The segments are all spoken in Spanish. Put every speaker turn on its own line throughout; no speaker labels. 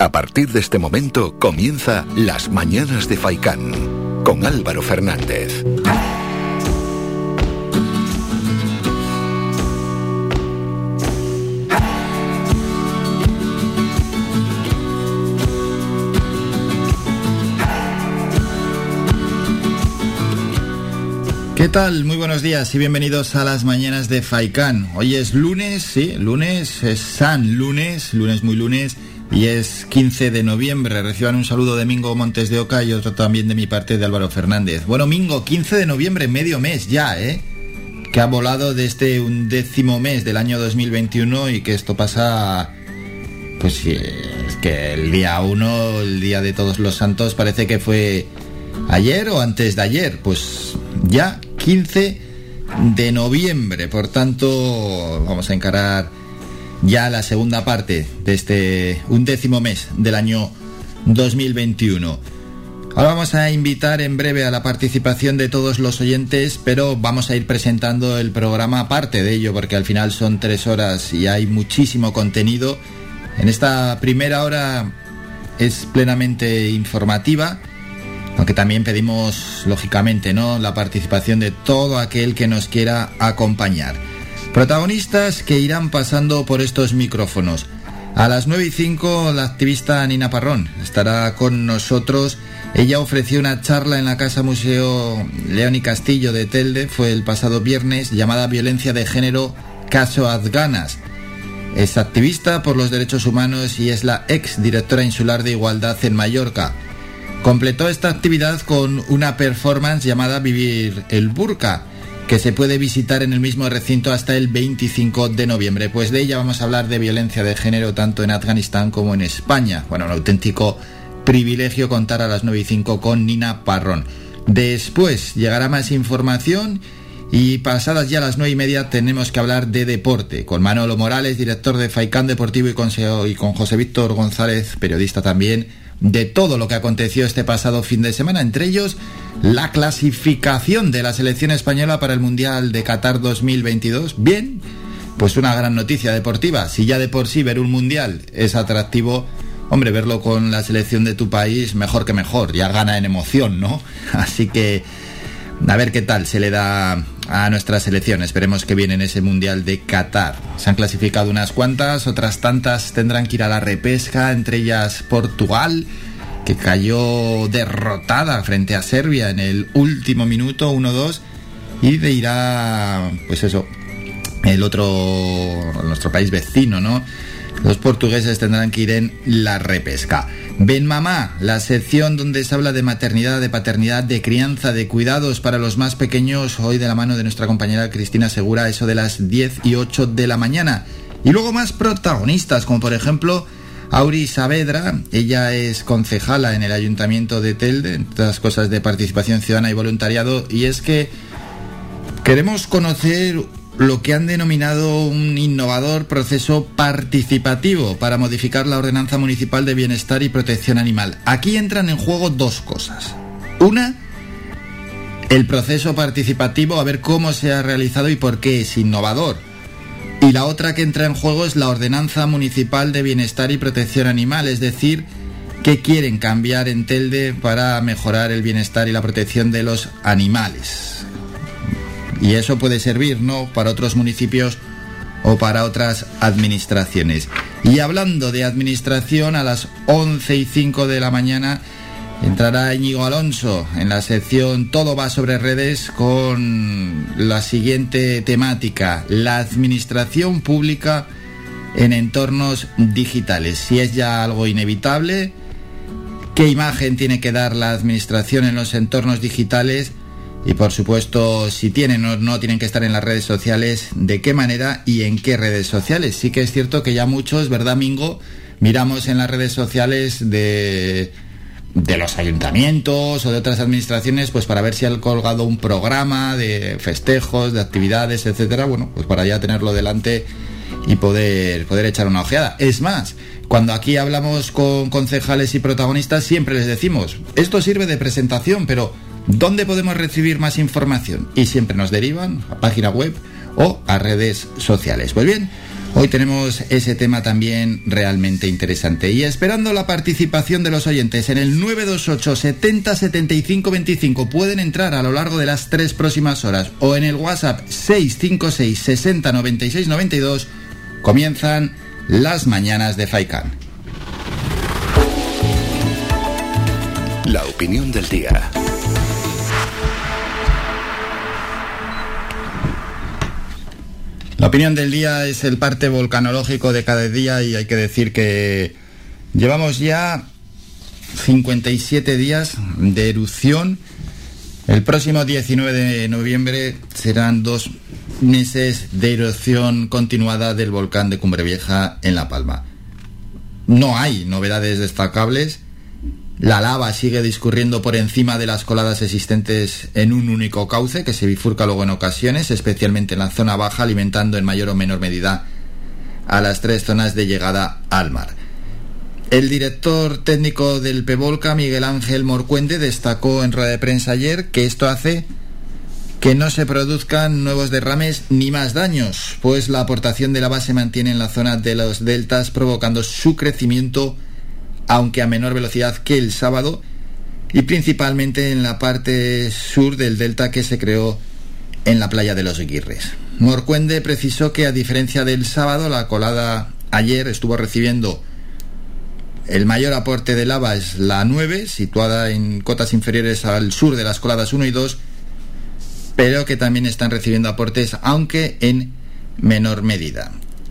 A partir de este momento comienza Las Mañanas de Faikán con Álvaro Fernández.
¿Qué tal? Muy buenos días y bienvenidos a Las Mañanas de Faikán. Hoy es lunes, sí, lunes, es San Lunes, lunes muy lunes, y es 15 de noviembre. Reciban un saludo de Mingo Montes de Oca y otro también de mi parte de Álvaro Fernández. Bueno, Mingo, 15 de noviembre, medio mes ya, que ha volado de este 11º mes del año 2021 y que esto pasa, pues sí, es que el día 1, el día de Todos los Santos, parece que fue ayer o antes de ayer, pues ya 15 de noviembre, por tanto vamos a encarar ya la segunda parte de este 11º mes del año 2021. Ahora vamos a invitar en breve a la participación de todos los oyentes, pero vamos a ir presentando el programa aparte de ello, porque al final son 3 horas y hay muchísimo contenido. En esta primera hora es plenamente informativa, aunque también pedimos, lógicamente, la participación de todo aquel que nos quiera acompañar. Protagonistas que irán pasando por estos micrófonos. A las 9:05 la activista Nina Parrón estará con nosotros. Ella ofreció una charla en la Casa Museo León y Castillo de Telde, fue el pasado viernes, llamada Violencia de Género, Caso Azganas. Es activista por los derechos humanos y es la ex directora insular de Igualdad en Mallorca. Completó esta actividad con una performance llamada Vivir el Burka, que se puede visitar en el mismo recinto hasta el 25 de noviembre. Pues de ella vamos a hablar, de violencia de género tanto en Afganistán como en España. Bueno, un auténtico privilegio contar a las 9:05 con Nina Parrón. Después llegará más información y pasadas ya las 9:30 tenemos que hablar de deporte con Manolo Morales, director de Faikán Deportivo, y con José Víctor González, periodista también, de todo lo que aconteció este pasado fin de semana, entre ellos la clasificación de la selección española para el Mundial de Qatar 2022. Bien, pues una gran noticia deportiva. Si ya de por sí ver un Mundial es atractivo, hombre, verlo con la selección de tu país, mejor que mejor, ya gana en emoción, ¿no? Así que a ver qué tal se le da a nuestra selección. Esperemos que viene en ese Mundial de Qatar. Se han clasificado unas cuantas, otras tantas tendrán que ir a la repesca, entre ellas Portugal, que cayó derrotada frente a Serbia en el último minuto, 1-2, y de irá, pues eso, nuestro país vecino, ¿no? Los portugueses tendrán que ir en la repesca. Ben Mamá, la sección donde se habla de maternidad, de paternidad, de crianza, de cuidados para los más pequeños, hoy de la mano de nuestra compañera Cristina Segura, eso de las 10:08 de la mañana. Y luego más protagonistas, como por ejemplo Auri Saavedra. Ella es concejala en el Ayuntamiento de Telde, en todas cosas de participación ciudadana y voluntariado, y es que queremos conocer lo que han denominado un innovador proceso participativo para modificar la Ordenanza Municipal de Bienestar y Protección Animal. Aquí entran en juego dos cosas. Una, el proceso participativo, a ver cómo se ha realizado y por qué es innovador. Y la otra que entra en juego es la Ordenanza Municipal de Bienestar y Protección Animal, es decir, qué quieren cambiar en Telde para mejorar el bienestar y la protección de los animales. Y eso puede servir, ¿no?, para otros municipios o para otras administraciones. Y hablando de administración, a las 11:05 de la mañana entrará Íñigo Alonso en la sección Todo va sobre redes con la siguiente temática: la administración pública en entornos digitales. Si es ya algo inevitable, ¿qué imagen tiene que dar la administración en los entornos digitales? Y por supuesto, si tienen o no tienen que estar en las redes sociales, ¿de qué manera y en qué redes sociales? Sí que es cierto que ya muchos, ¿verdad, Mingo?, miramos en las redes sociales de los ayuntamientos o de otras administraciones, pues para ver si han colgado un programa de festejos, de actividades, etcétera. Bueno, pues para ya tenerlo delante y poder echar una ojeada. Es más, cuando aquí hablamos con concejales y protagonistas, siempre les decimos, esto sirve de presentación, pero ¿dónde podemos recibir más información? Y siempre nos derivan a página web o a redes sociales. Pues bien, Hoy tenemos ese tema también realmente interesante. Y esperando la participación de los oyentes en el 928 70 75 25, pueden entrar a lo largo de las 3 próximas horas, o en el WhatsApp 656 60 96 92. Comienzan las mañanas de Faikan.
La opinión del día.
La opinión del día es el parte volcanológico de cada día, y hay que decir que llevamos ya 57 días de erupción. El próximo 19 de noviembre serán 2 meses de erupción continuada del volcán de Cumbre Vieja en La Palma. No hay novedades destacables. La lava sigue discurriendo por encima de las coladas existentes en un único cauce, que se bifurca luego en ocasiones, especialmente en la zona baja, alimentando en mayor o menor medida a las 3 zonas de llegada al mar. El director técnico del PEVOLCA, Miguel Ángel Morcuende, destacó en rueda de prensa ayer que esto hace que no se produzcan nuevos derrames ni más daños, pues la aportación de lava se mantiene en la zona de los deltas, provocando su crecimiento, aunque a menor velocidad que el sábado, y principalmente en la parte sur del delta que se creó en la playa de los Guirres. Morcuende precisó que, a diferencia del sábado, la colada ayer estuvo recibiendo el mayor aporte de lava, es la 9, situada en cotas inferiores al sur de las coladas 1 y 2, pero que también están recibiendo aportes, aunque en menor medida.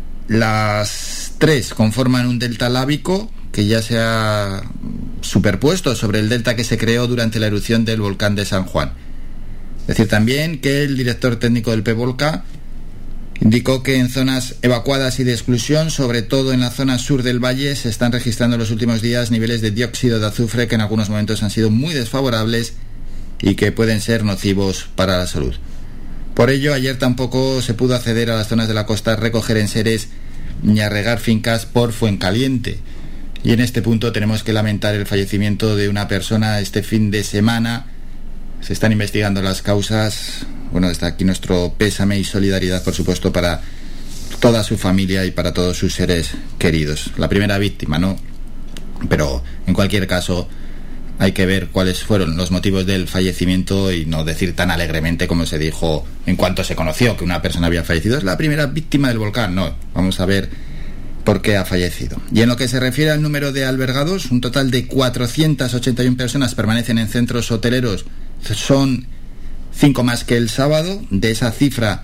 Las 3 conforman un delta lábico que ya se ha superpuesto sobre el delta que se creó durante la erupción del volcán de San Juan. Decir también que el director técnico del PEVOLCA indicó que en zonas evacuadas y de exclusión, sobre todo en la zona sur del valle, se están registrando en los últimos días niveles de dióxido de azufre que en algunos momentos han sido muy desfavorables y que pueden ser nocivos para la salud. Por ello, ayer tampoco se pudo acceder a las zonas de la costa a recoger enseres ni a regar fincas por Fuencaliente. Y en este punto tenemos que lamentar el fallecimiento de una persona este fin de semana. Se están investigando las causas. Bueno, está aquí nuestro pésame y solidaridad, por supuesto, para toda su familia y para todos sus seres queridos. La primera víctima, ¿no? Pero en cualquier caso hay que ver cuáles fueron los motivos del fallecimiento y no decir tan alegremente como se dijo en cuanto se conoció que una persona había fallecido. Es la primera víctima del volcán. No, vamos a ver por qué ha fallecido. Y en lo que se refiere al número de albergados, un total de 481 personas permanecen en centros hoteleros. Son 5 más que el sábado. De esa cifra,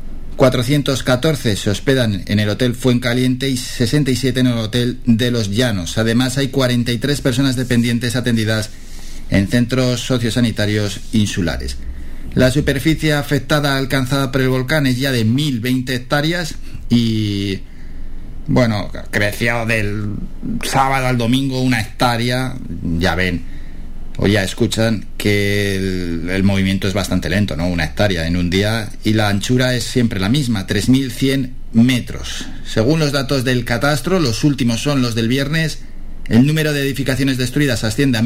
414 se hospedan en el Hotel Fuencaliente y 67 en el Hotel de los Llanos. Además, hay 43 personas dependientes atendidas en centros sociosanitarios insulares. La superficie afectada alcanzada por el volcán es ya de 1.020 hectáreas y, bueno, creció del sábado al domingo 1 hectárea. Ya ven, o ya escuchan que el movimiento es bastante lento, ¿no? 1 hectárea en un día, y la anchura es siempre la misma, 3.100 metros. Según los datos del catastro, los últimos son los del viernes, el número de edificaciones destruidas asciende a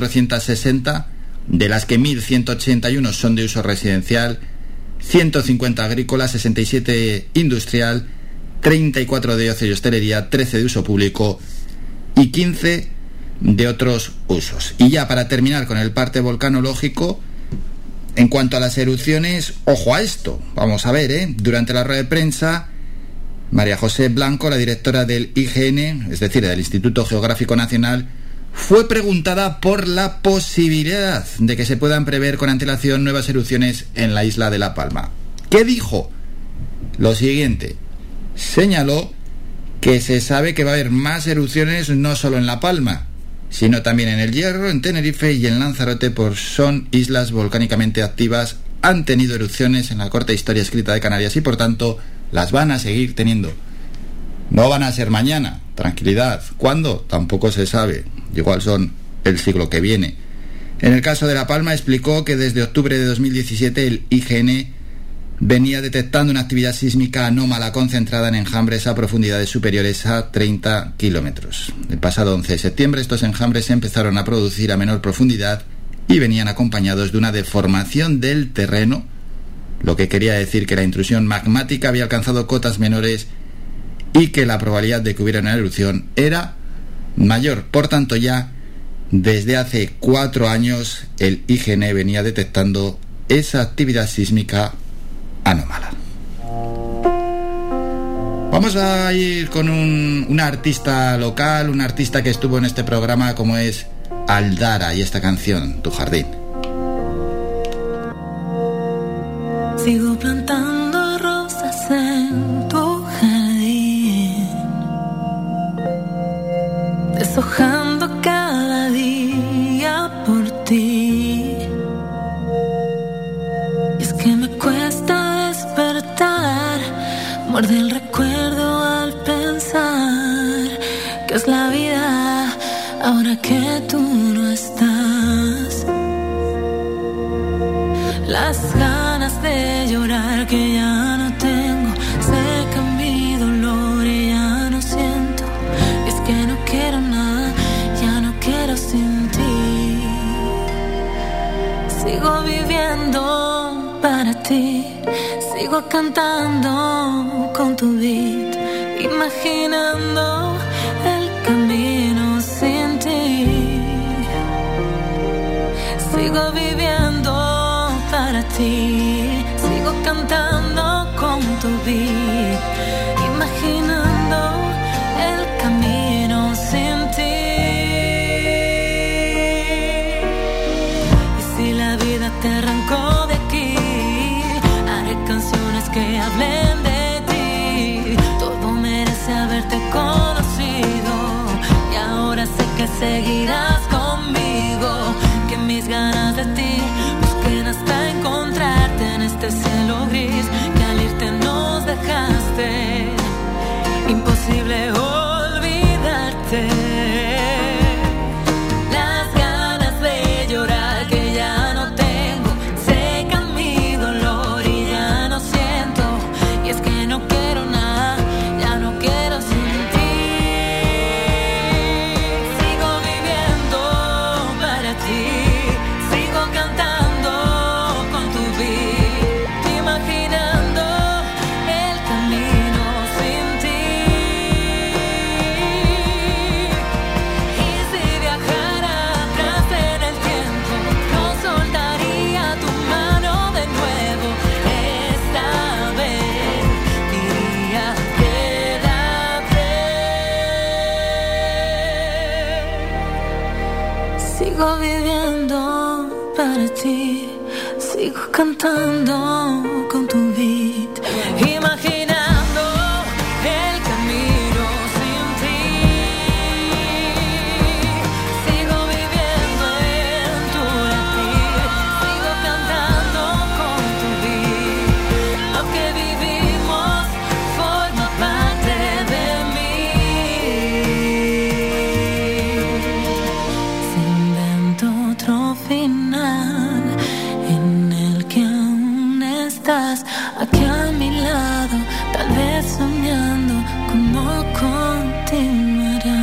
1.460, de las que 1.181 son de uso residencial, 150 agrícola, 67 industrial, 34 de ocio y hostelería, 13 de uso público y 15 de otros usos. Y ya para terminar con el parte volcanológico, en cuanto a las erupciones, ojo a esto, vamos a ver, durante la rueda de prensa, María José Blanco, la directora del IGN, es decir, del Instituto Geográfico Nacional, fue preguntada por la posibilidad de que se puedan prever con antelación nuevas erupciones en la isla de La Palma. ¿Qué dijo? Lo siguiente: señaló que se sabe que va a haber más erupciones no solo en La Palma, sino también en El Hierro, en Tenerife y en Lanzarote, por son islas volcánicamente activas, han tenido erupciones en la corta historia escrita de Canarias y por tanto las van a seguir teniendo. No van a ser mañana, tranquilidad. ¿Cuándo? Tampoco se sabe. Igual son el siglo que viene. En el caso de La Palma, explicó que desde octubre de 2017 el IGN venía detectando una actividad sísmica anómala concentrada en enjambres a profundidades superiores a 30 kilómetros. El pasado 11 de septiembre estos enjambres se empezaron a producir a menor profundidad y venían acompañados de una deformación del terreno, lo que quería decir que la intrusión magmática había alcanzado cotas menores y que la probabilidad de que hubiera una erupción era mayor. Por tanto, ya desde hace 4 años el IGN venía detectando esa actividad sísmica anómala. Vamos a ir con una artista local, una artista que estuvo en este programa, como es Aldara, y esta canción, Tu Jardín.
Sigo plantando rosas en tu jardín, deshojando cada día por ti. Y es que me cuesta despertar, muerde el recuerdo al pensar que es la vida ahora que tú no estás. Las ganas de llorar que ya no tengo secan mi dolor y ya no siento. Es que no quiero nada, ya no quiero sin ti. Sigo viviendo para ti, sigo cantando con tu beat, imaginando el camino sin ti. Sigo viviendo para ti, sigo cantando con tu beat, imaginando el camino sin ti. Y si la vida te arrancó de aquí, haré canciones que hablen de ti. Todo merece haberte conocido y ahora sé que seguirás conmigo, que mis ganas de ti hasta encontrarte en este cielo gris que al irte nos dejaste. Imposible olvidarte. Las ganas de llorar que ya no tengo secan mi dolor y ya no siento. Y es que no quiero nada, ya no quiero sin ti. Sigo viviendo para ti, sigo cantando sigo viviendo para ti, sigo cantando con tu beat, imaginando el camino sin ti. Sigo viviendo en tu latir, sigo cantando con tu beat. Lo que vivimos forma parte de mí. Se inventó otro final en el que aún estás aquí a mi lado, tal vez soñando cómo continuará.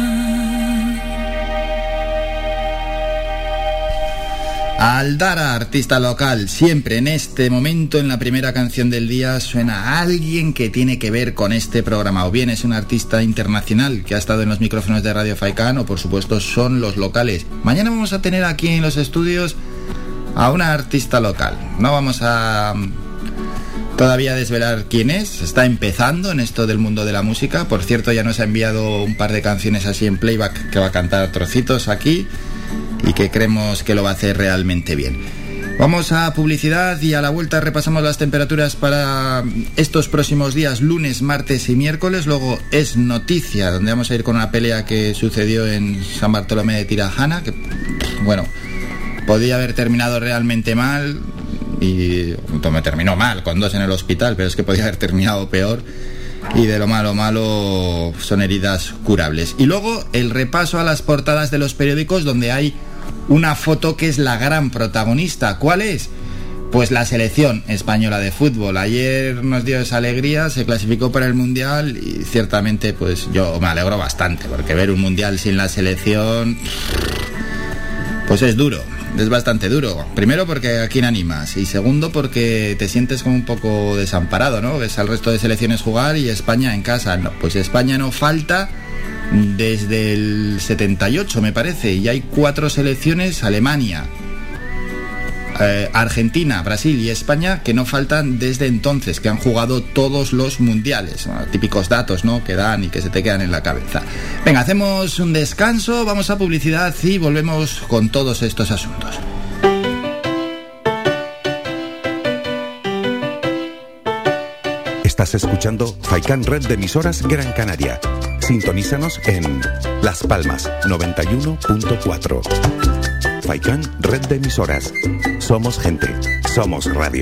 Aldara, artista local. Siempre en este momento, en la primera canción del día, suena a alguien que tiene que ver con este programa. O bien es un artista internacional que ha estado en los micrófonos de Radio Faikán, o por supuesto son los locales. Mañana vamos a tener aquí en los estudios a una artista local. No vamos a todavía desvelar quién es. Está empezando en esto del mundo de la música. Por cierto, ya nos ha enviado un par de canciones así en playback que va a cantar trocitos aquí y que creemos que lo va a hacer realmente bien. Vamos a publicidad y a la vuelta repasamos las temperaturas para estos próximos días, lunes, martes y miércoles. Luego es noticia, donde vamos a ir con una pelea que sucedió en San Bartolomé de Tirajana, que, bueno, podía haber terminado realmente mal, y me terminó mal, con 2 en el hospital, pero es que podía haber terminado peor. Y de lo malo son heridas curables. Y luego el repaso a las portadas de los periódicos, donde hay una foto que es la gran protagonista. ¿Cuál es? Pues la selección española de fútbol. Ayer nos dio esa alegría, se clasificó para el Mundial y ciertamente pues yo me alegro bastante, porque ver un Mundial sin la selección pues es duro. es bastante duro. Primero porque a quién animas y segundo porque te sientes como un poco desamparado, ¿no? Ves al resto de selecciones jugar y España en casa. No, pues España no falta desde el 78, me parece, y hay 4 selecciones: Alemania, Argentina, Brasil y España, que no faltan desde entonces, que han jugado todos los mundiales. Bueno, típicos datos, ¿no?, que dan y que se te quedan en la cabeza. Venga, hacemos un descanso, vamos a publicidad y volvemos con todos estos asuntos.
Estás escuchando Faikan Red de Emisoras Gran Canaria. Sintonízanos en Las Palmas 91.4. Faikan Red de Emisoras. Somos gente, somos radio.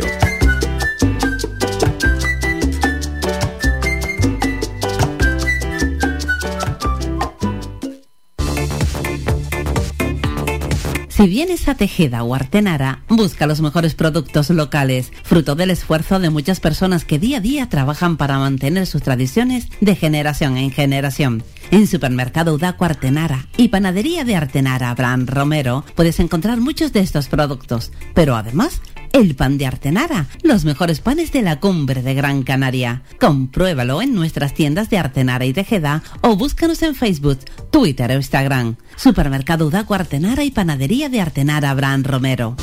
Si vienes a Tejeda o Artenara, busca los mejores productos locales, fruto del esfuerzo de muchas personas que día a día trabajan para mantener sus tradiciones de generación en generación. En Supermercado Udaco Artenara y Panadería de Artenara Abraham Romero puedes encontrar muchos de estos productos, pero además el pan de Artenara, los mejores panes de la cumbre de Gran Canaria. Compruébalo en nuestras tiendas de Artenara y Tejeda o búscanos en Facebook, Twitter o Instagram. Supermercado Udaco Artenara y Panadería de Artenara Abraham Romero.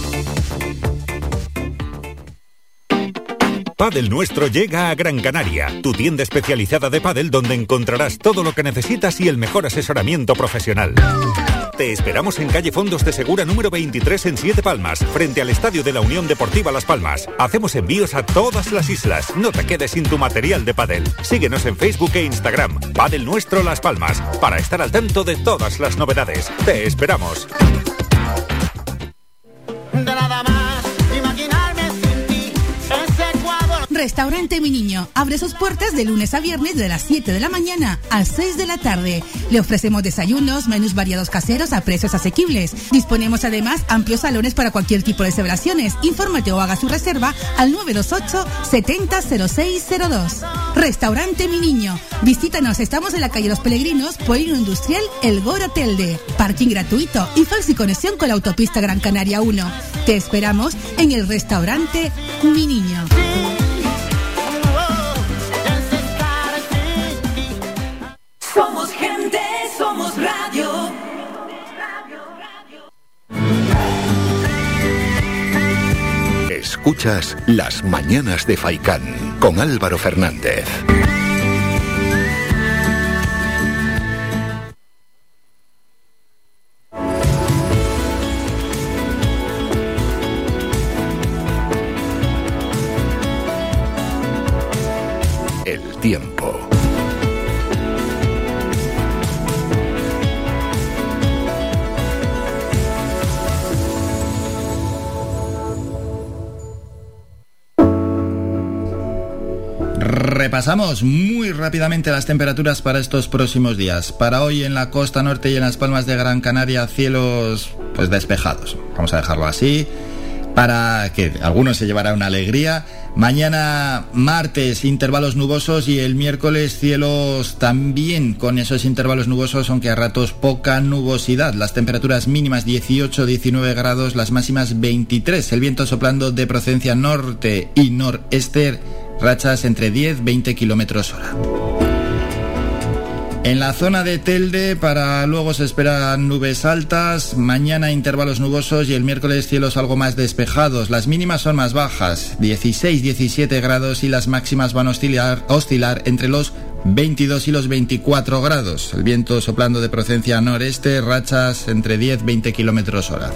Pádel Nuestro llega a Gran Canaria, tu tienda especializada de pádel donde encontrarás todo lo que necesitas y el mejor asesoramiento profesional. Te esperamos en calle Fondos de Segura número 23 en Siete Palmas, frente al estadio de la Unión Deportiva Las Palmas. Hacemos envíos a todas las islas. No te quedes sin tu material de pádel. Síguenos en Facebook e Instagram, Pádel Nuestro Las Palmas, para estar al tanto de todas las novedades. Te esperamos.
Restaurante Mi Niño abre sus puertas de lunes a viernes de las 7 de la mañana a 6 de la tarde. Le ofrecemos desayunos, menús variados caseros a precios asequibles. Disponemos además amplios salones para cualquier tipo de celebraciones. Infórmate o haga su reserva al 928 700602. Restaurante Mi Niño. Visítanos, estamos en la calle Los Peregrinos, Polígono Industrial El Goro Telde. Parking gratuito y fácil conexión con la autopista Gran Canaria 1. Te esperamos en el Restaurante Mi Niño.
Somos gente, somos radio.
Escuchas Las Mañanas de Faikan con Álvaro Fernández. El tiempo.
Repasamos muy rápidamente las temperaturas para estos próximos días. Para hoy en la costa norte y en las Palmas de Gran Canaria, cielos pues despejados. Vamos a dejarlo así, para que algunos se llevará una alegría. Mañana martes intervalos nubosos y el miércoles cielos también con esos intervalos nubosos, aunque a ratos poca nubosidad. Las temperaturas mínimas 18-19 grados, las máximas 23. El viento soplando de procedencia norte y noreste, rachas entre 10-20 kilómetros hora. En la zona de Telde, para luego se esperan nubes altas, mañana intervalos nubosos y el miércoles cielos algo más despejados. Las mínimas son más bajas, 16-17 grados y las máximas van a oscilar entre los 22 y los 24 grados. El viento soplando de procedencia noreste, rachas entre 10-20 kilómetros hora.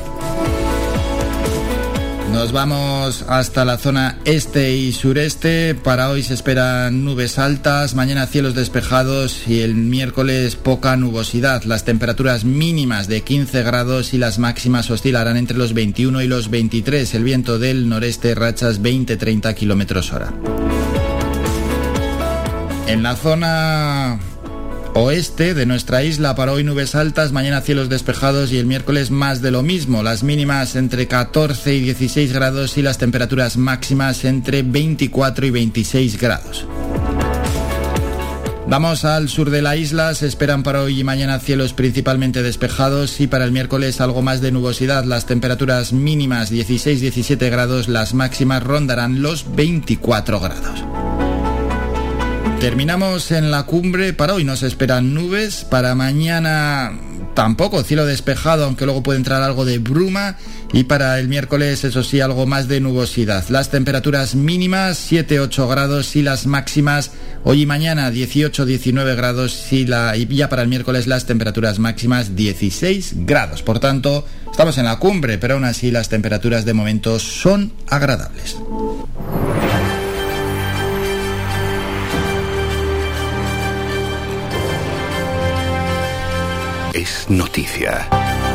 Nos vamos hasta la zona este y sureste. Para hoy se esperan nubes altas, mañana cielos despejados y el miércoles poca nubosidad. Las temperaturas mínimas de 15 grados y las máximas oscilarán entre los 21 y los 23. El viento del noreste, rachas 20-30 kilómetros hora. En la zona oeste de nuestra isla, para hoy nubes altas, mañana cielos despejados y el miércoles más de lo mismo. Las mínimas entre 14 y 16 grados y las temperaturas máximas entre 24 y 26 grados. Vamos al sur de la isla, se esperan para hoy y mañana cielos principalmente despejados y para el miércoles algo más de nubosidad. Las temperaturas mínimas 16-17 grados, las máximas rondarán los 24 grados. Terminamos en la cumbre, para hoy nos esperan nubes, para mañana tampoco, cielo despejado, aunque luego puede entrar algo de bruma, y para el miércoles, eso sí, algo más de nubosidad. Las temperaturas mínimas 7-8 grados y las máximas hoy y mañana 18-19 grados y ya para el miércoles las temperaturas máximas 16 grados. Por tanto, estamos en la cumbre, pero aún así las temperaturas de momento son agradables.
Es noticia.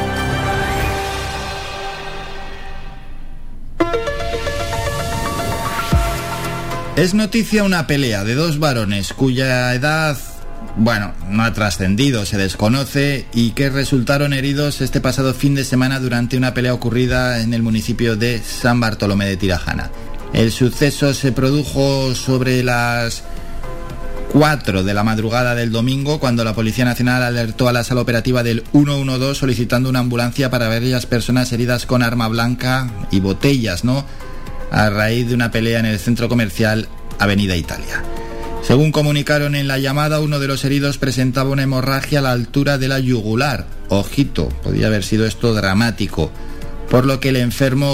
Es noticia una pelea de dos varones cuya edad, no ha trascendido, se desconoce, y que resultaron heridos este pasado fin de semana durante una pelea ocurrida en el municipio de San Bartolomé de Tirajana. El suceso se produjo sobre las 4 de la madrugada del domingo, cuando la Policía Nacional alertó a la sala operativa del 112 solicitando una ambulancia para varias personas heridas con arma blanca y botellas, a raíz de una pelea en el centro comercial Avenida Italia. Según comunicaron en la llamada, uno de los heridos presentaba una hemorragia a la altura de la yugular. Ojito, podía haber sido esto dramático, por lo que el enfermero,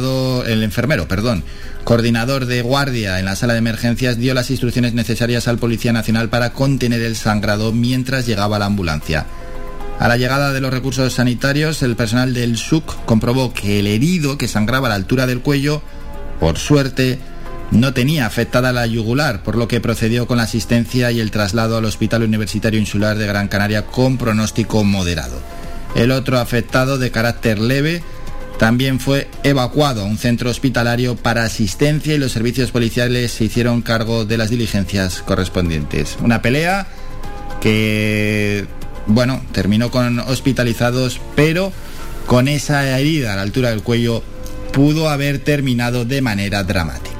coordinador de guardia en la sala de emergencias, dio las instrucciones necesarias al Policía Nacional para contener el sangrado mientras llegaba la ambulancia. A la llegada de los recursos sanitarios, el personal del SUC comprobó que el herido, que sangraba a la altura del cuello, por suerte, no tenía afectada la yugular, por lo que procedió con la asistencia y el traslado al Hospital Universitario Insular de Gran Canaria con pronóstico moderado. El otro afectado, de carácter leve, también fue evacuado a un centro hospitalario para asistencia y los servicios policiales se hicieron cargo de las diligencias correspondientes. Una pelea que, terminó con hospitalizados, pero con esa herida a la altura del cuello pudo haber terminado de manera dramática.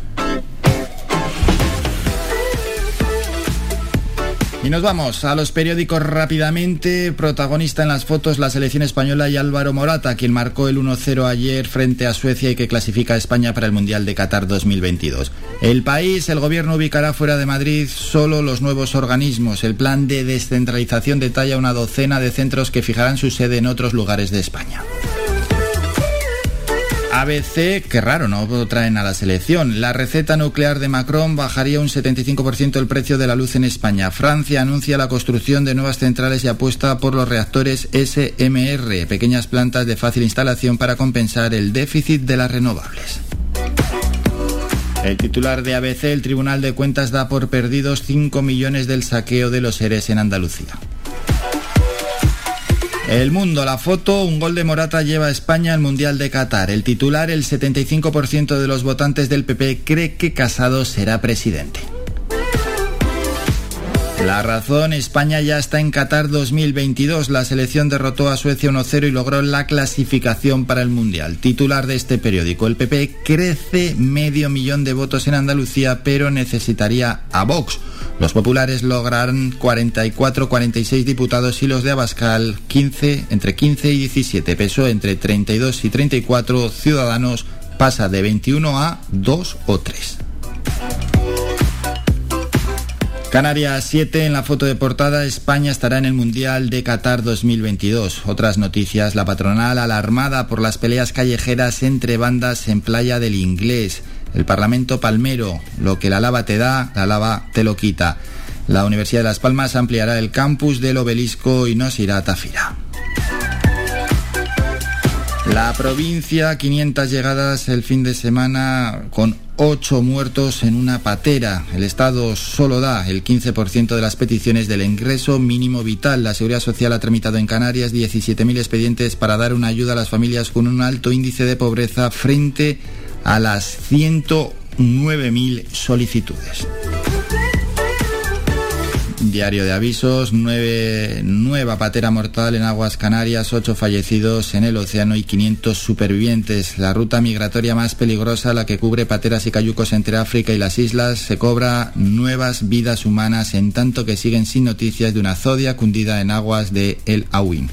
Y nos vamos a los periódicos rápidamente. Protagonista en las fotos la selección española y Álvaro Morata, quien marcó el 1-0 ayer frente a Suecia y que clasifica a España para el Mundial de Qatar 2022. El País, el gobierno ubicará fuera de Madrid solo los nuevos organismos. El plan de descentralización detalla una docena de centros que fijarán su sede en otros lugares de España. ABC, qué raro, no traen a la selección. La receta nuclear de Macron bajaría un 75% el precio de la luz en España. Francia anuncia la construcción de nuevas centrales y apuesta por los reactores SMR, pequeñas plantas de fácil instalación para compensar el déficit de las renovables. El titular de ABC, el Tribunal de Cuentas da por perdidos 5 millones del saqueo de los ERES en Andalucía. El Mundo, la foto, un gol de Morata lleva a España al Mundial de Qatar. El titular, el 75% de los votantes del PP cree que Casado será presidente. La Razón, España ya está en Qatar 2022. La selección derrotó a Suecia 1-0 y logró la clasificación para el Mundial. Titular de este periódico, el PP crece 500.000 de votos en Andalucía, pero necesitaría a Vox. Los populares lograrán 44-46 diputados y los de Abascal entre 15 y 17. PSOE entre 32 y 34. Ciudadanos pasa de 21 a 2 o 3. Canarias 7, en la foto de portada, España estará en el Mundial de Qatar 2022. Otras noticias, la patronal alarmada por las peleas callejeras entre bandas en Playa del Inglés. El Parlamento palmero, lo que la lava te da, la lava te lo quita. La Universidad de Las Palmas ampliará el campus del Obelisco y nos irá a Tafira. La provincia, 500 llegadas el fin de semana con 8 muertos en una patera. El Estado solo da el 15% de las peticiones del ingreso mínimo vital. La Seguridad Social ha tramitado en Canarias 17.000 expedientes para dar una ayuda a las familias con un alto índice de pobreza frente a las 109.000 solicitudes. Diario de avisos, nueva patera mortal en aguas Canarias, 8 fallecidos en el océano y 500 supervivientes. La ruta migratoria más peligrosa, la que cubre pateras y cayucos entre África y las islas, se cobra nuevas vidas humanas en tanto que siguen sin noticias de una Zodiac hundida en aguas de El Aaiún.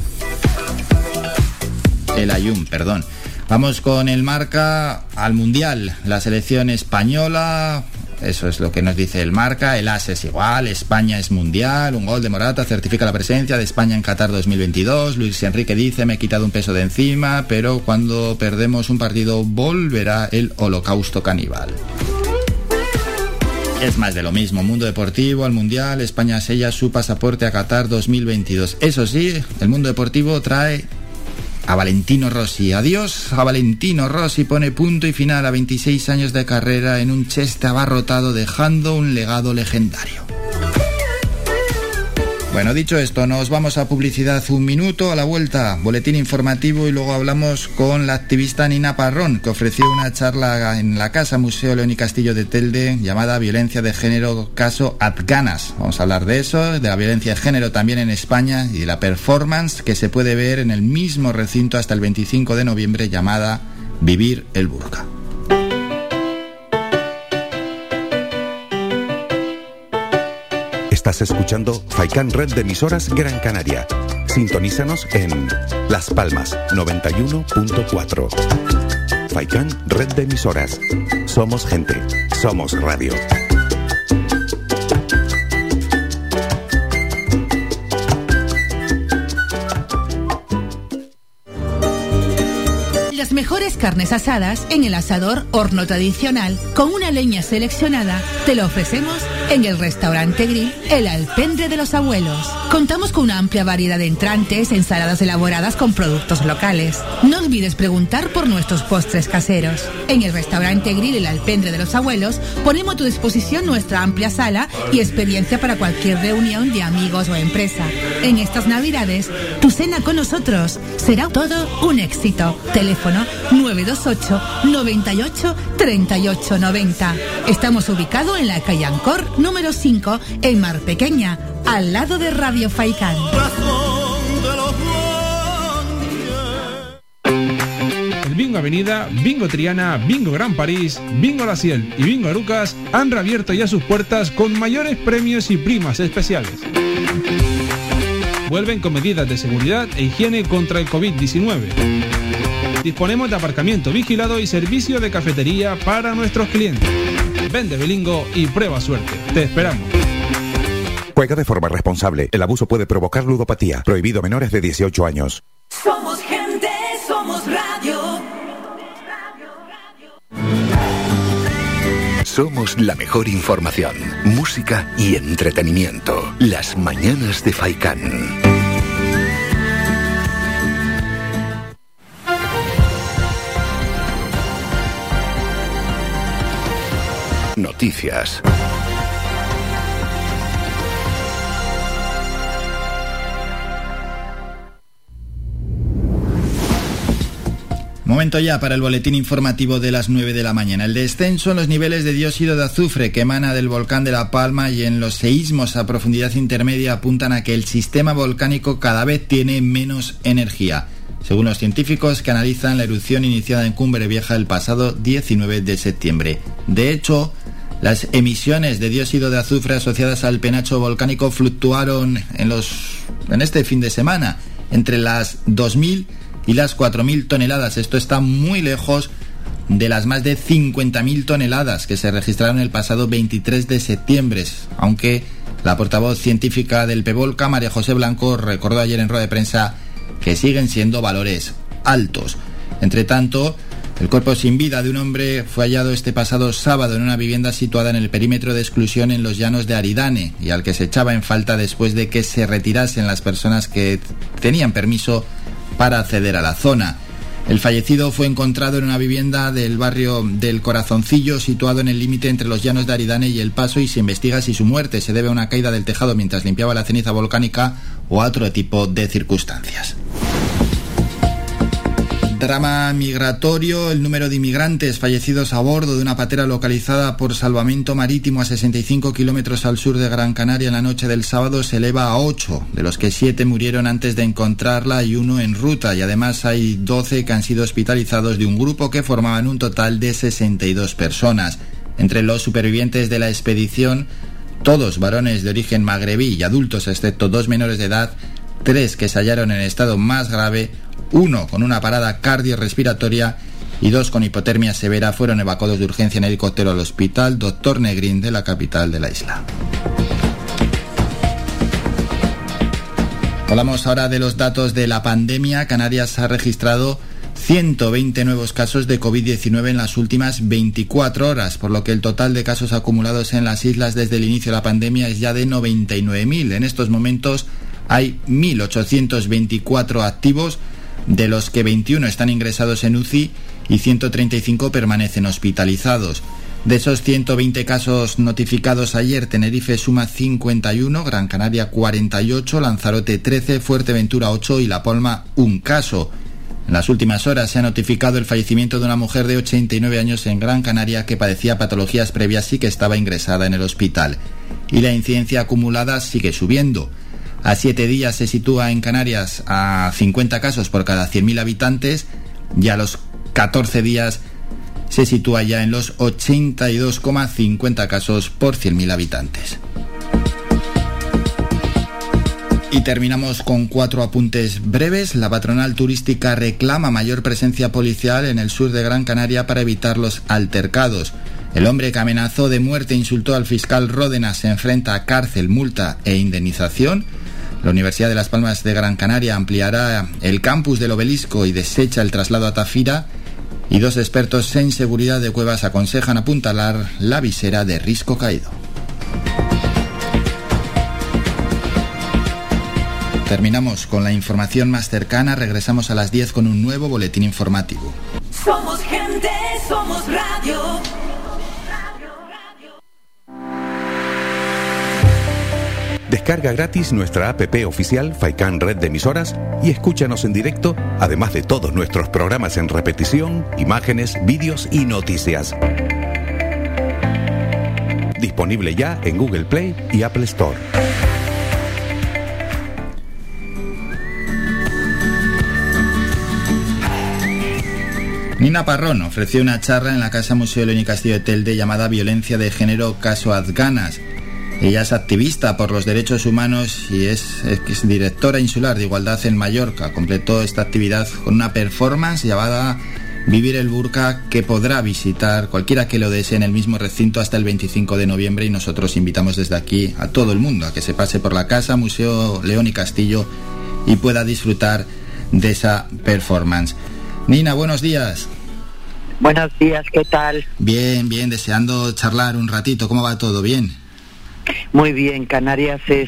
Vamos con el Marca al Mundial. La selección española... Eso es lo que nos dice el Marca. El AS es igual, España es mundial. Un gol de Morata certifica la presencia de España en Qatar 2022. Luis Enrique dice: me he quitado un peso de encima, pero cuando perdemos un partido volverá el holocausto caníbal. Es más de lo mismo. Mundo deportivo al mundial. España sella su pasaporte a Qatar 2022. Eso sí, el mundo deportivo trae a Valentino Rossi. Adiós a Valentino Rossi, pone punto y final a 26 años de carrera en un Cheste abarrotado, dejando un legado legendario. Bueno, dicho esto, nos vamos a publicidad un minuto. A la vuelta, boletín informativo y luego hablamos con la activista Nina Parrón, que ofreció una charla en la Casa Museo León y Castillo de Telde llamada Violencia de Género, caso Afganas. Vamos a hablar de eso, de la violencia de género también en España y de la performance que se puede ver en el mismo recinto hasta el 25 de noviembre llamada Vivir el Burka.
Estás escuchando Faikan Red de Emisoras Gran Canaria. Sintonízanos en Las Palmas 91.4. Faikan Red de Emisoras. Somos gente. Somos radio.
Las mejores carnes asadas en el asador horno tradicional con una leña seleccionada te lo ofrecemos en el restaurante grill El Alpendre de los Abuelos. Contamos con una amplia variedad de entrantes, ensaladas elaboradas con productos locales. No olvides preguntar por nuestros postres caseros. En el restaurante grill El Alpendre de los Abuelos ponemos a tu disposición nuestra amplia sala y experiencia para cualquier reunión de amigos o empresa. En estas Navidades, tu cena con nosotros será todo un éxito. Teléfono 928 98 38 90. Estamos ubicados en la calle Ancor número 5 en Mar Pequeña, al lado de Radio Faikan.
El Bingo Avenida, Bingo Triana, Bingo Gran París, Bingo La Ciel y Bingo Arucas han reabierto ya sus puertas con mayores premios y primas especiales. Vuelven con medidas de seguridad e higiene contra el COVID-19. Disponemos de aparcamiento vigilado y servicio de cafetería para nuestros clientes. Vende Bilingo y prueba suerte. Te esperamos.
Juega de forma responsable. El abuso puede provocar ludopatía. Prohibido menores de 18 años.
Somos gente, somos radio.
Somos la mejor información, música y entretenimiento. Las mañanas de Faikan. Noticias.
Momento ya para el boletín informativo de las 9 de la mañana. El descenso en los niveles de dióxido de azufre que emana del volcán de La Palma y en los seísmos a profundidad intermedia apuntan a que el sistema volcánico cada vez tiene menos energía, según los científicos que analizan la erupción iniciada en Cumbre Vieja el pasado 19 de septiembre. De hecho, las emisiones de dióxido de azufre asociadas al penacho volcánico fluctuaron en este fin de semana entre las 2.000 y las 4.000 toneladas. Esto está muy lejos de las más de 50.000 toneladas que se registraron el pasado 23 de septiembre, aunque la portavoz científica del PEVOLCA, María José Blanco, recordó ayer en rueda de prensa que siguen siendo valores altos. Entre tanto, el cuerpo sin vida de un hombre fue hallado este pasado sábado en una vivienda situada en el perímetro de exclusión en los llanos de Aridane y al que se echaba en falta después de que se retirasen las personas que tenían permiso para acceder a la zona. El fallecido fue encontrado en una vivienda del barrio del Corazoncillo, situado en el límite entre los llanos de Aridane y El Paso, y se investiga si su muerte se debe a una caída del tejado mientras limpiaba la ceniza volcánica o a otro tipo de circunstancias. drama migratorio. El número de inmigrantes fallecidos a bordo de una patera localizada por salvamento marítimo a 65 kilómetros al sur de Gran Canaria en la noche del sábado se eleva a 8, de los que 7 murieron antes de encontrarla y 1 en ruta. Y además hay 12 que han sido hospitalizados de un grupo que formaban un total de 62 personas. Entre los supervivientes de la expedición, todos varones de origen magrebí y adultos, excepto 2 menores de edad, 3 que se hallaron en estado más grave, 1 con una parada cardiorrespiratoria y 2 con hipotermia severa fueron evacuados de urgencia en helicóptero al hospital Dr. Negrín de la capital de la isla. Hablamos ahora de los datos de la pandemia. Canarias ha registrado 120 nuevos casos de COVID-19 en las últimas 24 horas, por lo que el total de casos acumulados en las islas desde el inicio de la pandemia es ya de 99.000. En estos momentos hay 1.824 activos, de los que 21 están ingresados en UCI y 135 permanecen hospitalizados. De esos 120 casos notificados ayer, Tenerife suma 51, Gran Canaria 48, Lanzarote 13, Fuerteventura 8 y La Palma 1 caso. En las últimas horas se ha notificado el fallecimiento de una mujer de 89 años en Gran Canaria que padecía patologías previas y que estaba ingresada en el hospital. Y la incidencia acumulada sigue subiendo. A 7 días se sitúa en Canarias a 50 casos por cada 100.000 habitantes y a los 14 días se sitúa ya en los 82,50 casos por 100.000 habitantes. Y terminamos con 4 apuntes breves. La patronal turística reclama mayor presencia policial en el sur de Gran Canaria para evitar los altercados. El hombre que amenazó de muerte e insultó al fiscal Ródenas se enfrenta a cárcel, multa e indemnización. La Universidad de Las Palmas de Gran Canaria ampliará el campus del Obelisco y desecha el traslado a Tafira. Y 2 expertos en seguridad de cuevas aconsejan apuntalar la visera de Risco Caído. Terminamos con la información más cercana. Regresamos a las 10 con un nuevo boletín informativo.
Somos gente, somos radio.
Descarga gratis nuestra app oficial Faikan Red de Emisoras y escúchanos en directo, además de todos nuestros programas en repetición, imágenes, vídeos y noticias. Disponible ya en Google Play y Apple Store.
Nina Parrón ofreció una charla en la Casa Museo León y Castillo de Telde llamada Violencia de Género Caso Azganas. Ella es activista por los derechos humanos y es directora insular de Igualdad en Mallorca. Completó esta actividad con una performance llamada Vivir el Burka, que podrá visitar cualquiera que lo desee en el mismo recinto hasta el 25 de noviembre y nosotros invitamos desde aquí a todo el mundo a que se pase por la Casa Museo León y Castillo y pueda disfrutar de esa performance. Nina, buenos días.
Buenos días, ¿qué tal?
Bien, deseando charlar un ratito. ¿Cómo va todo? ¿Bien?
Muy bien, Canarias es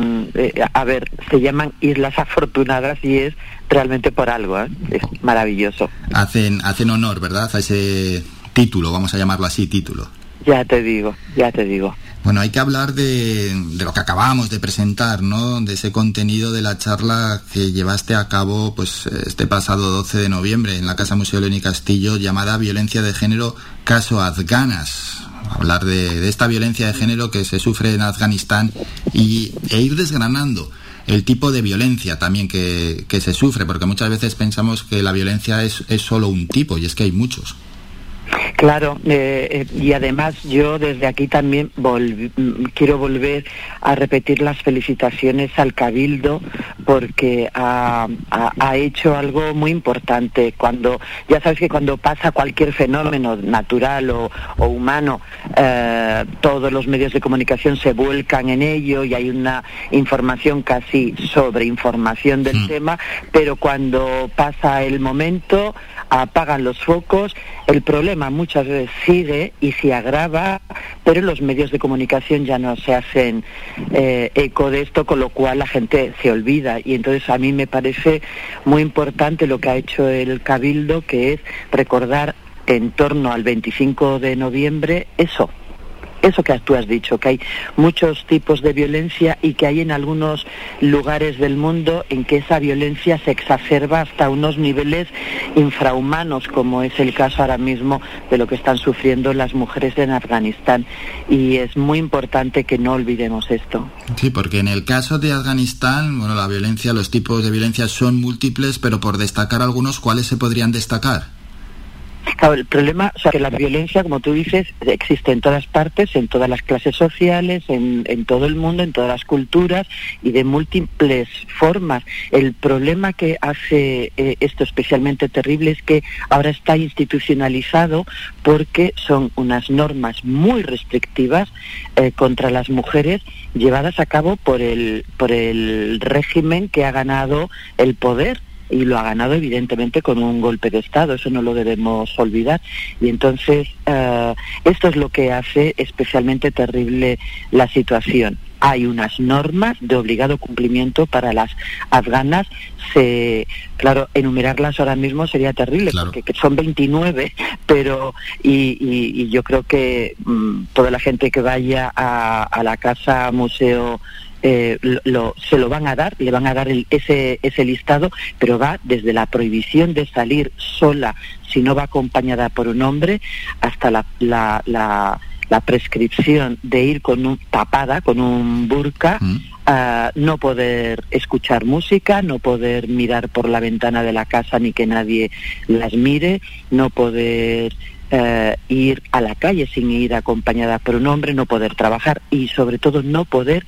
se llaman Islas Afortunadas y es realmente por algo, ¿eh? Es maravilloso.
Hacen honor, ¿verdad?, a ese título, vamos a llamarlo así, título. Ya te digo. Bueno, hay que hablar de lo que acabamos de presentar, ¿no?, de ese contenido de la charla que llevaste a cabo pues este pasado 12 de noviembre en la Casa Museo León y Castillo, llamada Violencia de Género Caso Azganas. Hablar de esta violencia de género que se sufre en Afganistán e ir desgranando el tipo de violencia también que se sufre, porque muchas veces pensamos que la violencia es solo un tipo, y es que hay muchos.
Claro, y además yo desde aquí también quiero volver a repetir las felicitaciones al Cabildo, porque ha hecho algo muy importante. Ya sabes que cuando pasa cualquier fenómeno natural o humano, todos los medios de comunicación se vuelcan en ello y hay una información casi sobre información del tema, pero cuando pasa el momento apagan los focos, el problema muchas veces sigue y se agrava, pero los medios de comunicación ya no se hacen eco de esto, con lo cual la gente se olvida. Y entonces a mí me parece muy importante lo que ha hecho el Cabildo, que es recordar en torno al 25 de noviembre eso, eso que tú has dicho, que hay muchos tipos de violencia y que hay en algunos lugares del mundo en que esa violencia se exacerba hasta unos niveles infrahumanos, como es el caso ahora mismo de lo que están sufriendo las mujeres en Afganistán. Y es muy importante que no olvidemos esto.
Sí, porque en el caso de Afganistán, bueno, la violencia, los tipos de violencia son múltiples, pero por destacar algunos, ¿cuáles se podrían destacar?
Claro, el problema, o sea, que la violencia, como tú dices, existe en todas partes, en todas las clases sociales, en todo el mundo, en todas las culturas y de múltiples formas. El problema que hace esto especialmente terrible es que ahora está institucionalizado porque son unas normas muy restrictivas contra las mujeres llevadas a cabo por el régimen que ha ganado el poder. Y lo ha ganado evidentemente con un golpe de Estado, eso no lo debemos olvidar. Y entonces esto es lo que hace especialmente terrible la situación. Hay unas normas de obligado cumplimiento para las afganas. Claro, enumerarlas ahora mismo sería terrible, claro, porque son 29, pero y yo creo que toda la gente que vaya a la casa museo se lo van a dar, le van a dar ese listado, pero va desde la prohibición de salir sola si no va acompañada por un hombre hasta la prescripción de ir tapada con un burka, no poder escuchar música, no poder mirar por la ventana de la casa ni que nadie las mire, no poder ir a la calle sin ir acompañada por un hombre, no poder trabajar y sobre todo no poder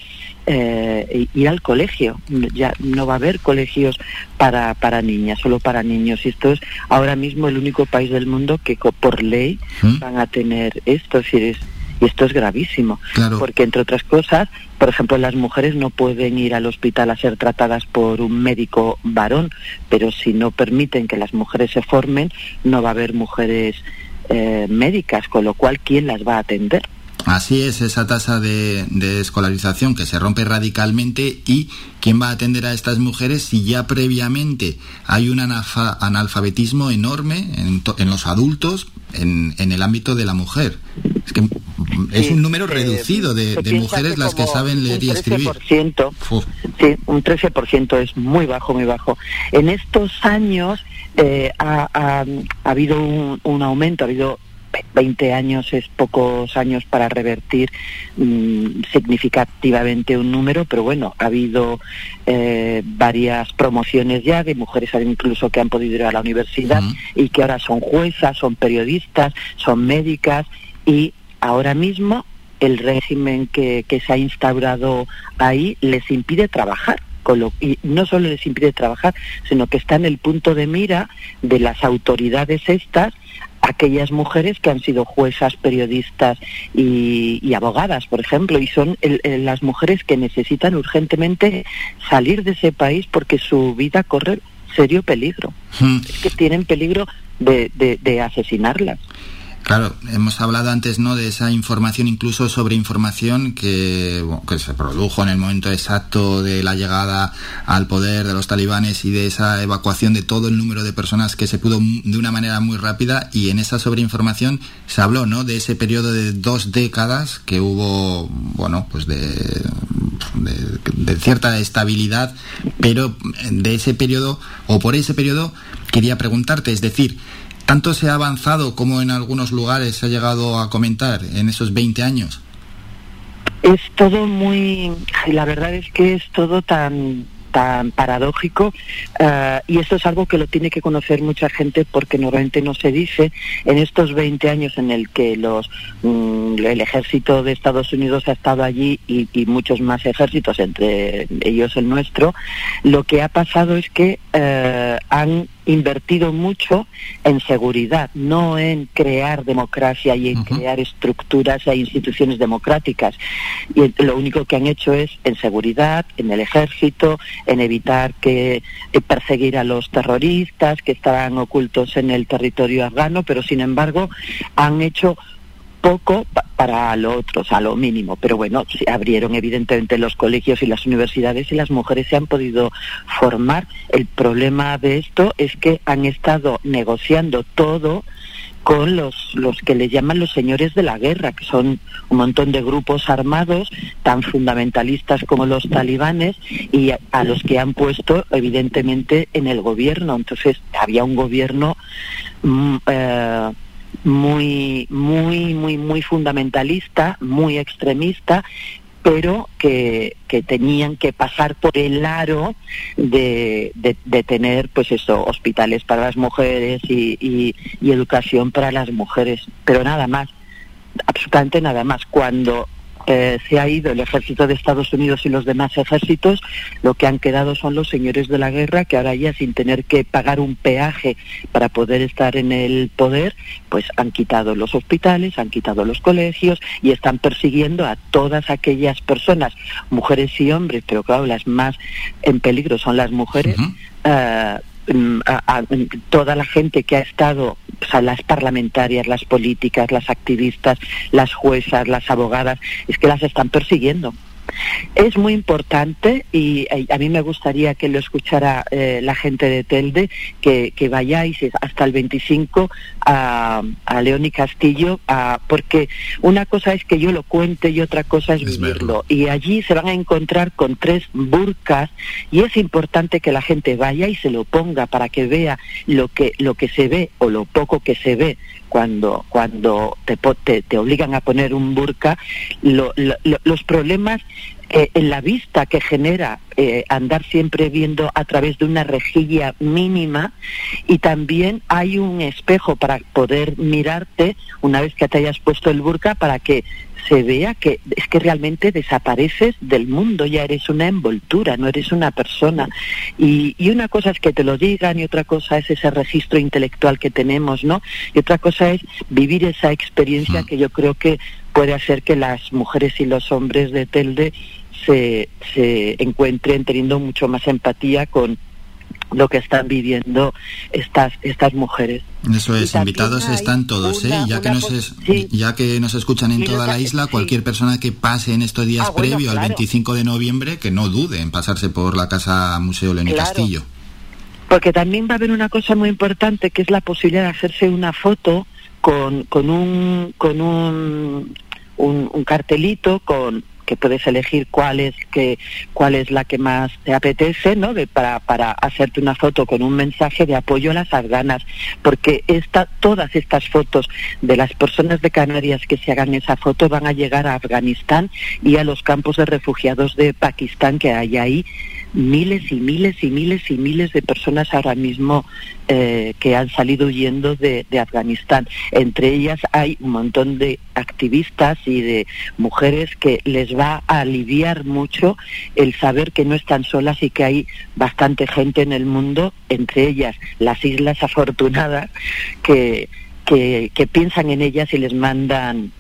ir al colegio. Ya no va a haber colegios para niñas, solo para niños. Y esto es ahora mismo el único país del mundo que por ley van a tener esto. Es decir, y esto es gravísimo, claro, porque entre otras cosas, por ejemplo, las mujeres no pueden ir al hospital a ser tratadas por un médico varón, pero si no permiten que las mujeres se formen, no va a haber mujeres médicas, con lo cual, ¿quién las va a atender?
Así es, esa tasa de escolarización que se rompe radicalmente. ¿Y quién va a atender a estas mujeres si ya previamente hay un analfabetismo enorme en los adultos en el ámbito de la mujer? Es que es un número reducido de mujeres las que saben leer y escribir. Sí,
un 13% es muy bajo, muy bajo. En estos años ha habido un aumento, ha habido 20 años, es pocos años para revertir significativamente un número, pero bueno, ha habido varias promociones ya de mujeres incluso que han podido ir a la universidad y que ahora son juezas, son periodistas, son médicas, y ahora mismo el régimen que se ha instaurado ahí les impide trabajar. Y no solo les impide trabajar, sino que está en el punto de mira de las autoridades estas, aquellas mujeres que han sido juezas, periodistas y abogadas, por ejemplo, y son las mujeres que necesitan urgentemente salir de ese país porque su vida corre serio peligro. Es que tienen peligro de asesinarlas.
Claro, hemos hablado antes, ¿no?, de esa información, incluso sobre información que se produjo en el momento exacto de la llegada al poder de los talibanes y de esa evacuación de todo el número de personas que se pudo de una manera muy rápida, y en esa sobreinformación se habló, ¿no?, de ese periodo de 2 décadas que hubo, bueno, pues de cierta estabilidad, pero de ese periodo, o por ese periodo, quería preguntarte, es decir, ¿tanto se ha avanzado como en algunos lugares se ha llegado a comentar en esos 20 años?
Es todo la verdad es que es todo tan paradójico, y esto es algo que lo tiene que conocer mucha gente porque normalmente no se dice. En estos 20 años en el que el ejército de Estados Unidos ha estado allí y muchos más ejércitos, entre ellos el nuestro, lo que ha pasado es que han invertido mucho en seguridad, no en crear democracia y en crear estructuras e instituciones democráticas. Y lo único que han hecho es en seguridad, en el ejército, en evitar perseguir a los terroristas que estaban ocultos en el territorio afgano, pero sin embargo han hecho poco para lo otro, o sea, lo mínimo. Pero bueno, se abrieron evidentemente los colegios y las universidades y las mujeres se han podido formar. El problema de esto es que han estado negociando todo con los que le llaman los señores de la guerra, que son un montón de grupos armados, tan fundamentalistas como los talibanes, y a los que han puesto evidentemente en el gobierno. Entonces había un gobierno muy fundamentalista, muy extremista, pero que tenían que pasar por el aro de tener, pues eso, hospitales para las mujeres y educación para las mujeres, pero nada más, absolutamente nada más. Cuando se ha ido el ejército de Estados Unidos y los demás ejércitos, lo que han quedado son los señores de la guerra, que ahora ya, sin tener que pagar un peaje para poder estar en el poder, pues han quitado los hospitales, han quitado los colegios y están persiguiendo a todas aquellas personas, mujeres y hombres, pero claro, las más en peligro son las mujeres. Toda la gente que ha estado, o sea, las parlamentarias, las políticas, las activistas, las juezas, las abogadas, es que las están persiguiendo. Es muy importante, y a mí me gustaría que lo escuchara la gente de Telde, que vayáis hasta el 25 a León y Castillo, porque una cosa es que yo lo cuente y otra cosa es vivirlo. Y allí se van a encontrar con 3 burkas, y es importante que la gente vaya y se lo ponga para que vea lo que se ve o lo poco que se ve cuando te obligan a poner un burka, los problemas en la vista que genera andar siempre viendo a través de una rejilla mínima, y también hay un espejo para poder mirarte una vez que te hayas puesto el burka, para que se vea que es que realmente desapareces del mundo, ya eres una envoltura, no eres una persona. Y una cosa es que te lo digan, y otra cosa es ese registro intelectual que tenemos, ¿no? Y otra cosa es vivir esa experiencia que yo creo que puede hacer que las mujeres y los hombres de Telde se encuentren teniendo mucho más empatía con lo que están viviendo estas mujeres.
Eso es, invitados están todos, ya que nos escuchan en toda la isla, cualquier persona que pase en estos días previo al 25 de noviembre, que no dude en pasarse por la Casa Museo León y Castillo.
Porque también va a haber una cosa muy importante, que es la posibilidad de hacerse una foto con un cartelito que puedes elegir cuál es la que más te apetece, ¿no? Para hacerte una foto con un mensaje de apoyo a las afganas, porque todas estas fotos de las personas de Canarias que se hagan esa foto van a llegar a Afganistán y a los campos de refugiados de Pakistán, que hay ahí miles y miles y miles y miles de personas ahora mismo que han salido huyendo de Afganistán. Entre ellas hay un montón de activistas y de mujeres que les va a aliviar mucho el saber que no están solas y que hay bastante gente en el mundo, entre ellas las Islas Afortunadas, que piensan en ellas y les mandan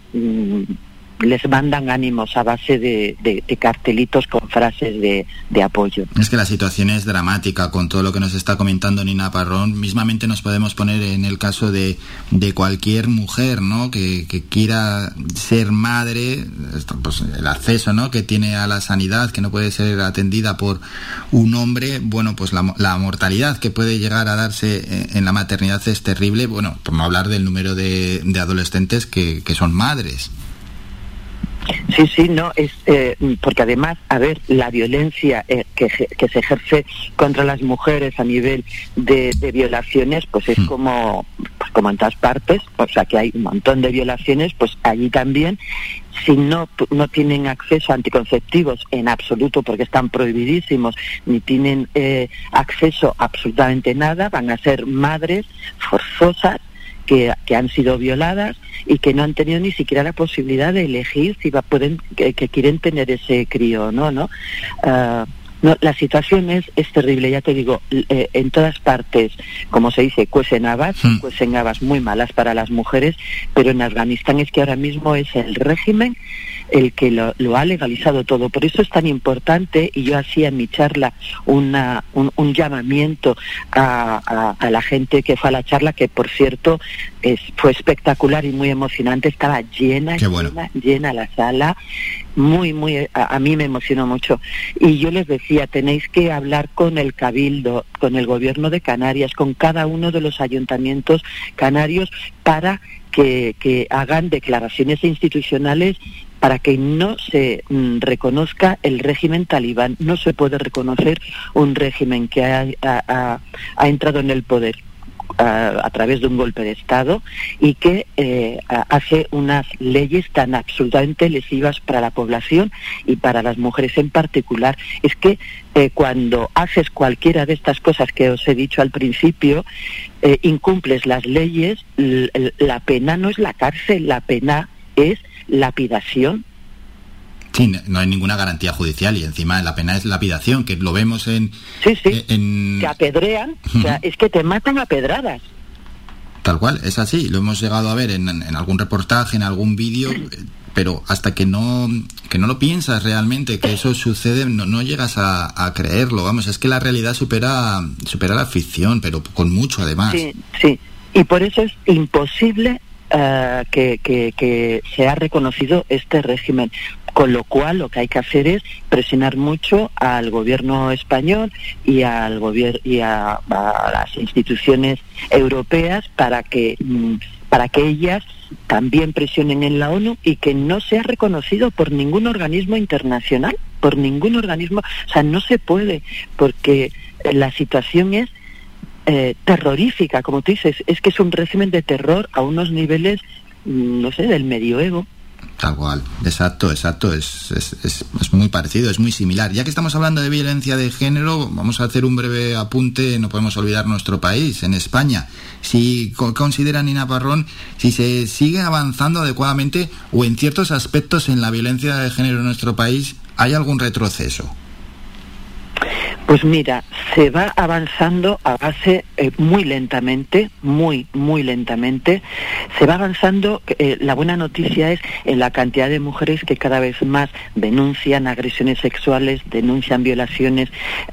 ánimos a base de cartelitos con frases de apoyo.
Es que la situación es dramática, con todo lo que nos está comentando Nina Parrón. Mismamente nos podemos poner en el caso de cualquier mujer, ¿no?, que quiera ser madre, pues el acceso, ¿no?, que tiene a la sanidad, que no puede ser atendida por un hombre. Bueno, pues la mortalidad que puede llegar a darse en la maternidad es terrible. Bueno, por no hablar del número de adolescentes que son madres.
Sí, no, es porque además, a ver, la violencia que se ejerce contra las mujeres a nivel de violaciones, pues es como en todas partes, o sea que hay un montón de violaciones, pues allí también, si no tienen acceso a anticonceptivos en absoluto, porque están prohibidísimos, ni tienen acceso a absolutamente nada, van a ser madres forzosas, que han sido violadas y que no han tenido ni siquiera la posibilidad de elegir si que quieren tener ese crío, ¿no? No, la situación es terrible, ya te digo, en todas partes, como se dice, cuecen habas muy malas para las mujeres, pero en Afganistán es que ahora mismo es el régimen el que lo ha legalizado todo. Por eso es tan importante, y yo hacía en mi charla un llamamiento a la gente que fue a la charla, que por cierto fue espectacular y muy emocionante, estaba llena la sala, a mí me emocionó mucho. Y yo les decía, tenéis que hablar con el Cabildo, con el Gobierno de Canarias, con cada uno de los ayuntamientos canarios, para que hagan declaraciones institucionales para que no se reconozca el régimen talibán. No se puede reconocer un régimen que ha entrado en el poder a través de un golpe de Estado y que hace unas leyes tan absolutamente lesivas para la población y para las mujeres en particular. Es que cuando haces cualquiera de estas cosas que os he dicho al principio, incumples las leyes, la pena no es la cárcel, la pena es lapidación.
Sí, no hay ninguna garantía judicial y encima la pena es lapidación, que lo vemos en...
Sí, te apedrean, o sea, es que te matan a pedradas.
Tal cual, es así, lo hemos llegado a ver en algún reportaje, en algún vídeo, pero hasta que no lo piensas realmente, que eso sucede, no llegas a creerlo. Vamos, es que la realidad supera la ficción, pero con mucho además.
Sí, y por eso es imposible que se ha reconocido este régimen, con lo cual lo que hay que hacer es presionar mucho al gobierno español y a las instituciones europeas para que ellas también presionen en la ONU y que no sea reconocido por ningún organismo internacional, por ningún organismo. O sea, no se puede, porque la situación es terrorífica, como tú dices, es que es un régimen de terror a unos niveles, no sé, del medioevo.
Tal cual, exacto, es muy parecido, es muy similar. Ya que estamos hablando de violencia de género, vamos a hacer un breve apunte, no podemos olvidar nuestro país, en España. Si considera Nina Parrón, si se sigue avanzando adecuadamente o en ciertos aspectos en la violencia de género en nuestro país, ¿hay algún retroceso?
Pues mira, se va avanzando a base muy lentamente, muy lentamente. Se va avanzando, la buena noticia es en la cantidad de mujeres que cada vez más denuncian agresiones sexuales, denuncian violaciones,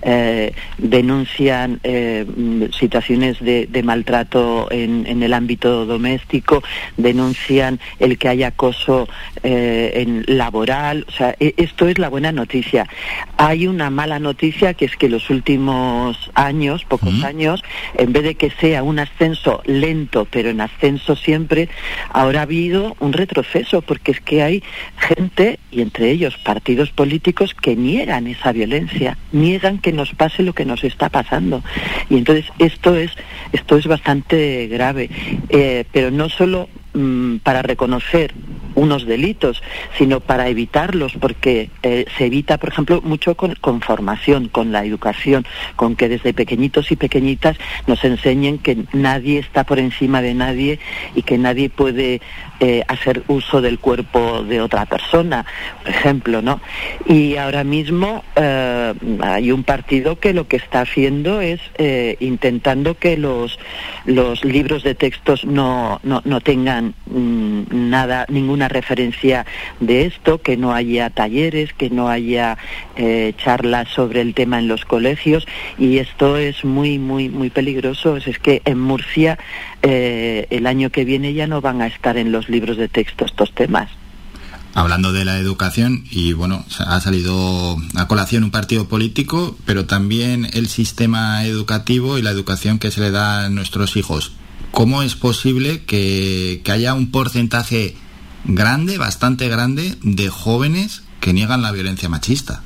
denuncian situaciones de maltrato en el ámbito doméstico, denuncian el que haya acoso en laboral. O sea, esto es la buena noticia. Hay una mala noticia, que es que los últimos años, pocos años, en vez de que sea un ascenso lento, pero en ascenso siempre, ahora ha habido un retroceso, porque es que hay gente, y entre ellos partidos políticos, que niegan esa violencia, niegan que nos pase lo que nos está pasando. Y entonces esto es bastante grave, pero no solo para reconocer unos delitos, sino para evitarlos, porque se evita, por ejemplo, mucho con formación, con la educación, con que desde pequeñitos y pequeñitas nos enseñen que nadie está por encima de nadie y que nadie puede hacer uso del cuerpo de otra persona, por ejemplo, ¿no? Y ahora mismo hay un partido que lo que está haciendo es intentando que los libros de textos no tengan ninguna referencia de esto, que no haya talleres, que no haya charlas sobre el tema en los colegios, y esto es muy peligroso. Es que en Murcia el año que viene ya no van a estar en los libros de texto estos temas.
Hablando de la educación, y bueno, ha salido a colación un partido político, pero también el sistema educativo y la educación que se le da a nuestros hijos. ¿Cómo es posible que haya un porcentaje grande, bastante grande, de jóvenes que niegan la violencia machista?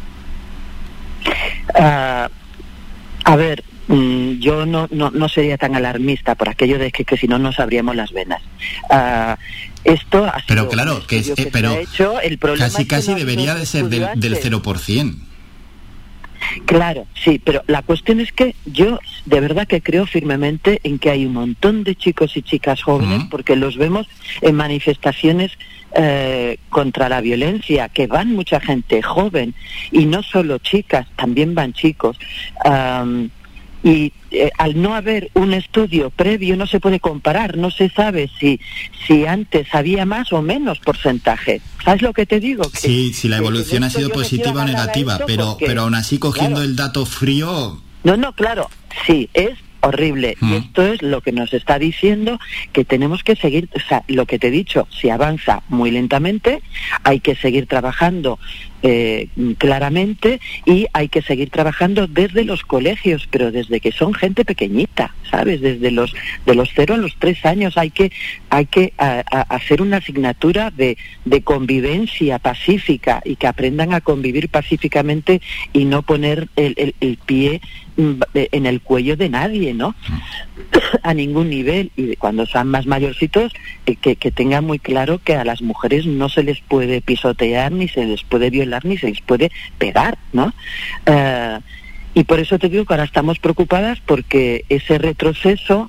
A ver, yo no sería tan alarmista por aquello de que si no nos abríamos las venas. Esto ha sido,
pero claro, pero
se ha hecho, el problema
casi debería de ser del 0%.
Claro, sí, pero la cuestión es que yo de verdad que creo firmemente en que hay un montón de chicos y chicas jóvenes, porque los vemos en manifestaciones contra la violencia, que van mucha gente joven, y no solo chicas, también van chicos, Y al no haber un estudio previo no se puede comparar, no se sabe si antes había más o menos porcentaje. ¿Sabes lo que te digo?
Sí, si la evolución ha sido positiva o negativa, pero aún así cogiendo el dato frío...
No, claro, sí, es horrible. Y esto es lo que nos está diciendo que tenemos que seguir, o sea, lo que te he dicho, si avanza muy lentamente, hay que seguir trabajando claramente, y hay que seguir trabajando desde los colegios, pero desde que son gente pequeñita, ¿sabes? Desde de los 0 a los 3 años hay que hacer una asignatura de convivencia pacífica, y que aprendan a convivir pacíficamente y no poner el pie en el cuello de nadie, ¿no? A ningún nivel. Y cuando sean más mayorcitos, que tengan muy claro que a las mujeres no se les puede pisotear, ni se les puede violar, ni se les puede pegar, ¿no? Y por eso te digo que ahora estamos preocupadas, porque ese retroceso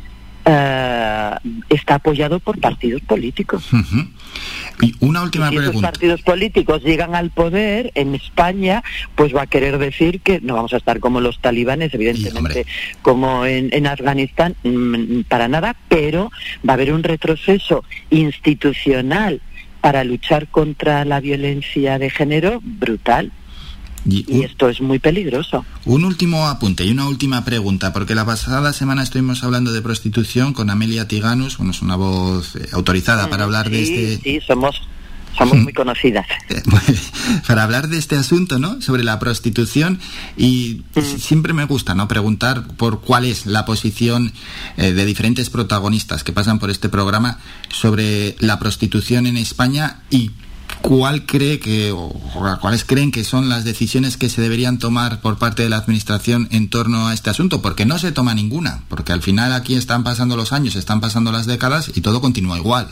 está apoyado por partidos políticos.
Y una última pregunta.
Si esos partidos políticos llegan al poder en España, pues va a querer decir que no vamos a estar como los talibanes, evidentemente, como en Afganistán, para nada, pero va a haber un retroceso institucional para luchar contra la violencia de género brutal. Y esto es muy peligroso.
Un último apunte y una última pregunta, porque la pasada semana estuvimos hablando de prostitución con Amelia Tiganus, bueno, es una voz autorizada para hablar de este...
Sí, somos muy conocidas.
Para hablar de este asunto, ¿no?, sobre la prostitución, y siempre me gusta, ¿no?, preguntar por cuál es la posición de diferentes protagonistas que pasan por este programa sobre la prostitución en España, y ¿cuáles creen que son las decisiones que se deberían tomar por parte de la Administración en torno a este asunto? Porque no se toma ninguna, porque al final aquí están pasando los años, están pasando las décadas y todo continúa igual.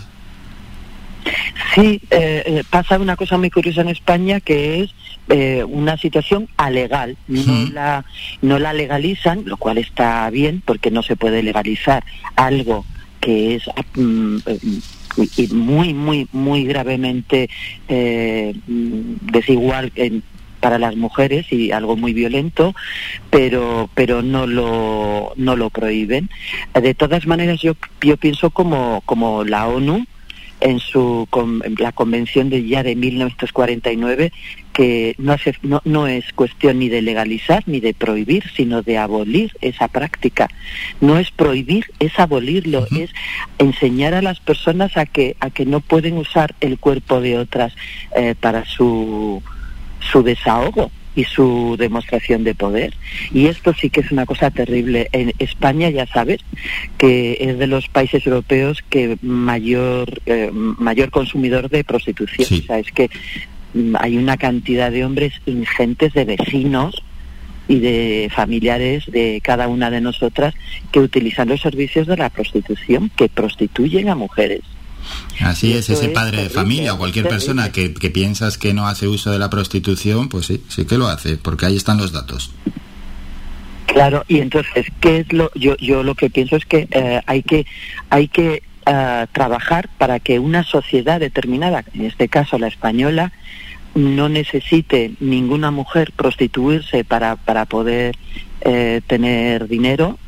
Sí, pasa una cosa muy curiosa en España, que es una situación alegal. No la legalizan, lo cual está bien, porque no se puede legalizar algo que es y muy gravemente desigual para las mujeres, y algo muy violento, pero no lo prohíben. De todas maneras, yo pienso como la ONU en la convención de 1949, que no es cuestión ni de legalizar ni de prohibir, sino de abolir esa práctica. No es prohibir, es abolirlo, es enseñar a las personas a que no pueden usar el cuerpo de otras para su desahogo y su demostración de poder. Y esto sí que es una cosa terrible. En España, ya sabes, que es de los países europeos que mayor consumidor de prostitución. Sí. O sea, es que hay una cantidad de hombres ingentes, de vecinos y de familiares de cada una de nosotras, que utilizan los servicios de la prostitución, que prostituyen a mujeres.
Así es, ese padre de familia o cualquier persona que piensas que no hace uso de la prostitución, pues sí que lo hace, porque ahí están los datos.
Claro, y entonces, ¿qué es yo lo que pienso es que hay que trabajar para que una sociedad determinada, en este caso la española, no necesite ninguna mujer prostituirse para poder tener dinero,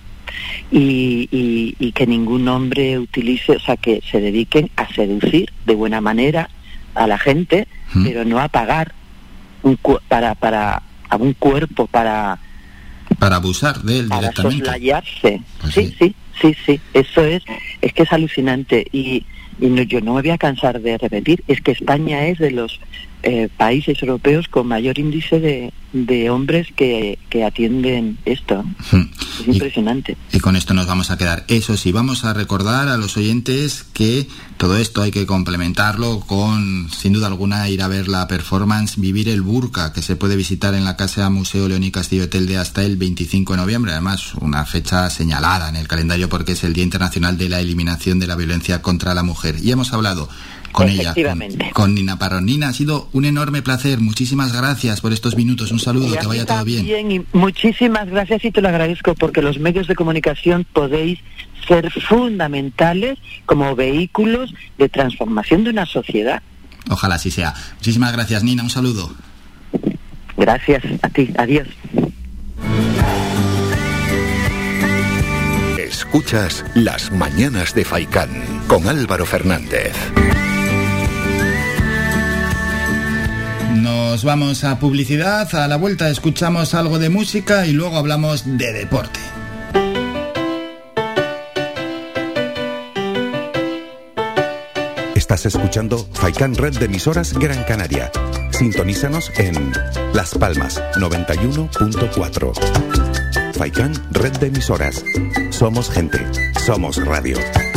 y que ningún hombre utilice, o sea, que se dediquen a seducir de buena manera a la gente, pero no a pagar para un cuerpo para
abusar de él directamente, para
soslayarse.
Pues
sí, eso es que es alucinante, y yo no me voy a cansar de repetir, es que España es de los países europeos con mayor índice de hombres que atienden esto. Es impresionante.
Y con esto nos vamos a quedar. Eso sí, vamos a recordar a los oyentes que todo esto hay que complementarlo con, sin duda alguna, ir a ver la performance Vivir el Burka, que se puede visitar en la Casa Museo León y Castillo de Telde hasta el 25 de noviembre. Además, una fecha señalada en el calendario porque es el Día Internacional de la Eliminación de la Violencia contra la Mujer. Y hemos hablado con ella, con Nina Parrón. Nina, ha sido un enorme placer. Muchísimas gracias por estos minutos. Un saludo, que vaya todo bien.
Y muchísimas gracias, y te lo agradezco, porque los medios de comunicación podéis ser fundamentales como vehículos de transformación de una sociedad.
Ojalá así sea. Muchísimas gracias, Nina. Un saludo.
Gracias a ti. Adiós.
Escuchas Las Mañanas de Faikán con Álvaro Fernández.
Nos vamos a publicidad, a la vuelta escuchamos algo de música y luego hablamos de deporte.
Estás escuchando Faikán Red de Emisoras Gran Canaria. Sintonízanos en Las Palmas 91.4. Faikán Red de Emisoras. Somos gente, somos radio.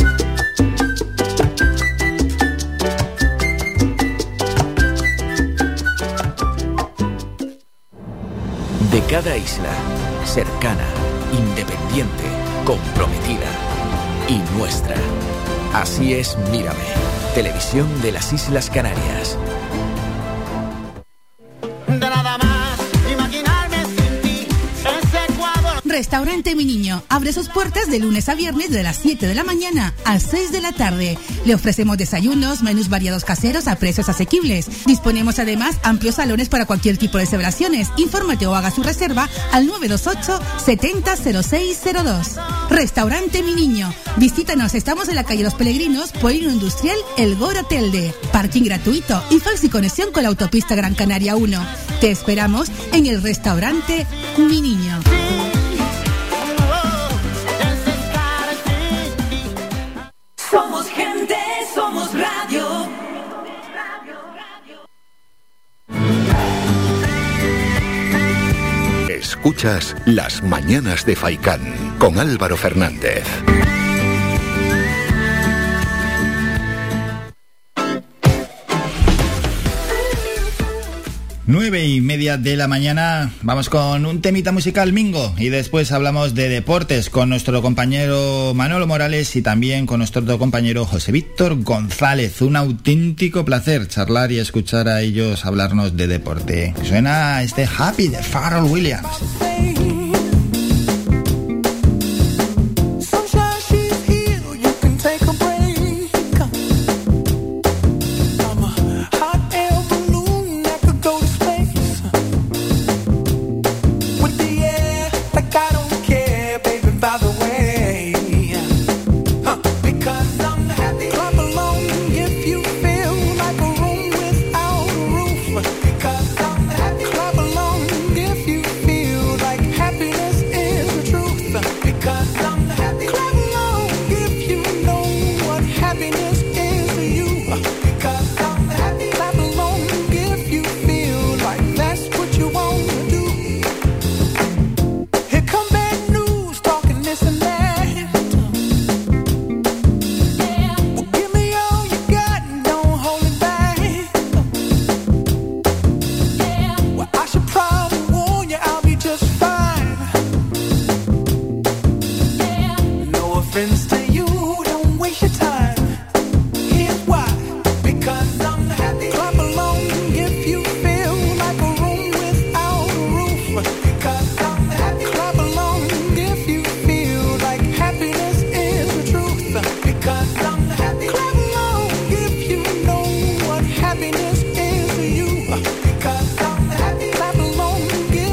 De cada isla, cercana, independiente, comprometida y nuestra. Así es Mírame, televisión de las Islas Canarias.
Restaurante Mi Niño abre sus puertas de lunes a viernes de las 7 de la mañana a 6 de la tarde. Le ofrecemos desayunos, menús variados caseros a precios asequibles. Disponemos además amplios salones para cualquier tipo de celebraciones. Infórmate o haga su reserva al 928 700602. Restaurante Mi Niño. Visítanos, estamos en la calle Los Peregrinos, Polígono Industrial El Goro Telde. Parking gratuito y fácil conexión con la autopista Gran Canaria 1. Te esperamos en el restaurante Mi Niño.
Somos gente, somos radio.
Escuchas Las Mañanas de Faikán con Álvaro Fernández.
9:30 de la mañana, vamos con un temita musical, Mingo, y después hablamos de deportes con nuestro compañero Manolo Morales y también con nuestro otro compañero José Víctor González. Un auténtico placer charlar y escuchar a ellos hablarnos de deporte. Suena este Happy de Pharrell Williams.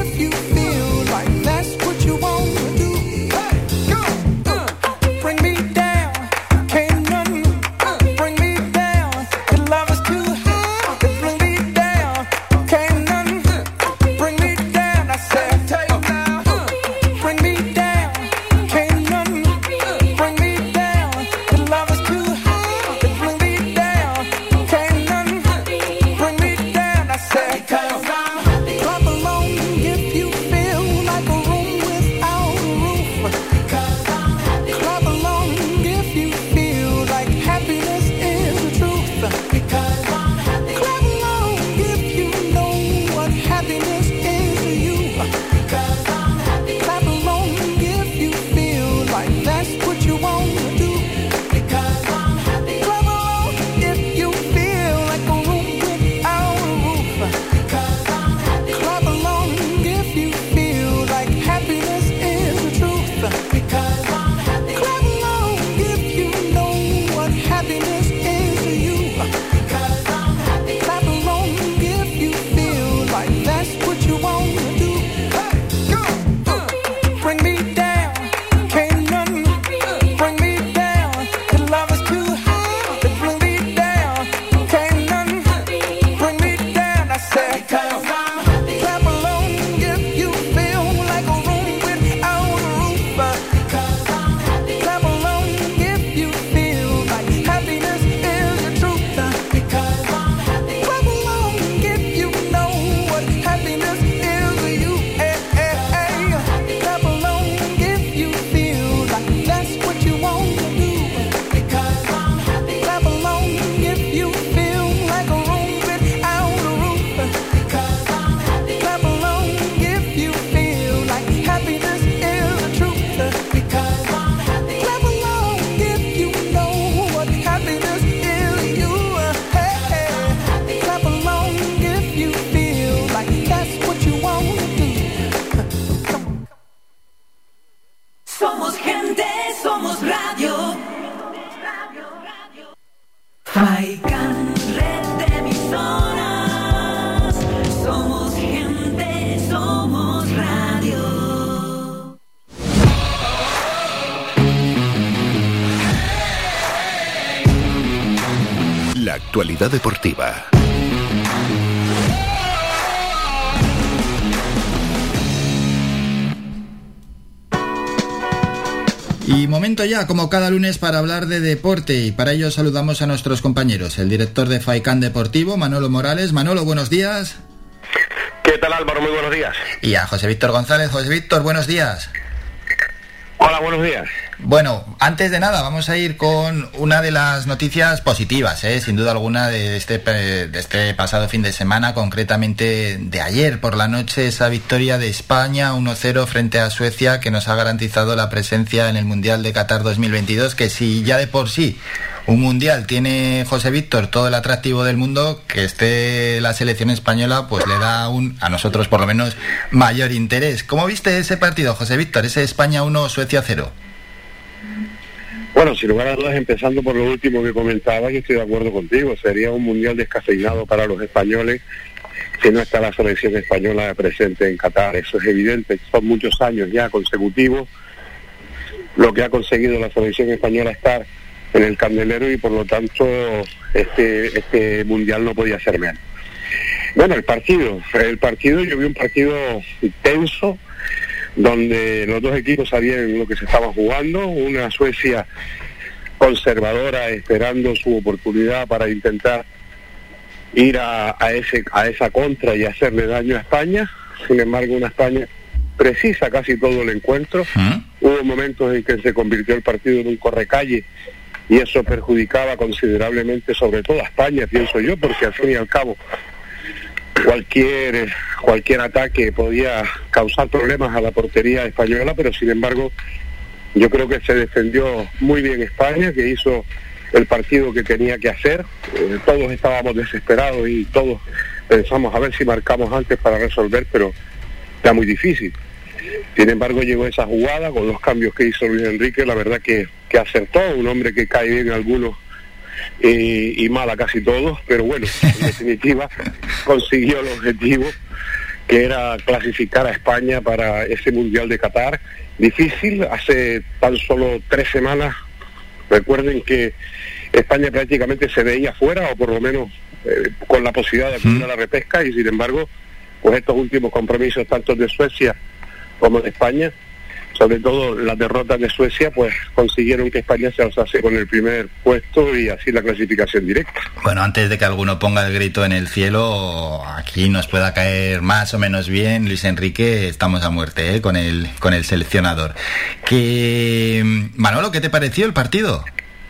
Bring me
Faikan, red de emisoras. Somos gente, somos radio.
La actualidad deportiva.
Y momento ya, como cada lunes, para hablar de deporte, y para ello saludamos a nuestros compañeros, el director de Faikan Deportivo, Manolo Morales. Manolo, buenos días.
¿Qué tal, Álvaro? Muy buenos días.
Y a José Víctor González. José Víctor, buenos días.
Hola, buenos días.
Bueno, antes de nada, vamos a ir con una de las noticias positivas, sin duda alguna, de este pasado fin de semana, concretamente de ayer por la noche, esa victoria de España 1-0 frente a Suecia, que nos ha garantizado la presencia en el Mundial de Qatar 2022, que si ya de por sí un Mundial tiene, José Víctor, todo el atractivo del mundo, que esté la selección española, pues le da a nosotros por lo menos, mayor interés. ¿Cómo viste ese partido, José Víctor, ese España 1, Suecia 0?
Bueno, sin lugar a dudas, empezando por lo último que comentaba, que estoy de acuerdo contigo, sería un mundial descafeinado para los españoles si no está la selección española presente en Qatar. Eso es evidente, son muchos años ya consecutivos lo que ha conseguido la selección española estar en el candelero, y por lo tanto este mundial no podía ser menos. Bueno, el partido, yo vi un partido tenso, donde los dos equipos sabían lo que se estaban jugando. Una Suecia conservadora, esperando su oportunidad para intentar ir a esa contra y hacerle daño a España. Sin embargo, una España precisa casi todo el encuentro. Hubo momentos en que se convirtió el partido en un correcalle, y eso perjudicaba considerablemente sobre todo a España, pienso yo, porque al fin y al cabo cualquier ataque podía causar problemas a la portería española, pero sin embargo yo creo que se defendió muy bien España, que hizo el partido que tenía que hacer. Todos estábamos desesperados y todos pensamos a ver si marcamos antes para resolver, pero era muy difícil. Sin embargo, llegó esa jugada con los cambios que hizo Luis Enrique, la verdad que acertó, un hombre que cae bien en algunos y mal a casi todos, pero bueno, en definitiva consiguió el objetivo, que era clasificar a España para ese Mundial de Qatar. Difícil, hace tan solo 3 semanas, recuerden que España prácticamente se veía fuera, o por lo menos con la posibilidad de acudir a la repesca, y sin embargo, pues estos últimos compromisos, tanto de Suecia como de España, sobre todo las derrotas de Suecia, pues consiguieron que España se alzase con el primer puesto y así la clasificación directa.
Bueno, antes de que alguno ponga el grito en el cielo, aquí nos pueda caer más o menos bien Luis Enrique, estamos a muerte con el seleccionador. Manolo, ¿qué te pareció el partido?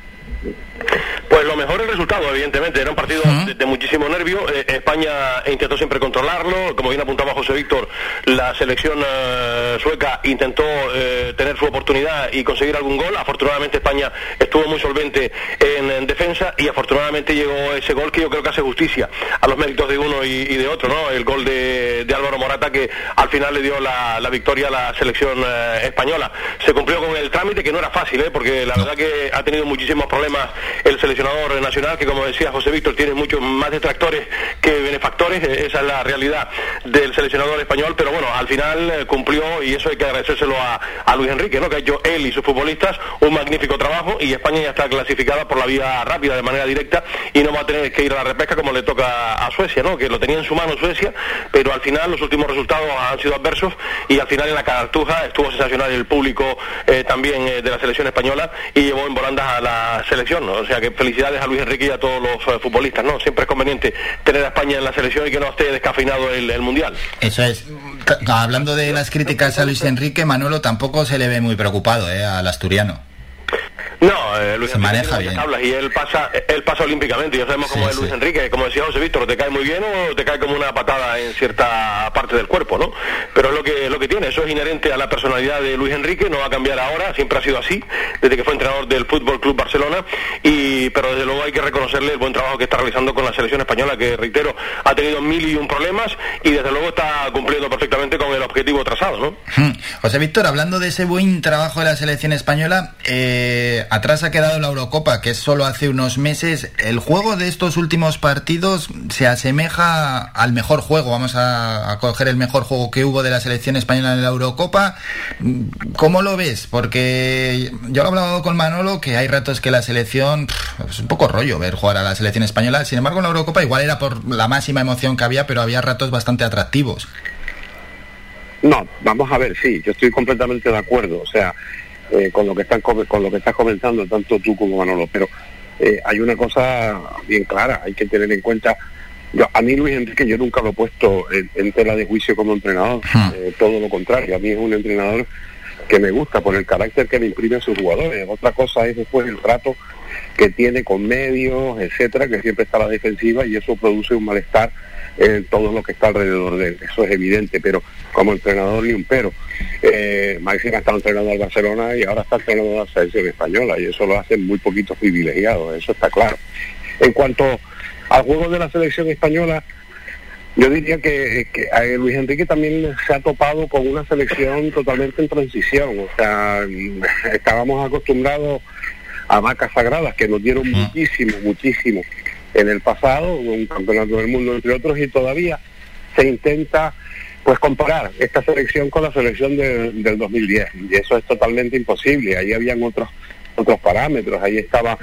Pues lo mejor el resultado, evidentemente. Era un partido de muchísimo nervio. España intentó siempre controlarlo. Como bien apuntaba José Víctor, la selección sueca intentó tener su oportunidad y conseguir algún gol. Afortunadamente España estuvo muy solvente en defensa, y afortunadamente llegó ese gol que yo creo que hace justicia a los méritos de uno y de otro, ¿no? El gol de Álvaro Morata, que al final le dio la victoria a la selección española. Se cumplió con el trámite, que no era fácil, porque la verdad que ha tenido muchísimos problemas el seleccionador nacional, que como decía José Víctor, tiene muchos más detractores que benefactores. Esa es la realidad del seleccionador español, pero bueno, al final cumplió, y eso hay que agradecérselo a Luis Enrique, ¿no? Que ha hecho él y sus futbolistas un magnífico trabajo, y España ya está clasificada por la vía rápida, de manera directa, y no va a tener que ir a la repesca como le toca a Suecia, ¿no? Que lo tenía en su mano Suecia, pero al final los últimos resultados han sido adversos, y al final en la Cartuja estuvo sensacional el público también de la selección española, y llevó en volandas a la selección, ¿no? O sea que felicidades a Luis Enrique y a todos los futbolistas, ¿no? Siempre es conveniente tener a España en la selección y que no esté descafeinado el Mundial.
Eso es. Hablando de las críticas a Luis Enrique, Manolo, tampoco se le ve muy preocupado al asturiano.
No, Luis
se maneja bien.
Tablas, y él pasa olímpicamente. Ya sabemos cómo es Luis Enrique, como decía José Víctor, te cae muy bien o te cae como una patada en cierta parte del cuerpo, ¿no? Pero es lo que tiene, eso es inherente a la personalidad de Luis Enrique, no va a cambiar ahora, siempre ha sido así, desde que fue entrenador del Fútbol Club Barcelona, pero desde luego hay que reconocerle el buen trabajo que está realizando con la selección española, que reitero, ha tenido 1001 problemas, y desde luego está cumpliendo perfectamente con el objetivo trazado, ¿no?
José Víctor, hablando de ese buen trabajo de la selección española, atrás ha quedado llegado la Eurocopa, que es solo hace unos meses. ¿El juego de estos últimos partidos se asemeja al mejor juego? Vamos a coger el mejor juego que hubo de la selección española en la Eurocopa. ¿Cómo lo ves? Porque yo he hablado con Manolo que hay ratos que la selección... es un poco rollo ver jugar a la selección española. Sin embargo, en la Eurocopa igual era por la máxima emoción que había, pero había ratos bastante atractivos.
No, vamos a ver, sí, yo estoy completamente de acuerdo. O sea... con lo que estás comentando tanto tú como Manolo, pero hay una cosa bien clara, hay que tener en cuenta. A mí Luis Enrique yo nunca lo he puesto en tela de juicio como entrenador, todo lo contrario, a mí es un entrenador que me gusta por el carácter que le imprime a sus jugadores. Otra cosa es después el trato que tiene con medios, etcétera, que siempre está a la defensiva y eso produce un malestar en todo lo que está alrededor de él, eso es evidente, pero como entrenador ni un pero. Maxime ha estado entrenando al Barcelona y ahora está entrenando a la selección española y eso lo hacen muy poquitos privilegiados, eso está claro. En cuanto al juego de la selección española, yo diría que Luis Enrique también se ha topado con una selección totalmente en transición, o sea, estábamos acostumbrados a vacas sagradas que nos dieron muchísimo en el pasado, un campeonato del mundo entre otros, y todavía se intenta pues comparar esta selección con la selección del 2010 y eso es totalmente imposible. Ahí habían otros parámetros, ahí estaba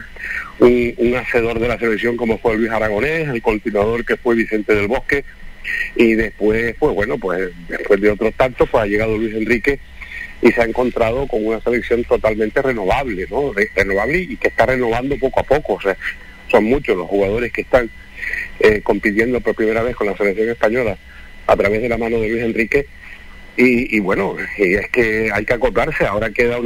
un hacedor de la selección como fue Luis Aragonés, el continuador que fue Vicente del Bosque, y después después de otros tantos pues ha llegado Luis Enrique y se ha encontrado con una selección totalmente renovable, ¿no? Renovable y que está renovando poco a poco. O sea, son muchos los jugadores que están compitiendo por primera vez con la selección española a través de la mano de Luis Enrique y es que hay que acoplarse. Ahora queda un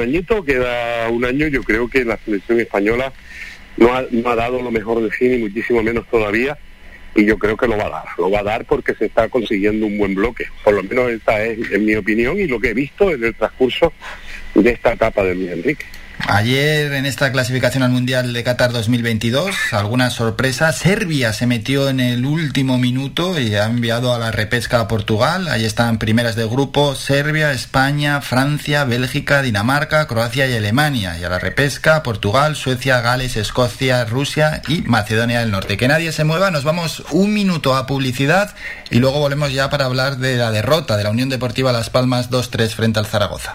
año, yo creo que la selección española no ha dado lo mejor de sí, ni muchísimo menos todavía, y yo creo que lo va a dar porque se está consiguiendo un buen bloque, por lo menos esa es en mi opinión y lo que he visto en el transcurso de esta etapa de Luis Enrique.
Ayer en esta clasificación al Mundial de Qatar 2022, alguna sorpresa. Serbia se metió en el último minuto y ha enviado a la repesca a Portugal. Ahí están primeras de grupo Serbia, España, Francia, Bélgica, Dinamarca, Croacia y Alemania. Y a la repesca Portugal, Suecia, Gales, Escocia, Rusia y Macedonia del Norte. Que nadie se mueva, nos vamos un minuto a publicidad y luego volvemos ya para hablar de la derrota de la Unión Deportiva Las Palmas 2-3 frente al Zaragoza.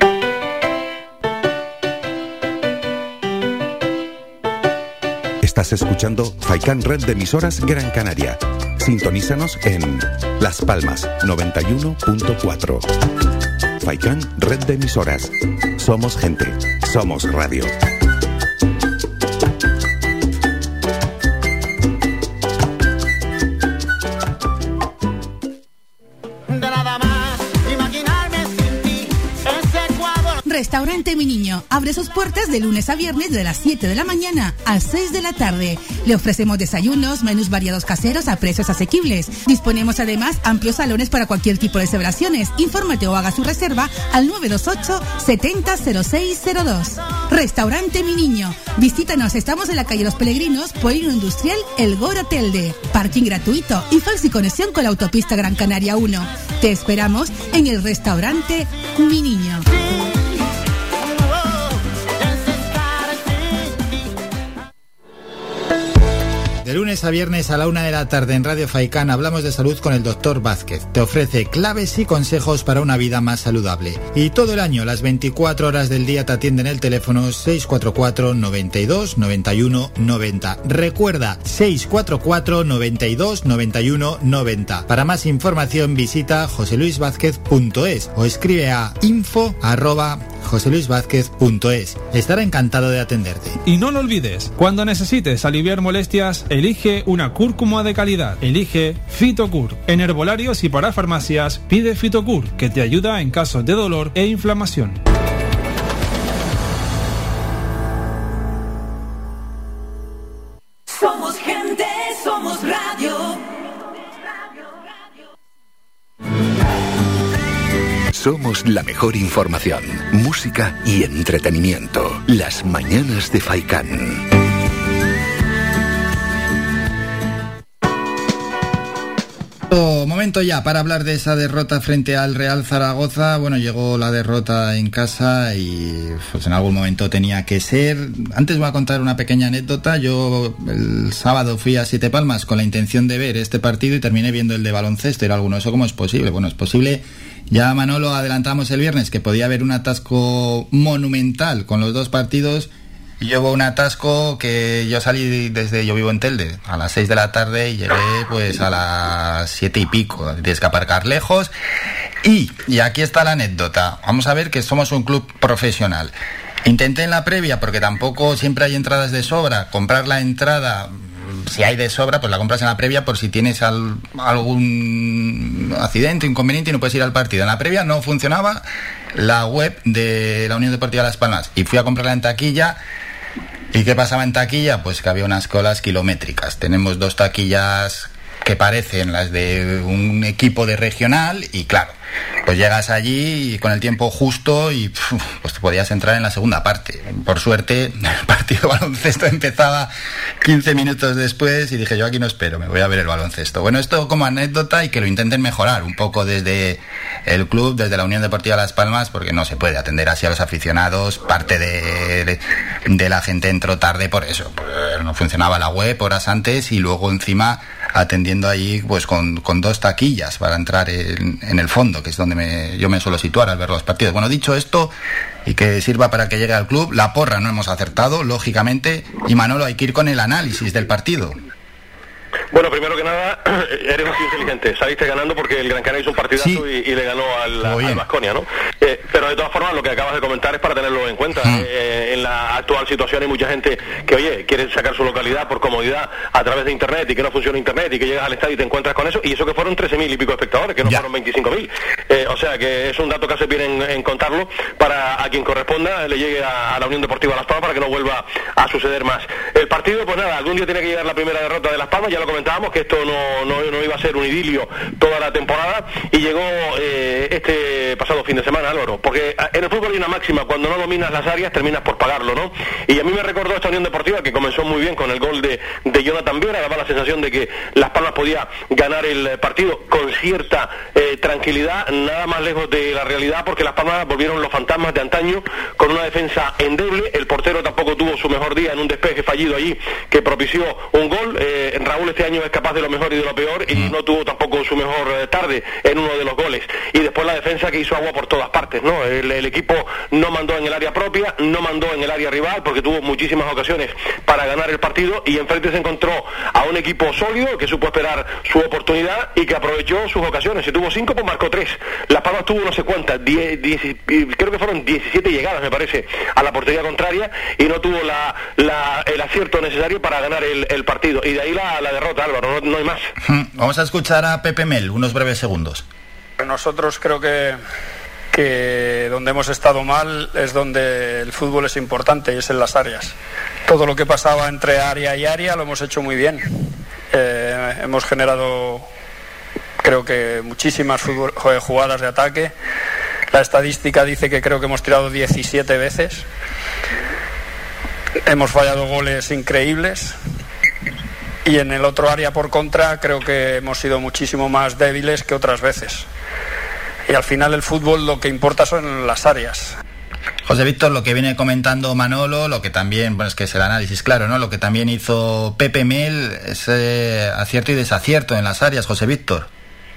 Estás escuchando Faikan Red de emisoras Gran Canaria. Sintonízanos en Las Palmas 91.4. Faikan Red de emisoras. Somos gente. Somos radio.
Restaurante Mi Niño abre sus puertas de lunes a viernes de las 7 de la mañana a 6 de la tarde. Le ofrecemos desayunos, menús variados caseros a precios asequibles. Disponemos además amplios salones para cualquier tipo de celebraciones. Infórmate o haga su reserva al 928 700602. Restaurante Mi Niño. Visítanos, estamos en la calle Los Peregrinos, Polígono Industrial El Goro Telde. Parking gratuito y fácil conexión con la autopista Gran Canaria 1. Te esperamos en el Restaurante Mi Niño.
De lunes a viernes a la 1 de la tarde en Radio Faikan hablamos de salud con el Dr. Vázquez. Te ofrece claves y consejos para una vida más saludable. Y todo el año, las 24 horas del día te atienden el teléfono 644 92 91 90. Recuerda, 644 92 91 90. Para más información visita joseluisvázquez.es o escribe a info@joseluisvázquez.es. Estará encantado de atenderte.
Y no lo olvides, cuando necesites aliviar molestias, elige una cúrcuma de calidad. Elige Fitocur. En herbolarios y para farmacias, pide Fitocur, que te ayuda en casos de dolor e inflamación.
Somos gente, somos radio.
Somos la mejor información, música y entretenimiento. Las mañanas de Faikan.
Momento ya para hablar de esa derrota frente al Real Zaragoza. Bueno, llegó la derrota en casa y pues en algún momento tenía que ser. Antes voy a contar una pequeña anécdota. Yo el sábado fui a Siete Palmas con la intención de ver este partido y terminé viendo el de baloncesto. Era alguno, ¿eso cómo es posible? Bueno, es posible. Ya Manolo adelantamos el viernes que podía haber un atasco monumental con los dos partidos. Y hubo un atasco que yo salí yo vivo en Telde, a las 6 de la tarde y llegué pues a las 7 y pico. Tienes que aparcar lejos. Y aquí está la anécdota. Vamos a ver que somos un club profesional. Intenté en la previa, porque tampoco siempre hay entradas de sobra, comprar la entrada. Si hay de sobra, pues la compras en la previa por si tienes algún accidente, inconveniente y no puedes ir al partido. En la previa no funcionaba la web de la Unión Deportiva Las Palmas y fui a comprarla en taquilla. ¿Y qué pasaba en taquilla? Pues que había unas colas kilométricas. Tenemos 2 taquillas que parecen las de un equipo de regional y claro, pues llegas allí y con el tiempo justo y pues te podías entrar en la segunda parte. Por suerte el partido de baloncesto empezaba 15 minutos después y dije yo aquí no espero, me voy a ver el baloncesto. Bueno, esto como anécdota y que lo intenten mejorar un poco desde el club, desde la Unión Deportiva Las Palmas, porque no se puede atender así a los aficionados. Parte de la gente entró tarde por eso, pues no funcionaba la web horas antes y luego encima atendiendo ahí pues con 2 taquillas para entrar en el fondo, que es donde yo me suelo situar al ver los partidos. Bueno, dicho esto, y que sirva para que llegue al club, la porra no hemos acertado, lógicamente, y Manolo, hay que ir con el análisis del partido.
Bueno, primero que nada, eres muy inteligente. Saliste ganando porque el Gran Canaria hizo un partidazo sí, y le ganó al Baskonia, ¿no? Pero de todas formas, lo que acabas de comentar es para tenerlo en cuenta. En la actual situación hay mucha gente que, oye, quiere sacar su localidad por comodidad a través de Internet y que no funciona Internet y que llegas al estadio y te encuentras con eso. Y eso que fueron 13.000 y pico espectadores, que no fueron 25.000. O sea que es un dato que hace bien en contarlo para a quien corresponda le llegue a la Unión Deportiva Las Palmas para que no vuelva a suceder más. El partido, pues nada, algún día tiene que llegar la primera derrota de Las Palmas, ya lo comentábamos que esto no iba a ser un idilio toda la temporada y llegó este pasado fin de semana, Álvaro, porque en el fútbol hay una máxima: cuando no dominas las áreas terminas por pagarlo, ¿no? Y a mí me recordó esta Unión Deportiva que comenzó muy bien con el gol de Jonathan Viera, daba la sensación de que Las Palmas podía ganar el partido con cierta tranquilidad, nada más lejos de la realidad, porque Las Palmas volvieron los fantasmas de antaño con una defensa endeble. El portero tampoco tuvo su mejor día en un despeje fallido allí que propició un gol. Raúl este año es capaz de lo mejor y de lo peor y no tuvo tampoco su mejor tarde en uno de los goles. Y después la defensa que hizo agua por todas partes, ¿no? El equipo no mandó en el área propia, no mandó en el área rival porque tuvo muchísimas ocasiones para ganar el partido y enfrente se encontró a un equipo sólido que supo esperar su oportunidad y que aprovechó sus ocasiones. Si tuvo 5, pues marcó 3. Las Palmas tuvo no sé cuántas, 10, creo que fueron 17 llegadas, me parece, a la portería contraria y no tuvo el acierto necesario para ganar el partido. Y de ahí la derrota, Álvaro, no hay más.
Vamos a escuchar a Pepe Mel, unos breves segundos.
Nosotros creo que donde hemos estado mal es donde el fútbol es importante y es en las áreas. Todo lo que pasaba entre área y área lo hemos hecho muy bien. Hemos generado, creo que, muchísimas jugadas de ataque. La estadística dice que creo que hemos tirado 17 veces. Hemos fallado goles increíbles. Y en el otro área por contra creo que hemos sido muchísimo más débiles que otras veces. Y al final el fútbol lo que importa son las áreas.
José Víctor, lo que viene comentando Manolo, lo que también, bueno, es que es el análisis, claro, ¿no? Lo que también hizo Pepe Mel es acierto y desacierto en las áreas, José Víctor.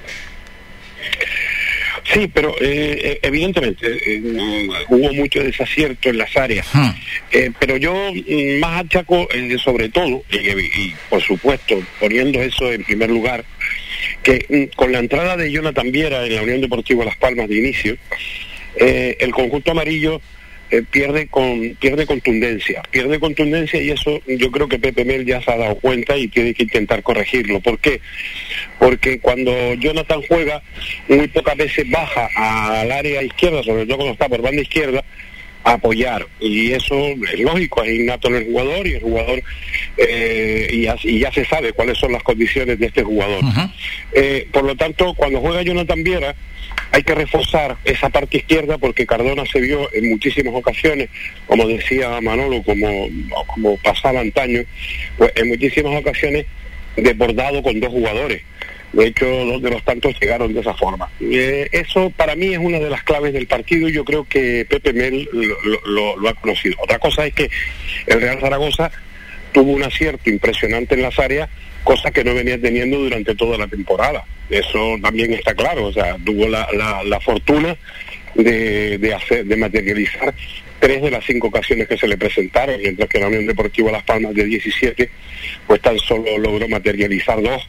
Sí, pero evidentemente hubo mucho desacierto en las áreas, pero yo más achaco sobre todo, y por supuesto poniendo eso en primer lugar, que con la entrada de Jonathan Viera en la Unión Deportiva Las Palmas de inicio, el conjunto amarillo pierde contundencia y eso yo creo que Pepe Mel ya se ha dado cuenta y tiene que intentar corregirlo. ¿Por qué? Porque cuando Jonathan juega muy pocas veces baja al área izquierda, sobre todo cuando está por banda izquierda, a apoyar, y eso es lógico, es innato en el jugador y el jugador y ya se sabe cuáles son las condiciones de este jugador. Por lo tanto, cuando juega Jonathan Viera hay que reforzar esa parte izquierda porque Cardona se vio en muchísimas ocasiones, como decía Manolo, como pasaba antaño, pues en muchísimas ocasiones desbordado con 2 jugadores. De hecho, 2 de los tantos llegaron de esa forma. Eso para mí es una de las claves del partido y yo creo que Pepe Mel lo ha conocido. Otra cosa es que el Real Zaragoza tuvo un acierto impresionante en las áreas, cosa que no venía teniendo durante toda la temporada. Eso también está claro, o sea, tuvo la fortuna de materializar 3 de las 5 ocasiones que se le presentaron, mientras que la Unión Deportiva Las Palmas de 17 pues tan solo logró materializar 2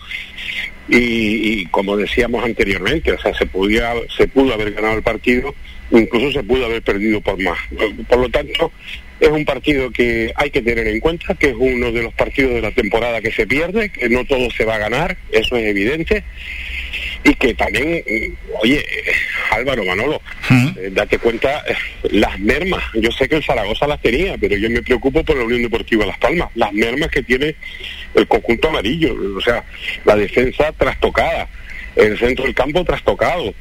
y como decíamos anteriormente, o sea, se pudo haber ganado el partido, incluso se pudo haber perdido por más. Por lo tanto, es un partido que hay que tener en cuenta, que es uno de los partidos de la temporada que se pierde, que no todo se va a ganar, eso es evidente, y que también, oye, Álvaro, Manolo, date cuenta, las mermas, yo sé que el Zaragoza las tenía, pero yo me preocupo por la Unión Deportiva Las Palmas, las mermas que tiene el conjunto amarillo, o sea, la defensa trastocada, el centro del campo trastocado,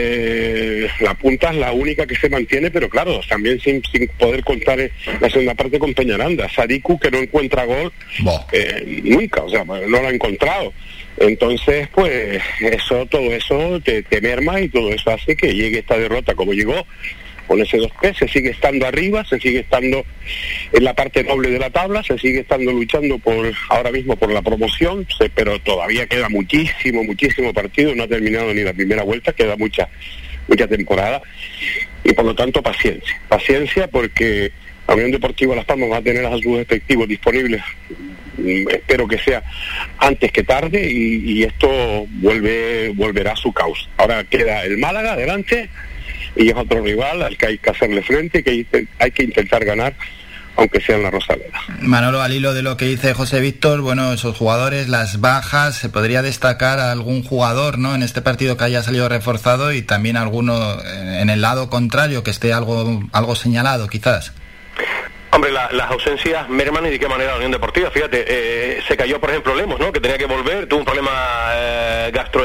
la punta es la única que se mantiene, pero claro, también sin poder contar la segunda parte con Peñaranda. Sadiku, que no encuentra gol nunca, o sea, no lo ha encontrado. Entonces, pues, todo eso te merma y todo eso hace que llegue esta derrota como llegó, con ese 2-3, se sigue estando arriba, se sigue estando en la parte noble de la tabla, se sigue estando luchando ahora mismo por la promoción, pero todavía queda muchísimo partido, no ha terminado ni la primera vuelta, queda mucha temporada, y por lo tanto paciencia porque la Unión Deportiva Las Palmas va a tener a sus efectivos disponibles, espero que sea antes que tarde, y esto volverá a su causa. Ahora queda el Málaga adelante, y es otro rival al que hay que hacerle frente, que hay que intentar ganar, aunque sea en la Rosaleda.
Manolo, al hilo de lo que dice José Víctor, bueno, esos jugadores, las bajas, se podría destacar a algún jugador, ¿no?, en este partido que haya salido reforzado, y también alguno en el lado contrario que esté algo señalado, quizás.
Hombre, las ausencias merman, y de qué manera la Unión Deportiva. Fíjate, se cayó, por ejemplo, Lemos, ¿no?, que tenía que volver, tuvo un problema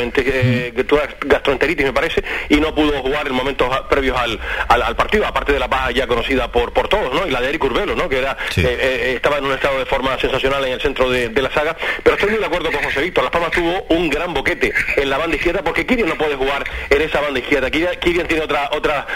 gastroenteritis, me parece, y no pudo jugar en momentos previos al partido, aparte de la baja ya conocida por todos, ¿no?, y la de Eric Urbelo, ¿no?, que estaba en un estado de forma sensacional en el centro de la saga. Pero estoy muy de acuerdo con José Víctor, Las Palmas tuvo un gran boquete en la banda izquierda, porque Kirian no puede jugar en esa banda izquierda. Kirian tiene otra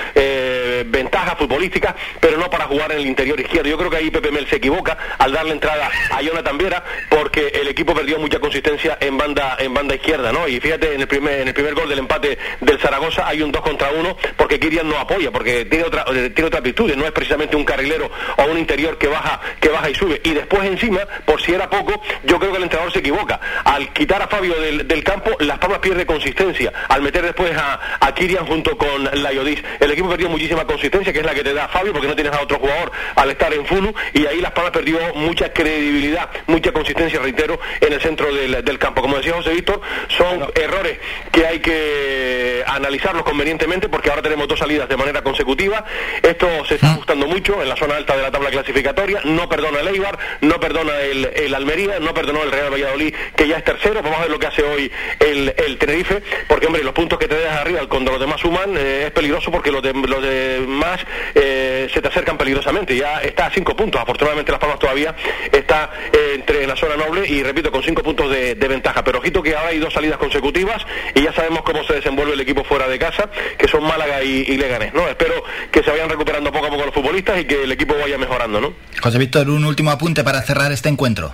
ventaja futbolística, pero no para jugar en el interior izquierdo. Yo creo que ahí Pepe Mel se equivoca al darle entrada a Jonathan Viera, porque el equipo perdió mucha consistencia en banda izquierda, ¿no? Y fíjate, en el primer gol del empate del Zaragoza hay un 2 contra 1, porque Kirian no apoya, porque tiene otras virtudes, no es precisamente un carrilero o un interior que baja y sube. Y después encima, por si era poco, yo creo que el entrenador se equivoca. Al quitar a Fabio del campo, Las Palmas pierde consistencia. Al meter después a Kirian junto con Layodis, el equipo perdió muchísima consistencia, que es la que te da Fabio, porque no tienes a otro jugador al estar en Fulu, y ahí Las Palmas perdió mucha credibilidad, mucha consistencia, reitero, en el centro del campo. Como decía José Víctor, son errores que hay que analizarlos convenientemente, porque ahora tenemos 2 salidas de manera consecutiva. Esto se está ajustando mucho en la zona alta de la tabla clasificatoria. No perdona el Eibar, no perdona el Almería, no perdonó el Real Valladolid, que ya es tercero. Vamos a ver lo que hace hoy el Tenerife, porque, hombre, los puntos que te dejas arriba cuando los demás suman es peligroso, porque los demás se te acercan peligrosamente. Ya está a 5 puntos. Afortunadamente Las Palmas todavía está entre la zona noble y, repito, con 5 puntos de ventaja. Pero ojito, que ahora hay 2 salidas consecutivas y ya sabemos cómo se desenvuelve el equipo fuera de casa, que son Málaga y Leganés, ¿no? Espero que se vayan recuperando poco a poco los futbolistas y que el equipo vaya mejorando, ¿no?
José Víctor, un último apunte para cerrar este encuentro.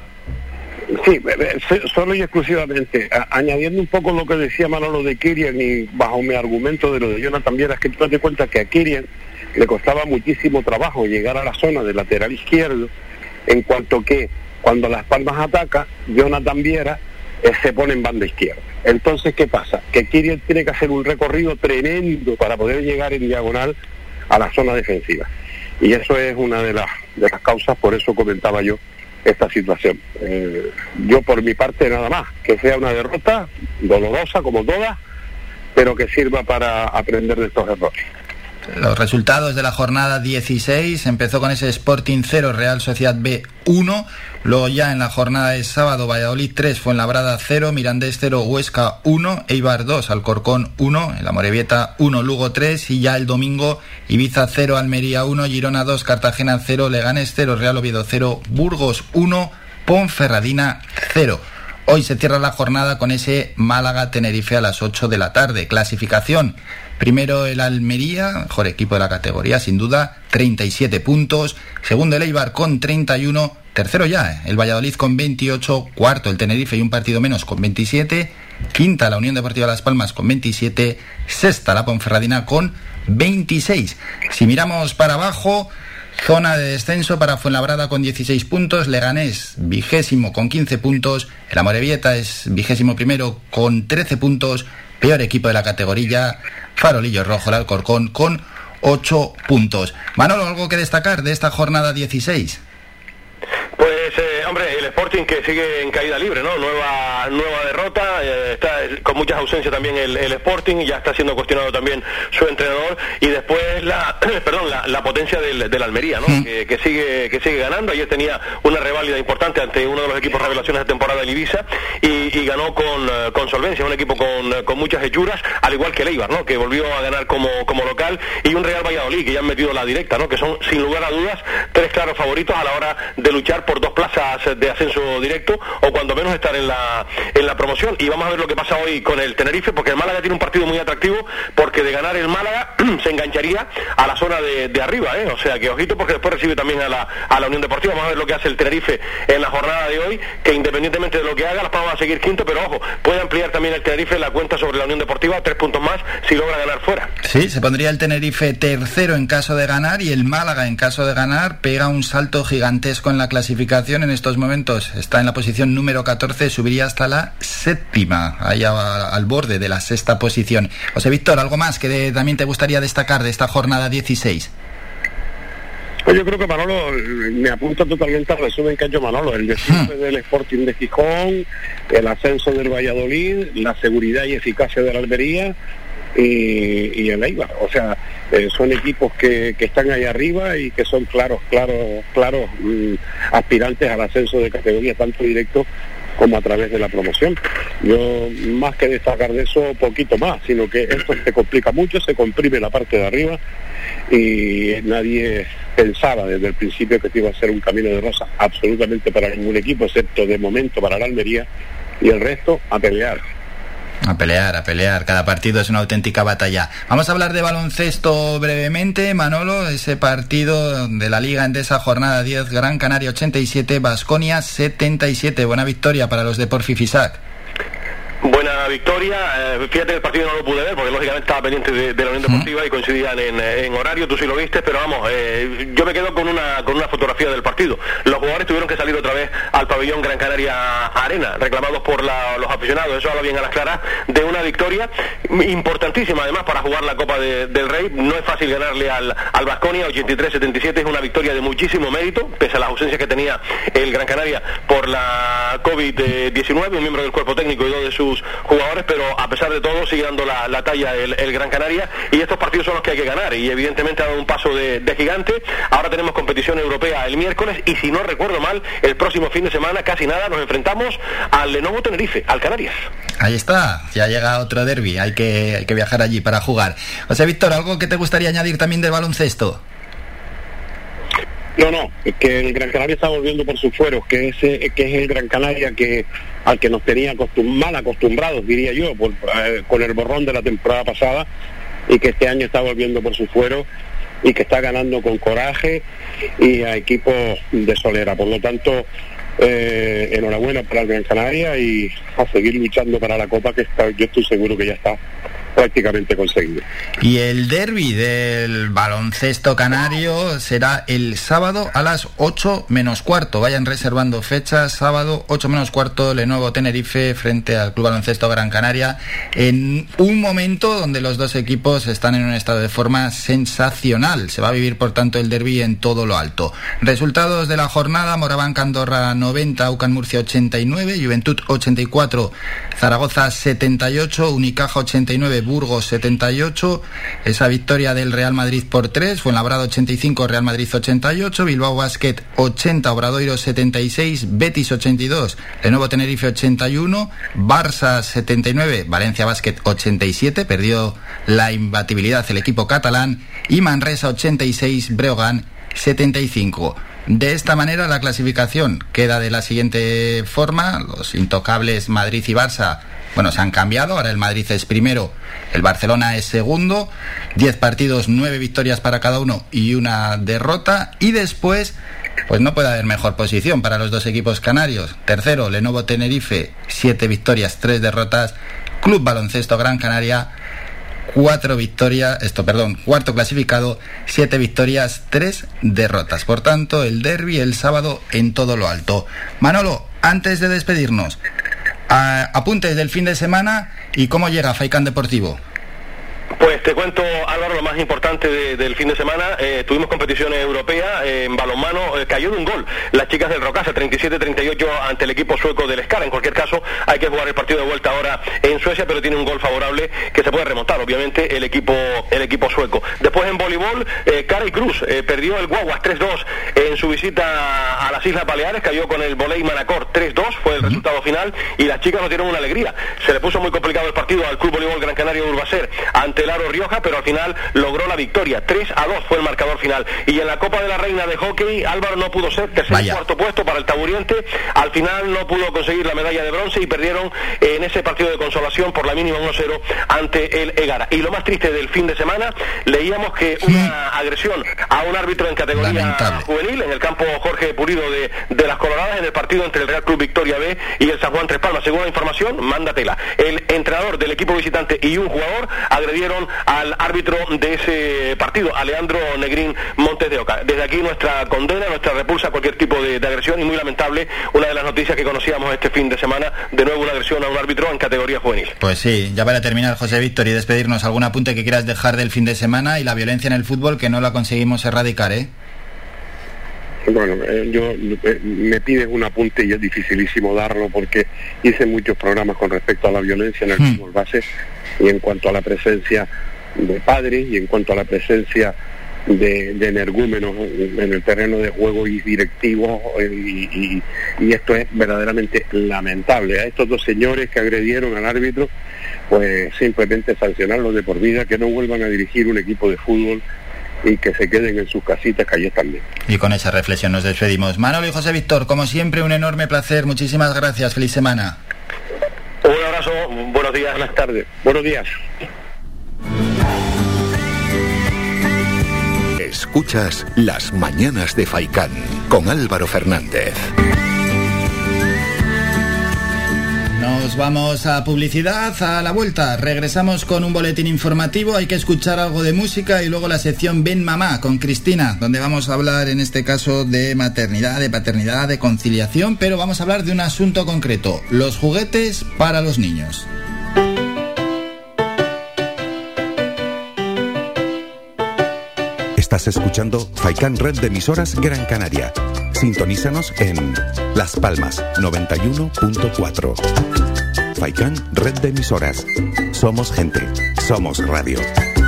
Sí, solo y exclusivamente, añadiendo un poco lo que decía Manolo de Kirian, y bajo mi argumento de lo de Jonathan Viera, es que tú te cuenta que a Kirian le costaba muchísimo trabajo llegar a la zona del lateral izquierdo, en cuanto que cuando Las Palmas ataca, Jonathan Viera se pone en banda izquierda. Entonces, ¿qué pasa? Que Kirian tiene que hacer un recorrido tremendo para poder llegar en diagonal a la zona defensiva. Y eso es una de las causas, por eso comentaba yo esta situación. Yo por mi parte nada más, que sea una derrota dolorosa como todas, pero que sirva para aprender de estos errores.
Los resultados de la jornada 16, empezó con ese Sporting 0, Real Sociedad B 1, luego ya en la jornada de sábado, Valladolid 3, Fuenlabrada 0, Mirandés 0, Huesca 1, Eibar 2, Alcorcón 1, en la Morevieta 1, Lugo 3, y ya el domingo Ibiza 0, Almería 1, Girona 2, Cartagena 0, Leganés 0, Real Oviedo 0, Burgos 1, Ponferradina 0. Hoy se cierra la jornada con ese Málaga-Tenerife a las 8 de la tarde. Clasificación: primero el Almería, mejor equipo de la categoría, sin duda, 37 puntos. Segundo el Eibar con 31. Tercero ya, el Valladolid con 28. Cuarto el Tenerife y un partido menos con 27. Quinta la Unión Deportiva Las Palmas con 27. Sexta la Ponferradina con 26. Si miramos para abajo, zona de descenso para Fuenlabrada con 16 puntos. Leganés, 20º con 15 puntos. El Amorebieta es 21º con 13 puntos. Peor equipo de la categoría, Farolillo Rojo, el Alcorcón, con 8 puntos. Manolo, ¿algo que destacar de esta jornada 16?
Pues, hombre, el Sporting que sigue en caída libre, ¿no? Nueva derrota, está con muchas ausencias también el Sporting, ya está siendo cuestionado también su entrenador, y después la potencia del Almería, ¿no? Que sigue ganando. Ayer tenía una reválida importante ante uno de los equipos revelaciones de temporada, el Ibiza, y ganó con solvencia, un equipo con muchas hechuras, al igual que el Eibar, ¿no? Que volvió a ganar como local, y un Real Valladolid que ya han metido la directa, ¿no? Que son, sin lugar a dudas, tres claros favoritos a la hora de luchar por 2 plazas de ascenso directo, o cuando menos estar en la promoción. Y vamos a ver lo que pasa hoy con el Tenerife, porque el Málaga tiene un partido muy atractivo, porque de ganar el Málaga se engancharía a la zona de arriba, o sea que ojito, porque después recibe también a la Unión Deportiva. Vamos a ver lo que hace el Tenerife en la jornada de hoy, que independientemente de lo que haga, Las Palmas va a seguir quinto, pero ojo, puede ampliar también el Tenerife la cuenta sobre la Unión Deportiva, 3 puntos más si logra ganar fuera.
Sí, se pondría el Tenerife tercero en caso de ganar, y el Málaga, en caso de ganar, pega un salto gigantesco en la clasificación. En estos momentos está en la posición número 14, subiría hasta la 7ª, ahí al borde de la 6ª posición. José Víctor, ¿algo más que también te gustaría destacar de esta jornada 16?
Pues yo creo que Manolo me apunta totalmente al resumen que ha hecho Manolo: el descenso del Sporting de Gijón, el ascenso del Valladolid, la seguridad y eficacia de la Almería y el Eibar. O sea, son equipos que están ahí arriba y que son claros aspirantes al ascenso de categoría, tanto directo como a través de la promoción. Yo, más que destacar de eso, poquito más, sino que esto se complica mucho, se comprime la parte de arriba, y nadie pensaba desde el principio que esto iba a ser un camino de rosa absolutamente para ningún equipo, excepto de momento para la Almería, y el resto a pelear.
A pelear, cada partido es una auténtica batalla. Vamos a hablar de baloncesto brevemente, Manolo, ese partido de la Liga Endesa, jornada 10, Gran Canaria 87, Baskonia 77, buena victoria para los de Porfi Fisac.
Buena victoria, fíjate, el partido no lo pude ver porque lógicamente estaba pendiente de la Unión Deportiva y coincidían en horario, tú sí lo viste, pero vamos, yo me quedo con una fotografía del partido. Los jugadores tuvieron que salir otra vez al pabellón Gran Canaria Arena, reclamados por los aficionados. Eso habla bien a las claras de una victoria importantísima, además, para jugar la Copa del Rey. No es fácil ganarle al Baskonia, 83-77, es una victoria de muchísimo mérito, pese a las ausencias que tenía el Gran Canaria por la COVID-19, un miembro del cuerpo técnico y 2 de sus jugadores, pero a pesar de todo sigue dando la talla el Gran Canaria, y estos partidos son los que hay que ganar, y evidentemente ha dado un paso de gigante. Ahora tenemos competición europea el miércoles, y si no recuerdo mal, el próximo fin de semana, casi nada, nos enfrentamos al Lenovo Tenerife, al Canarias.
Ahí está, ya llega otro derbi, hay que viajar allí para jugar. José Víctor, ¿algo que te gustaría añadir también del baloncesto?
No, es que el Gran Canaria está volviendo por sus fueros, que es el Gran Canaria al que nos tenía mal acostumbrados, diría yo, con el borrón de la temporada pasada, y que este año está volviendo por sus fueros y que está ganando con coraje y a equipos de solera. Por lo tanto, enhorabuena para el Gran Canaria y a seguir luchando para la Copa, que yo estoy seguro que ya está prácticamente conseguido.
Y el derbi del baloncesto canario será el sábado a las 8 menos cuarto. Vayan reservando fechas. Sábado 8 menos cuarto, Lenovo Tenerife frente al Club Baloncesto Gran Canaria, en un momento donde los dos equipos están en un estado de forma sensacional. Se va a vivir, por tanto, el derbi en todo lo alto. Resultados de la jornada: Morabanca Andorra 90, UCAN Murcia 89, Juventud 84, Zaragoza 78, Unicaja 89, Burgos 78, esa victoria del Real Madrid por 3, Fuenlabrada 85, Real Madrid 88, Bilbao Basket 80, Obradoiro 76, Betis 82, Lenovo Tenerife 81, Barça 79, Valencia Basket 87, perdió la imbatibilidad el equipo catalán, y Manresa 86, Breogán 75. De esta manera la clasificación queda de la siguiente forma. Los intocables Madrid y Barça, bueno, se han cambiado. Ahora el Madrid es primero, el Barcelona es segundo. 10 partidos, 9 victorias para cada uno y una derrota. Y después, pues no puede haber mejor posición para los dos equipos canarios. Tercero, Lenovo Tenerife, 7 victorias, 3 derrotas. Club Baloncesto Gran Canaria, cuarto clasificado, 7 victorias, 3 derrotas. Por tanto, el derbi el sábado en todo lo alto. Manolo, antes de despedirnos, apuntes del fin de semana y cómo llega Faikán Deportivo.
Pues te cuento, Álvaro, lo más importante del fin de semana. Tuvimos competiciones europeas en balonmano. Cayó de un gol las chicas del Rocasa, 37-38 ante el equipo sueco del Skara. En cualquier caso, hay que jugar el partido de vuelta ahora en Suecia, pero tiene un gol favorable que se puede remontar, obviamente, el equipo sueco. Después en voleibol, Carey Cruz perdió el Guaguas 3-2 en su visita a las Islas Baleares. Cayó con el Voley Manacor 3-2, fue el resultado final, y las chicas no dieron una alegría. Se le puso muy complicado el partido al Club Voleibol Gran Canaria Urbacer ante el Aro Rioja, pero al final logró la victoria. 3-2 fue el marcador final. Y en la Copa de la Reina de Hockey, Álvaro, no pudo ser tercer y cuarto puesto para el Taburiente. Al final no pudo conseguir la medalla de bronce y perdieron en ese partido de consolación por la mínima 1-0 ante el Egara. Y lo más triste del fin de semana, leíamos que una agresión a un árbitro en categoría juvenil en el campo Jorge Pulido de las Coloradas, en el partido entre el Real Club Victoria B y el San Juan Tres Palmas. Según la información, mándatela. El entrenador del equipo visitante y un jugador agredieron al árbitro de ese partido, a Leandro Negrín Montes de Oca. Desde aquí nuestra condena, nuestra repulsa a cualquier tipo de agresión, y muy lamentable una de las noticias que conocíamos este fin de semana, de nuevo una agresión a un árbitro en categoría juvenil.
Pues sí, ya para terminar, José Víctor, y despedirnos, algún apunte que quieras dejar del fin de semana y la violencia en el fútbol, que no la conseguimos erradicar, ¿eh?
Bueno, me pides un apunte y es dificilísimo darlo porque hice muchos programas con respecto a la violencia en el fútbol base, y en cuanto a la presencia de padres y en cuanto a la presencia de energúmenos en el terreno de juego y directivos, y esto es verdaderamente lamentable. A estos dos señores que agredieron al árbitro, pues simplemente sancionarlos de por vida, que no vuelvan a dirigir un equipo de fútbol y que se queden en sus casitas, que allí están bien.
Y con esa reflexión nos despedimos. Manolo y José Víctor, como siempre, un enorme placer. Muchísimas gracias. Feliz semana.
Un abrazo. Buenos días.
Buenas tardes. Buenos días.
Escuchas Las Mañanas de Faikán con Álvaro Fernández.
Nos vamos a publicidad. A la vuelta regresamos con un boletín informativo. Hay que escuchar algo de música y luego la sección Ven Mamá con Cristina, donde vamos a hablar en este caso de maternidad, de paternidad, de conciliación, pero vamos a hablar de un asunto concreto: los juguetes para los niños.
Estás escuchando Faikán Red de Emisoras Gran Canaria. Sintonízanos en Las Palmas 91.4. Faikán Red de Emisoras. Somos gente, somos radio.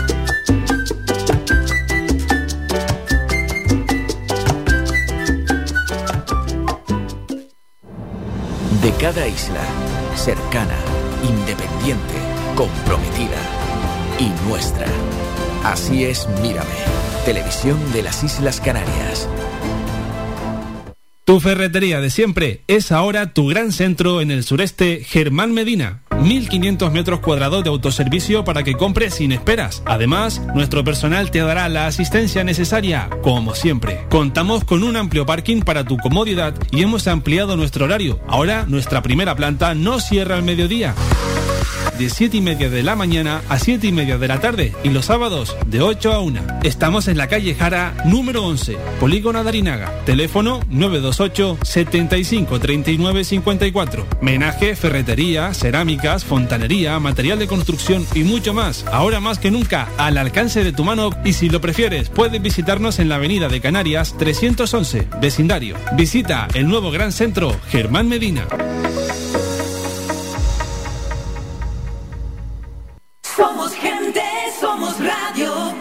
De cada isla, cercana, independiente, comprometida y nuestra. Así es Mírame, televisión de las Islas Canarias.
Tu ferretería de siempre es ahora tu gran centro en el sureste, Germán Medina. 1.500 metros cuadrados de autoservicio para que compres sin esperas. Además, nuestro personal te dará la asistencia necesaria, como siempre. Contamos con un amplio parking para tu comodidad y hemos ampliado nuestro horario. Ahora, nuestra primera planta no cierra al mediodía, de 7:30 de la mañana a 7:30 de la tarde, y los sábados de 8 a 1. Estamos en la calle Jara, número 11, Polígono Darinaga. Teléfono 928 75 39 54. Menaje, ferretería, cerámicas, fontanería, material de construcción y mucho más. Ahora más que nunca, al alcance de tu mano, y si lo prefieres, puedes visitarnos en la avenida de Canarias 311, vecindario. Visita el nuevo gran centro, Germán Medina.
Somos gente, somos radio.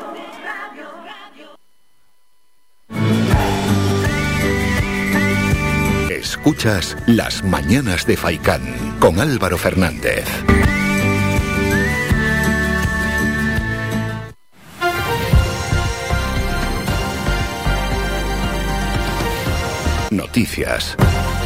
Escuchas Las Mañanas de Faikán con Álvaro Fernández. noticias.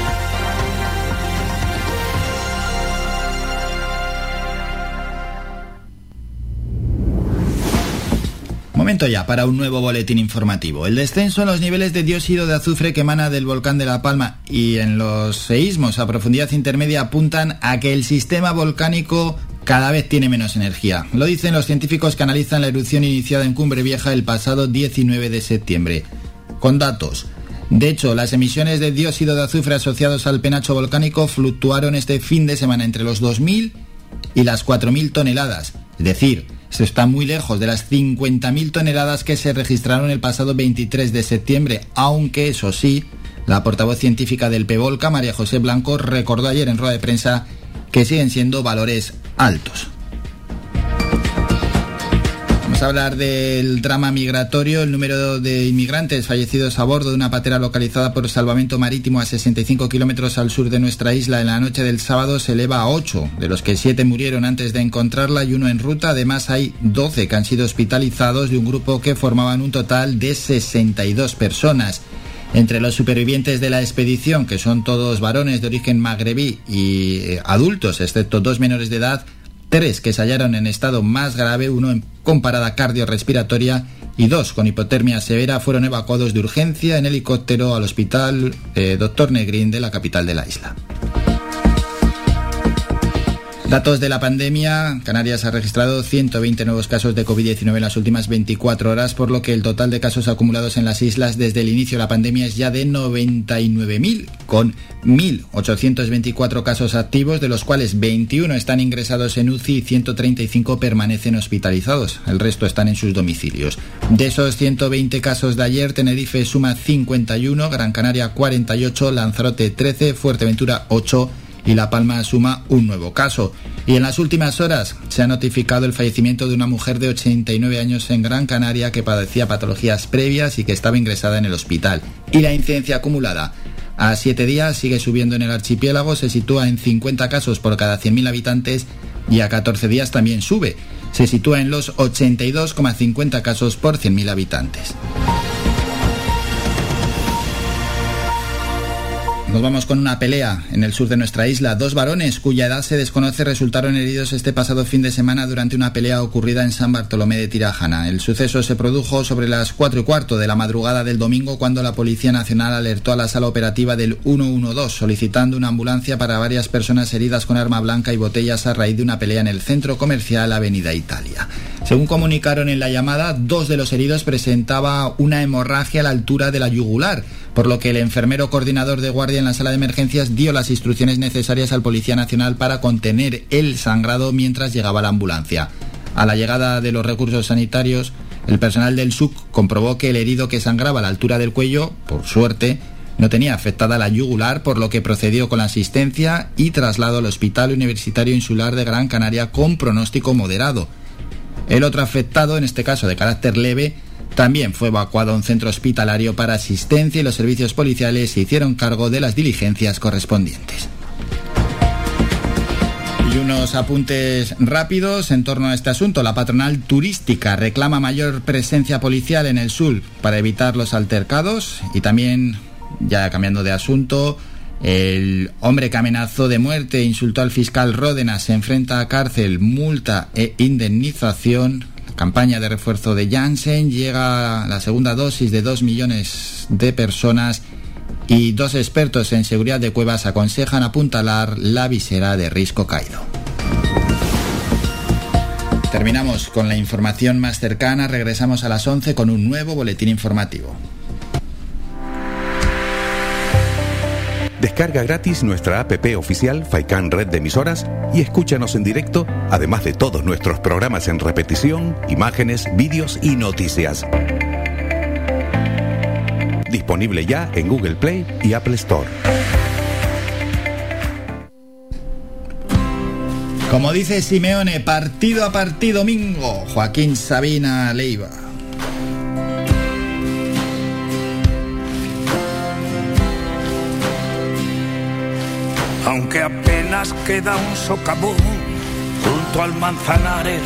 Momento ya para un nuevo boletín informativo. El descenso en los niveles de dióxido de azufre que emana del volcán de La Palma y en los seísmos a profundidad intermedia apuntan a que el sistema volcánico cada vez tiene menos energía. Lo dicen los científicos que analizan la erupción iniciada en Cumbre Vieja el pasado 19 de septiembre. Con datos. De hecho, las emisiones de dióxido de azufre asociados al penacho volcánico fluctuaron este fin de semana entre los 2.000 y las 4.000 toneladas. Es decir, se está muy lejos de las 50.000 toneladas que se registraron el pasado 23 de septiembre, aunque, eso sí, la portavoz científica del PEVOLCA, María José Blanco, recordó ayer en rueda de prensa que siguen siendo valores altos. Vamos a hablar del drama migratorio. El número de inmigrantes fallecidos a bordo de una patera localizada por salvamento marítimo a 65 kilómetros al sur de nuestra isla en la noche del sábado se eleva a 8, de los que 7 murieron antes de encontrarla y 1 en ruta. Además hay 12 que han sido hospitalizados de un grupo que formaban un total de 62 personas. Entre los supervivientes de la expedición, que son todos varones de origen magrebí y adultos, excepto 2 menores de edad, 3 que se hallaron en estado más grave, 1 con parada cardiorrespiratoria y 2 con hipotermia severa, fueron evacuados de urgencia en helicóptero al hospital Dr. Negrín de la capital de la isla. Datos de la pandemia. Canarias ha registrado 120 nuevos casos de COVID-19 en las últimas 24 horas, por lo que el total de casos acumulados en las islas desde el inicio de la pandemia es ya de 99.000, con 1.824 casos activos, de los cuales 21 están ingresados en UCI y 135 permanecen hospitalizados. El resto están en sus domicilios. De esos 120 casos de ayer, Tenerife suma 51, Gran Canaria 48, Lanzarote 13, Fuerteventura 8 y La Palma suma un nuevo caso. Y en las últimas horas se ha notificado el fallecimiento de una mujer de 89 años en Gran Canaria que padecía patologías previas y que estaba ingresada en el hospital. Y la incidencia acumulada a 7 días sigue subiendo en el archipiélago, se sitúa en 50 casos por cada 100.000 habitantes y a 14 días también sube. Se sitúa en los 82,50 casos por 100.000 habitantes. Nos vamos con una pelea en el sur de nuestra isla. 2 varones cuya edad se desconoce resultaron heridos este pasado fin de semana durante una pelea ocurrida en San Bartolomé de Tirajana. El suceso se produjo sobre las 4:15 de la madrugada del domingo, cuando la Policía Nacional alertó a la sala operativa del 112 solicitando una ambulancia para varias personas heridas con arma blanca y botellas a raíz de una pelea en el centro comercial Avenida Italia. Según comunicaron en la llamada, 2 de los heridos presentaba una hemorragia a la altura de la yugular, por lo que el enfermero coordinador de guardia en la sala de emergencias dio las instrucciones necesarias al Policía Nacional para contener el sangrado mientras llegaba la ambulancia. A la llegada de los recursos sanitarios, el personal del SUC comprobó que el herido, que sangraba a la altura del cuello, por suerte, no tenía afectada la yugular, por lo que procedió con la asistencia y trasladó al Hospital Universitario Insular de Gran Canaria con pronóstico moderado. El otro afectado, en este caso de carácter leve, también fue evacuado a un centro hospitalario para asistencia y los servicios policiales se hicieron cargo de las diligencias correspondientes. Y unos apuntes rápidos en torno a este asunto. La patronal turística reclama mayor presencia policial en el sur para evitar los altercados. Y también, ya cambiando de asunto, el hombre que amenazó de muerte e insultó al fiscal Ródenas se enfrenta a cárcel, multa e indemnización. La campaña de refuerzo de Janssen llega a la segunda dosis de 2 millones de personas y 2 expertos en seguridad de cuevas aconsejan apuntalar la visera de Risco Caído. Terminamos con la información más cercana. Regresamos a las 11 con un nuevo boletín informativo.
Descarga gratis nuestra app oficial Faikan Red de Emisoras y escúchanos en directo, además de todos nuestros programas en repetición, imágenes, vídeos y noticias. Disponible ya en Google Play y Apple Store.
Como dice Simeone, partido a partido domingo. Joaquín Sabina Leiva.
Aunque apenas queda un socavón junto al Manzanares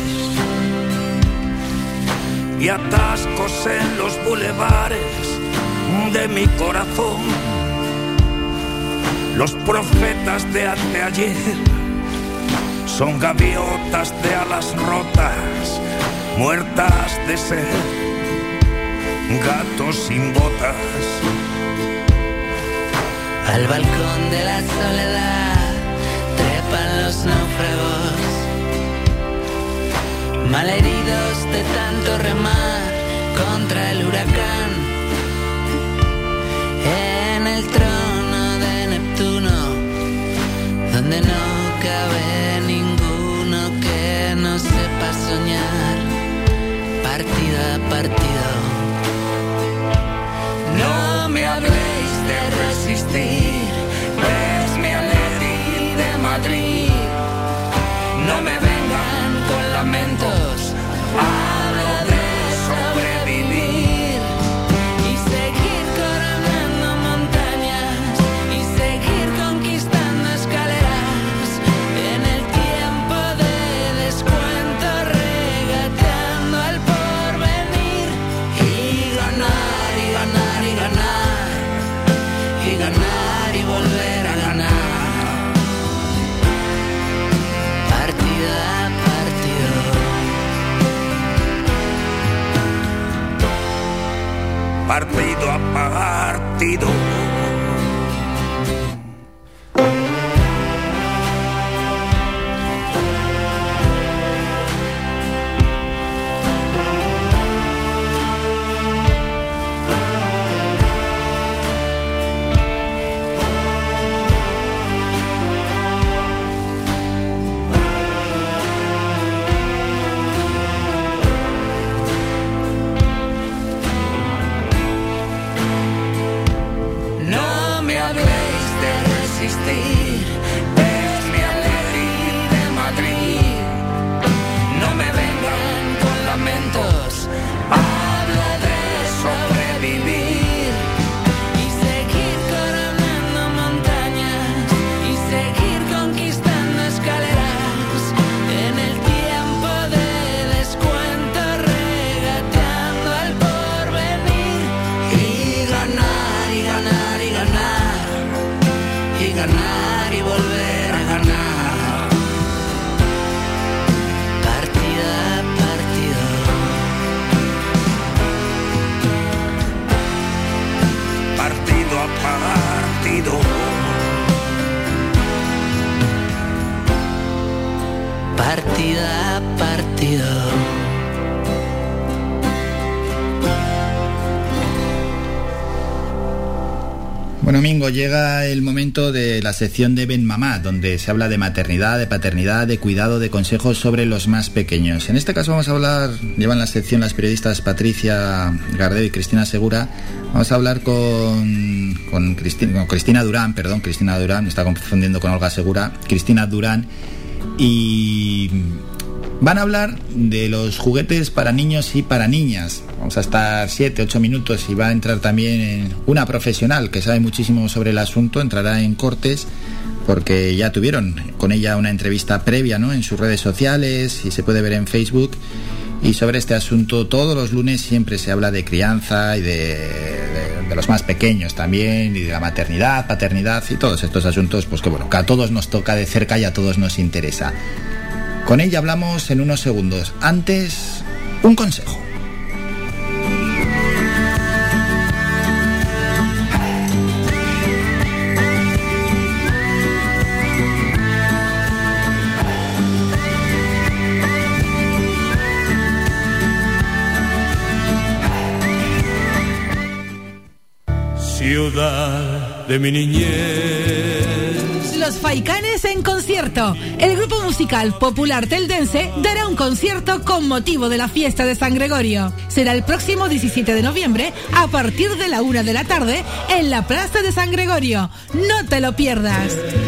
y atascos en los bulevares de mi corazón, Los profetas de anteayer son gaviotas de alas rotas, muertas de sed, gatos sin botas.
Al balcón de la soledad trepan los náufragos, malheridos de tanto remar contra el huracán. En el trono de Neptuno, donde no cabe ninguno que no sepa soñar, partido a partido.
No me habléis de resistir, es mi Atleti de Madrid. No me vengan con lamentos, hablo de sobrevivir
y seguir coronando montañas y seguir conquistando escaleras. En el tiempo de descuento, regateando al porvenir y ganar y ganar y ganar y ganar y volver a ganar, partido a partido,
partido a partido.
no me habléis de resistir, es mi Atleti de Madrid.
No me vengan con lamentos, hablo de sobrevivir
y seguir coronando montañas y seguir conquistando escaleras. En el tiempo de descuento, regateando al porvenir y ganar y ganar y ganar y ganar y volver a ganar, partido a partido,
partido a partido.
partido a partido.
Bueno, Mingo, llega el momento de la sección de Ben Mamá, donde se habla de maternidad, de paternidad, de cuidado, de consejos sobre los más pequeños. En este caso vamos a hablar, llevan la sección las periodistas Patricia Gardeu y Cristina Segura. Vamos a hablar con Cristina Durán, me está confundiendo con Olga Segura, Cristina Durán, y van a hablar de los juguetes para niños y para niñas. Vamos a estar 7-8 minutos y va a entrar también una profesional que sabe muchísimo sobre el asunto, entrará en cortes porque ya tuvieron con ella una entrevista previa, ¿no?, en sus redes sociales y se puede ver en Facebook. Y sobre este asunto todos los lunes siempre se habla de crianza y de los más pequeños también, y de la maternidad, paternidad y todos estos asuntos, pues que bueno, que a todos nos toca de cerca y a todos nos interesa. Con ella hablamos en unos segundos. Antes, un consejo.
Ciudad de mi niñez.
Los Faicanes en concierto. El grupo musical popular teldense dará un concierto con motivo de la fiesta de San Gregorio. Será el próximo 17 de noviembre a partir de la 1 de la tarde en la Plaza de San Gregorio. No te lo pierdas.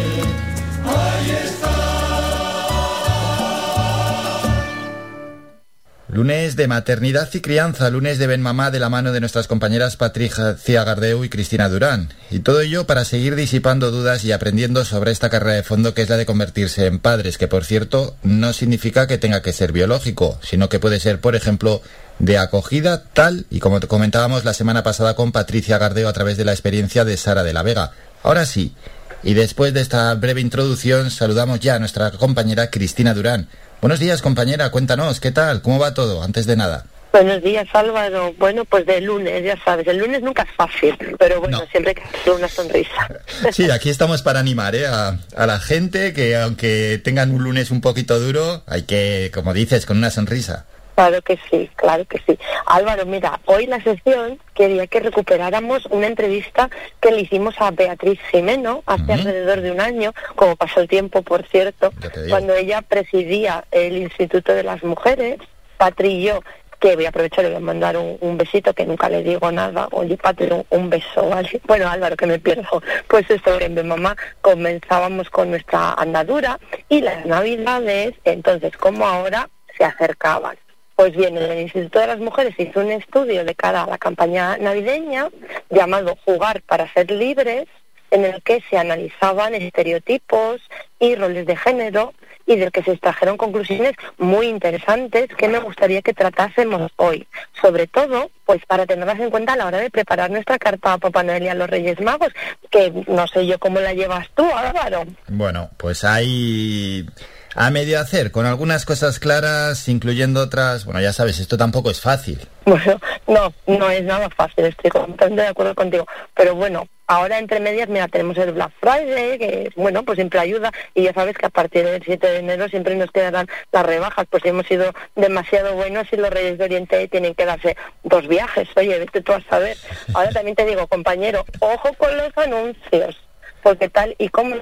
Lunes de maternidad y crianza, lunes de Ben Mamá de la mano de nuestras compañeras Patricia Gardeu y Cristina Durán. Y todo ello para seguir disipando dudas y aprendiendo sobre esta carrera de fondo que es la de convertirse en padres, que por cierto no significa que tenga que ser biológico, sino que puede ser, por ejemplo, de acogida, tal y como comentábamos la semana pasada con Patricia Gardeu a través de la experiencia de Sara de la Vega. Ahora sí, Y después de esta breve introducción, saludamos ya a nuestra compañera Cristina Durán. Buenos días, compañera, cuéntanos, ¿qué tal? ¿Cómo va todo? Antes de nada.
Buenos días, Álvaro. Bueno, pues de lunes, ya sabes, el lunes nunca es fácil, pero bueno, siempre hay que hacer una sonrisa.
Sí, aquí estamos para animar a la gente, que aunque tengan un lunes un poquito duro, hay que, como dices, con una sonrisa.
Claro que sí, claro que sí. Álvaro, mira, hoy la sección quería que recuperáramos una entrevista que le hicimos a Beatriz Gimeno hace alrededor de un año, como pasó el tiempo, por cierto, cuando ella presidía el Instituto de las Mujeres. Patri y yo, que voy a aprovechar y voy a mandar un besito, que nunca le digo nada. Oye, Patri, un beso, ¿vale? Bueno, Álvaro, que me pierdo. Pues esto, en mamá, comenzábamos con nuestra andadura y las Navidades, entonces, como ahora, se acercaban. Pues bien, en el Instituto de las Mujeres hizo un estudio de cara a la campaña navideña llamado Jugar para ser libres, en el que se analizaban estereotipos y roles de género y del que se extrajeron conclusiones muy interesantes que me gustaría que tratásemos hoy. Sobre todo, pues para tenerlas en cuenta a la hora de preparar nuestra carta a Papá Noel y a los Reyes Magos, que no sé yo cómo la llevas tú, Álvaro.
Bueno, pues hay a medio hacer, con algunas cosas claras, incluyendo otras. Bueno, ya sabes, esto tampoco es fácil.
Bueno, no es nada fácil, estoy completamente de acuerdo contigo. Pero bueno, ahora entre medias, mira, tenemos el Black Friday, que bueno, pues siempre ayuda, y ya sabes que a partir del 7 de enero siempre nos quedarán las rebajas, pues si hemos sido demasiado buenos y los Reyes de Oriente tienen que darse 2 viajes. Oye, vete tú a saber. Ahora también te digo, compañero, ojo con los anuncios, porque tal y como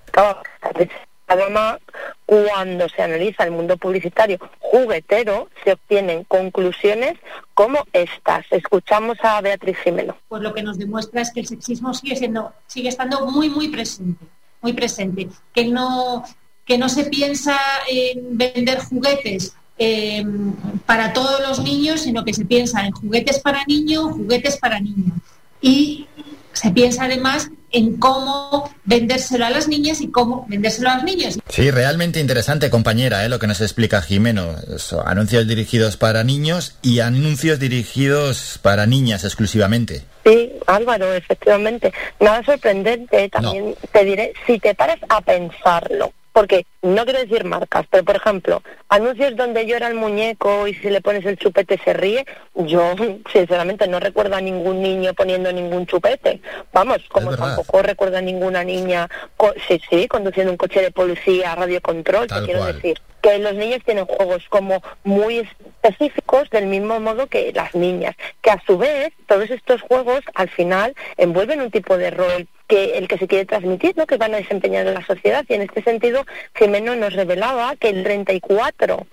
además, cuando se analiza el mundo publicitario juguetero, se obtienen conclusiones como estas. Escuchamos a Beatriz Gimeno.
Pues lo que nos demuestra es que el sexismo sigue estando muy presente. Que no se piensa en vender juguetes para todos los niños, sino que se piensa en juguetes para niños, juguetes para niñas. Y se piensa además en cómo vendérselo a las niñas y cómo vendérselo a los niños.
Sí, realmente interesante, compañera, lo que nos explica Jimeno. Anuncios dirigidos para niños y anuncios dirigidos para niñas exclusivamente.
Sí, Álvaro, efectivamente. Nada sorprendente, también te diré, si te paras a pensarlo. Porque no quiero decir marcas, pero por ejemplo, anuncios donde llora el muñeco y si le pones el chupete se ríe, yo sinceramente no recuerdo a ningún niño poniendo ningún chupete. Vamos, como tampoco recuerdo a ninguna niña, conduciendo un coche de policía a radio control, te quiero decir. Que los niños tienen juegos como muy específicos del mismo modo que las niñas, que a su vez todos estos juegos al final envuelven un tipo de rol que el que se quiere transmitir, ¿no?, que van a desempeñar en la sociedad, y en este sentido Gimeno nos revelaba que el 34%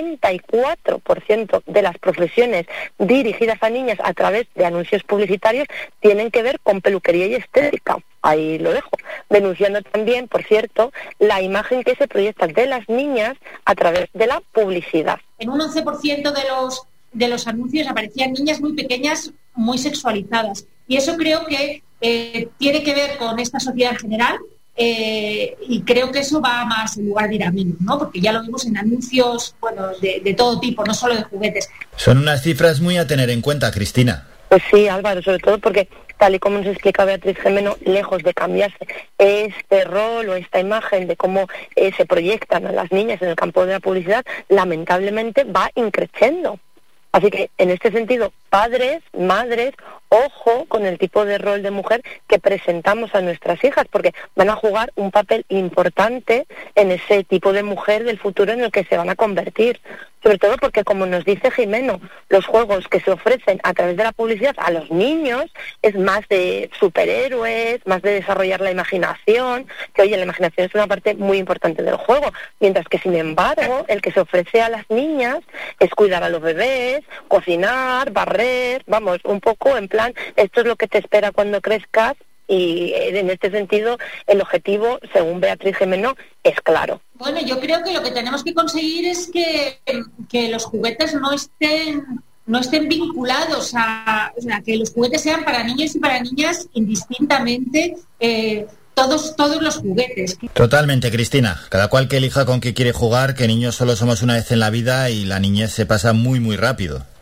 de las profesiones dirigidas a niñas a través de anuncios publicitarios tienen que ver con peluquería y estética. Ahí lo dejo. Denunciando también, por cierto, la imagen que se proyecta de las niñas a través de la publicidad.
En un 11% de los anuncios aparecían niñas muy pequeñas, muy sexualizadas. Y eso creo que tiene que ver con esta sociedad en general. Y creo que eso va más en lugar de ir a menos, ¿no? Porque ya lo vimos en anuncios, bueno, de todo tipo, no solo de juguetes.
Son unas cifras muy a tener en cuenta, Cristina.
Pues sí, Álvaro, sobre todo porque, tal y como nos explica Beatriz Gimeno, lejos de cambiarse este rol o esta imagen de cómo se proyectan a las niñas en el campo de la publicidad, lamentablemente va increciendo. Así que, en este sentido, padres, madres, ojo con el tipo de rol de mujer que presentamos a nuestras hijas, porque van a jugar un papel importante en ese tipo de mujer del futuro en el que se van a convertir. Sobre todo porque, como nos dice Gimeno, los juegos que se ofrecen a través de la publicidad a los niños es más de superhéroes, más de desarrollar la imaginación, que oye, la imaginación es una parte muy importante del juego, mientras que, sin embargo, el que se ofrece a las niñas es cuidar a los bebés, cocinar, barrer, vamos, un poco en plan, esto es lo que te espera cuando crezcas. Y en este sentido, el objetivo, según Beatriz Gimeno, es claro.
Bueno, yo creo que lo que tenemos que conseguir es que los juguetes no estén vinculados a... O sea, que los juguetes sean para niños y para niñas indistintamente, todos los juguetes.
Totalmente, Cristina. Cada cual que elija con qué quiere jugar, que niños solo somos una vez en la vida y la niñez se pasa muy, muy rápido.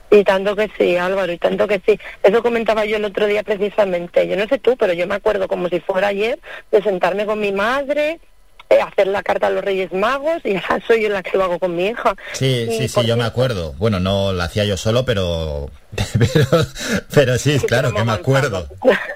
Y tanto que sí, Álvaro, y tanto que sí. Eso comentaba yo el otro día precisamente. Yo no sé tú, pero yo me acuerdo como si fuera ayer de sentarme con mi madre, hacer la carta a los Reyes Magos, y ahora soy yo la que lo hago con mi hija.
Sí, yo me acuerdo. Bueno, no la hacía yo solo, pero sí, claro que me acuerdo.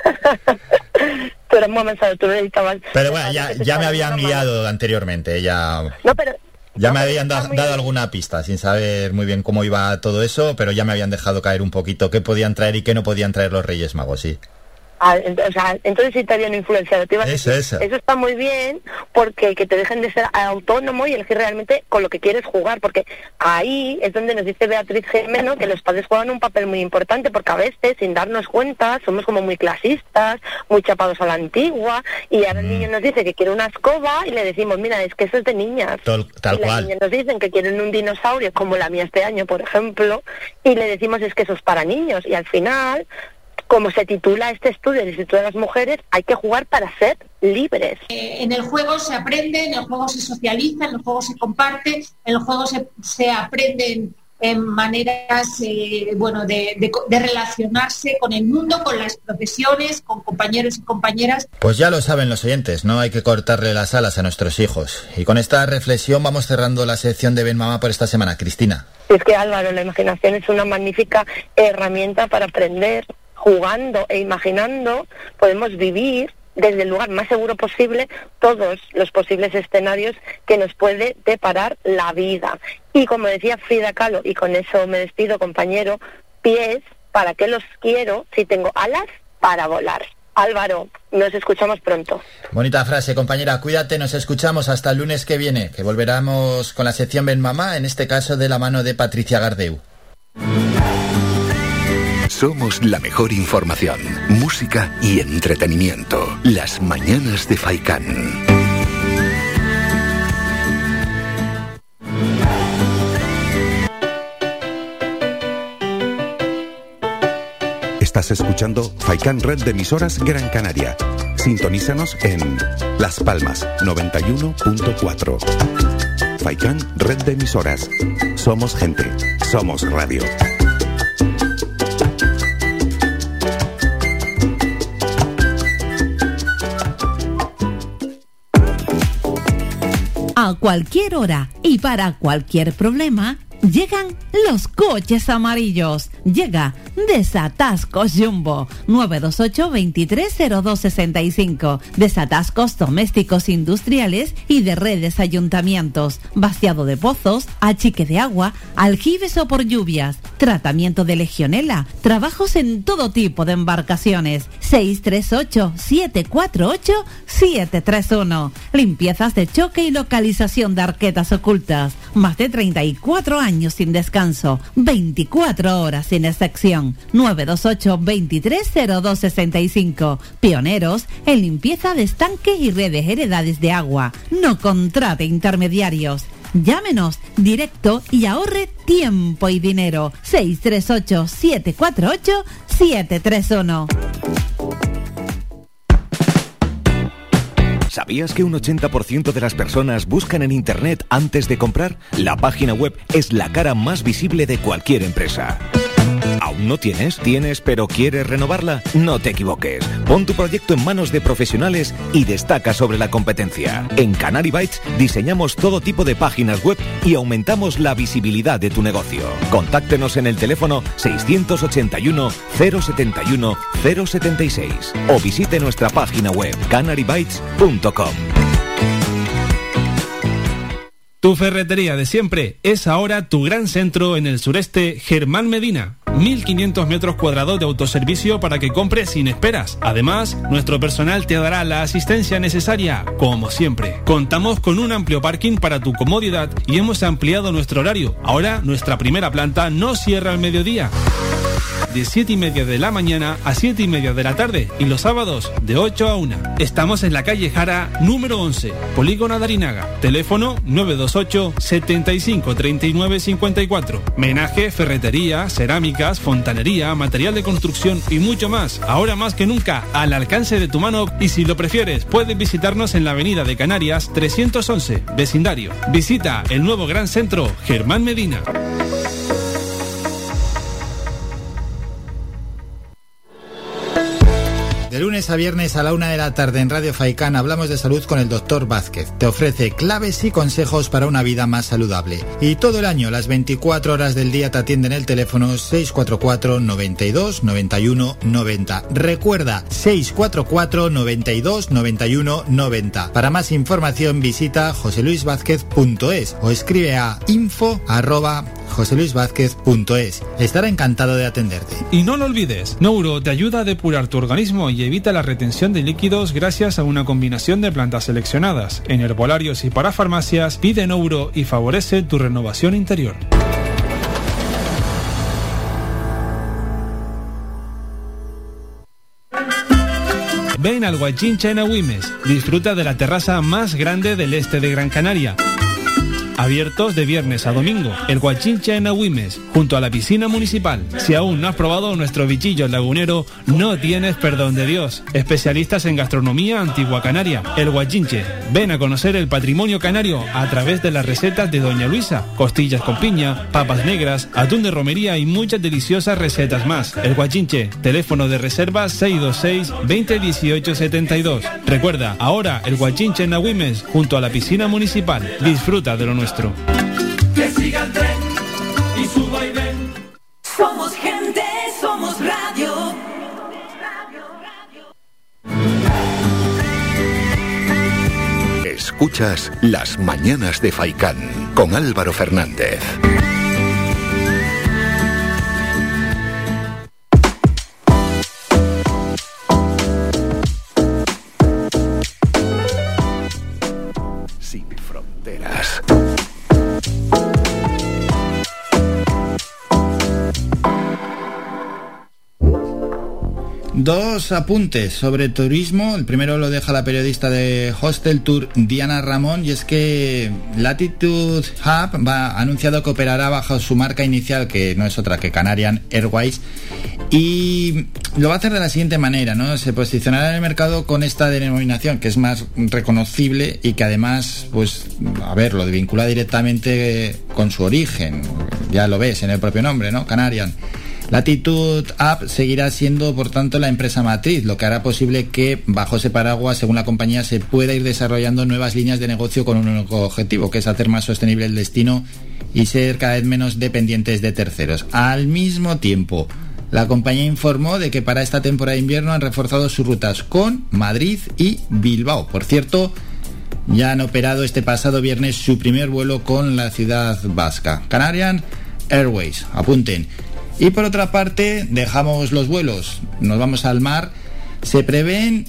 Tú eres muy avanzado, tú necesitabas...
Pero bueno, ya me habían guiado anteriormente, ya...
No, pero...
Ya me habían dado alguna pista, sin saber muy bien cómo iba todo eso, pero ya me habían dejado caer un poquito qué podían traer y qué no podían traer los Reyes Magos, sí.
O sea, entonces sí te habían influenciado. Eso está muy bien, porque que te dejen de ser autónomo y elegir realmente con lo que quieres jugar, porque ahí es donde nos dice Beatriz Jimeno que los padres juegan un papel muy importante, porque a veces, sin darnos cuenta, somos como muy clasistas, muy chapados a la antigua, y ahora el niño nos dice que quiere una escoba y le decimos, mira, es que eso es de niñas.
Tal
y
cual.
Las niñas nos dicen que quieren un dinosaurio, como la mía este año, por ejemplo, y le decimos es que eso es para niños, y al final... Como se titula este estudio, el Instituto de las Mujeres, hay que jugar para ser libres.
En el juego se aprende, en el juego se socializa, en el juego se comparte, en el juego se aprenden maneras de relacionarse con el mundo, con las profesiones, con compañeros y compañeras.
Pues ya lo saben los oyentes, no hay que cortarle las alas a nuestros hijos. Y con esta reflexión vamos cerrando la sección de Ben Mamá por esta semana. Cristina.
Es que, Álvaro, la imaginación es una magnífica herramienta para aprender. Jugando e imaginando podemos vivir desde el lugar más seguro posible todos los posibles escenarios que nos puede deparar la vida. Y como decía Frida Kahlo, y con eso me despido, compañero, pies, ¿para qué los quiero si tengo alas para volar? Álvaro, nos escuchamos pronto.
Bonita frase, compañera. Cuídate, nos escuchamos hasta el lunes que viene, que volveremos con la sección Ben Mamá, en este caso de la mano de Patricia Gardeu.
Somos la mejor información, música y entretenimiento. Las mañanas de Faikán.
Estás escuchando Faikán Red de Emisoras Gran Canaria. Sintonízanos en Las Palmas 91.4. Faikán Red de Emisoras. Somos gente, somos radio.
A cualquier hora y para cualquier problema, llegan los coches amarillos. Llega Desatascos Jumbo, 928-230265. Desatascos domésticos industriales y de redes ayuntamientos. Vaciado de pozos, achique de agua, aljibes o por lluvias. Tratamiento de legionela. Trabajos en todo tipo de embarcaciones. 638-748-731. Limpiezas de choque y localización de arquetas ocultas. Más de 34 años sin descanso. 24 horas sin excepción. 928-230265. Pioneros en limpieza de estanques y redes heredades de agua. No contrate intermediarios. Llámenos directo y ahorre tiempo y dinero. 638-748-731.
¿Sabías que un 80% de las personas buscan en Internet antes de comprar? La página web es la cara más visible de cualquier empresa. ¿Aún no tienes? ¿Tienes pero quieres renovarla? No te equivoques. Pon tu proyecto en manos de profesionales y destaca sobre la competencia. En Canary Bytes diseñamos todo tipo de páginas web y aumentamos la visibilidad de tu negocio. Contáctenos en el teléfono 681 071 076 o visite nuestra página web canarybytes.com.
Tu ferretería de siempre es ahora tu gran centro en el sureste, Germán Medina. 1.500 metros cuadrados de autoservicio para que compres sin esperas. Además, nuestro personal te dará la asistencia necesaria, como siempre. Contamos con un amplio parking para tu comodidad y hemos ampliado nuestro horario. Ahora, nuestra primera planta no cierra al mediodía. De 7:30 de la mañana a 7:30 de la tarde y los sábados de 8 a 1. Estamos en la calle Jara, número 11, Polígono Darinaga. Teléfono 928 75 39 54. Menaje, ferretería, cerámicas, fontanería, material de construcción y mucho más. Ahora más que nunca, al alcance de tu mano, y si lo prefieres, puedes visitarnos en la avenida de Canarias 311, vecindario. Visita el nuevo gran centro, Germán Medina.
lunes a viernes a la 1 de la tarde en Radio Faikán hablamos de salud con el Dr. Vázquez. Te ofrece claves y consejos para una vida más saludable. Y todo el año, las 24 horas del día, te atienden el teléfono 644 92 91 90. Recuerda, 644 92 91 90. Para más información visita joseluisvázquez.es o escribe a info@joseluisvázquez.es. Estará encantado de atenderte.
Y no lo olvides, Nouro te ayuda a depurar tu organismo y evita la retención de líquidos gracias a una combinación de plantas seleccionadas. En herbolarios y para farmacias, pide Nouro y favorece tu renovación interior. Ven al Guachincha en Agüimes, disfruta de la terraza más grande del este de Gran Canaria. Abiertos de viernes a domingo, el Guachincha en Agüimes, junto a la piscina municipal. Si aún no has probado nuestro bichillo lagunero, no tienes perdón de Dios. Especialistas en gastronomía antigua canaria, el Guachinche. Ven a conocer el patrimonio canario a través de las recetas de Doña Luisa, costillas con piña, papas negras, atún de romería y muchas deliciosas recetas más. El Guachinche, teléfono de reserva 626 20 18 72. Recuerda, ahora el Guachinche en Agüimes, junto a la piscina municipal. Disfruta de lo nuestro.
Que siga el tren y suba y ven. Somos gente, somos radio.
Escuchas Las Mañanas de Faikán con Álvaro Fernández. Sin fronteras.
Dos apuntes sobre turismo. El primero lo deja la periodista de Hostel Tour, Diana Ramón, y es que Latitude Hub ha anunciado que operará bajo su marca inicial, que no es otra que Canarian Airways, y lo va a hacer de la siguiente manera, ¿no? Se posicionará en el mercado con esta denominación, que es más reconocible y que además, pues, a ver, lo vincula directamente con su origen. Ya lo ves en el propio nombre, ¿no? Canarian. Latitude App seguirá siendo, por tanto, la empresa matriz, lo que hará posible que, bajo ese paraguas, según la compañía, se pueda ir desarrollando nuevas líneas de negocio con un único objetivo, que es hacer más sostenible el destino y ser cada vez menos dependientes de terceros. Al mismo tiempo, la compañía informó de que para esta temporada de invierno han reforzado sus rutas con Madrid y Bilbao. Por cierto, ya han operado este pasado viernes su primer vuelo con la ciudad vasca. Canarian Airways, apunten. Y por otra parte, dejamos los vuelos, nos vamos al mar. Se prevén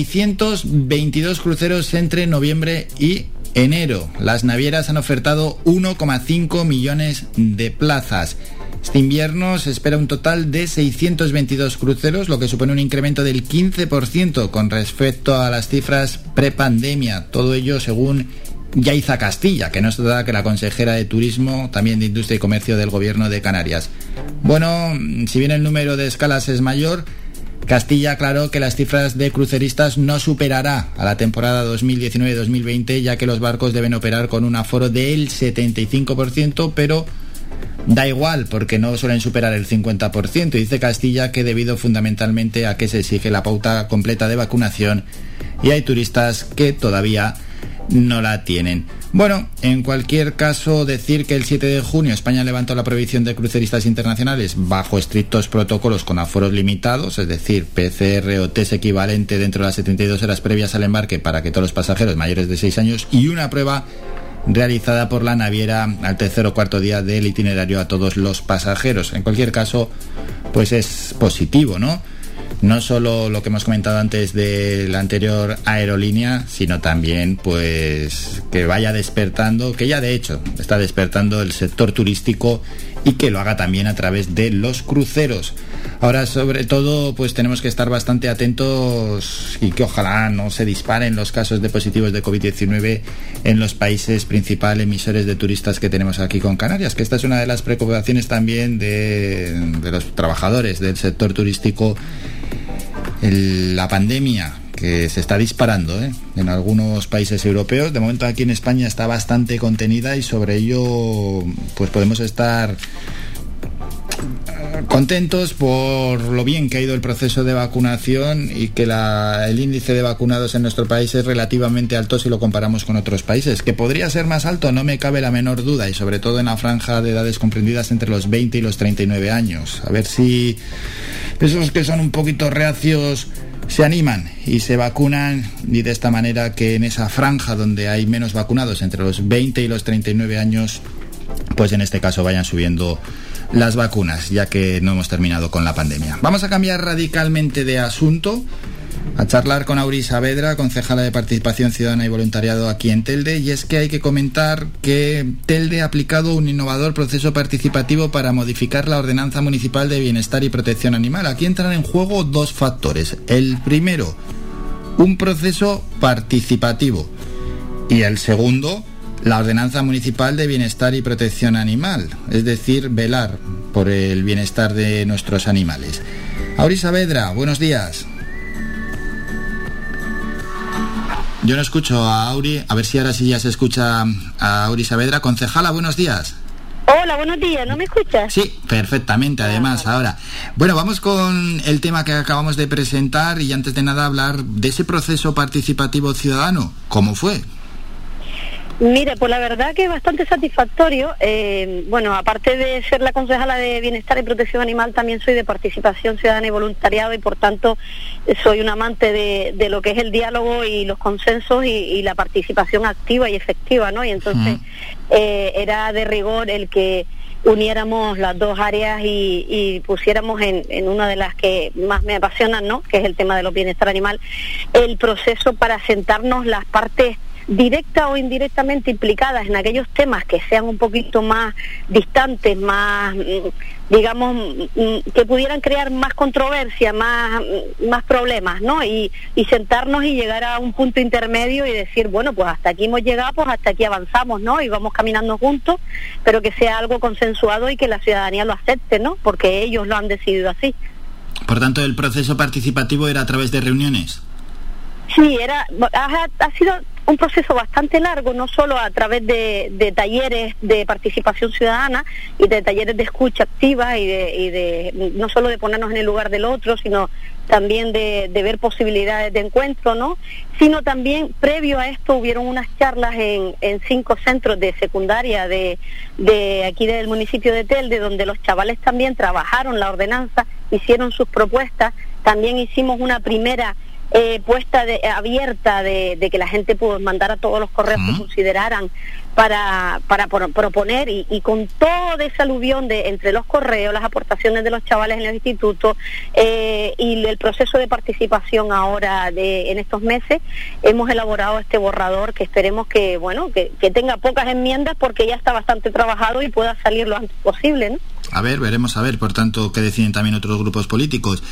622 cruceros entre noviembre y enero. Las navieras han ofertado 1,5 millones de plazas. Este invierno se espera un total de 622 cruceros, lo que supone un incremento del 15% con respecto a las cifras prepandemia. Todo ello según Yaiza Castilla, que no es otra que la consejera de Turismo, también de Industria y Comercio del Gobierno de Canarias. Bueno, si bien el número de escalas es mayor, Castilla aclaró que las cifras de cruceristas no superará a la temporada 2019-2020, ya que los barcos deben operar con un aforo del 75%, pero da igual porque no suelen superar el 50%. Dice Castilla que debido fundamentalmente a que se exige la pauta completa de vacunación y hay turistas que todavía no la tienen. Bueno, en cualquier caso, decir que el 7 de junio España levantó la prohibición de cruceristas internacionales bajo estrictos protocolos con aforos limitados, es decir, PCR o test equivalente dentro de las 72 horas previas al embarque para que todos los pasajeros mayores de 6 años y una prueba realizada por la naviera al tercer o cuarto día del itinerario a todos los pasajeros. En cualquier caso, pues es positivo, ¿no? No solo lo que hemos comentado antes de la anterior aerolínea, sino también pues que vaya despertando, que ya de hecho está despertando el sector turístico y que lo haga también a través de los cruceros. Ahora, sobre todo, pues tenemos que estar bastante atentos y que ojalá no se disparen los casos de positivos de COVID-19 en los países principales emisores de turistas que tenemos aquí con Canarias, que esta es una de las preocupaciones también de los trabajadores del sector turístico. La pandemia que se está disparando en algunos países europeos. De momento aquí en España está bastante contenida y sobre ello pues podemos estar contentos por lo bien que ha ido el proceso de vacunación y que el índice de vacunados en nuestro país es relativamente alto si lo comparamos con otros países. Que podría ser más alto, no me cabe la menor duda, y sobre todo en la franja de edades comprendidas entre los 20 y los 39 años. A ver si esos que son un poquito reacios se animan y se vacunan, y de esta manera que en esa franja donde hay menos vacunados, entre los 20 y los 39 años, pues en este caso vayan subiendo las vacunas, ya que no hemos terminado con la pandemia. Vamos a cambiar radicalmente de asunto, a charlar con Auri Saavedra, concejala de Participación Ciudadana y Voluntariado aquí en Telde, y es que hay que comentar que Telde ha aplicado un innovador proceso participativo para modificar la Ordenanza Municipal de Bienestar y Protección Animal. Aquí entran en juego dos factores. El primero, un proceso participativo, y el segundo, la Ordenanza Municipal de Bienestar y Protección Animal, es decir, velar por el bienestar de nuestros animales. Auri Saavedra, buenos días. Yo no escucho a Auri, a ver si ahora sí ya se escucha a Auri Saavedra. Concejala, buenos días.
Hola, buenos días, ¿no me escuchas?
Sí, perfectamente, además, ahora. Bueno, vamos con el tema que acabamos de presentar y antes de nada hablar de ese proceso participativo ciudadano. ¿Cómo fue?
Mire, pues la verdad que es bastante satisfactorio. Bueno, aparte de ser la concejala de Bienestar y Protección Animal, también soy de Participación Ciudadana y Voluntariado, y por tanto soy un amante de lo que es el diálogo y los consensos y la participación activa y efectiva, ¿no? Y entonces era de rigor el que uniéramos las dos áreas y pusiéramos en una de las que más me apasionan, ¿no?, que es el tema de los bienestar animal, el proceso para sentarnos las partes directa o indirectamente implicadas en aquellos temas que sean un poquito más distantes, más, digamos, que pudieran crear más controversia, más problemas, ¿no? Y sentarnos y llegar a un punto intermedio y decir, bueno, pues hasta aquí hemos llegado, pues hasta aquí avanzamos, ¿no? Y vamos caminando juntos, pero que sea algo consensuado y que la ciudadanía lo acepte, ¿no? Porque ellos lo han decidido así.
Por tanto, el proceso participativo era a través de reuniones.
Sí, ha sido un proceso bastante largo, no solo a través de talleres de participación ciudadana y de talleres de escucha activa y de no solo de ponernos en el lugar del otro, sino también de ver posibilidades de encuentro, ¿no? Sino también, previo a esto, hubieron unas charlas en 5 centros de secundaria de aquí del municipio de Telde, donde los chavales también trabajaron la ordenanza, hicieron sus propuestas. También hicimos una primera puesta abierta de que la gente pudo mandar a todos los correos que consideraran para proponer, y con todo ese aluvión entre los correos, las aportaciones de los chavales en los institutos y el proceso de participación ahora en estos meses, hemos elaborado este borrador que esperemos que, bueno, que tenga pocas enmiendas porque ya está bastante trabajado y pueda salir lo antes posible, ¿no?
A ver, veremos a ver, por tanto, qué deciden también otros grupos políticos.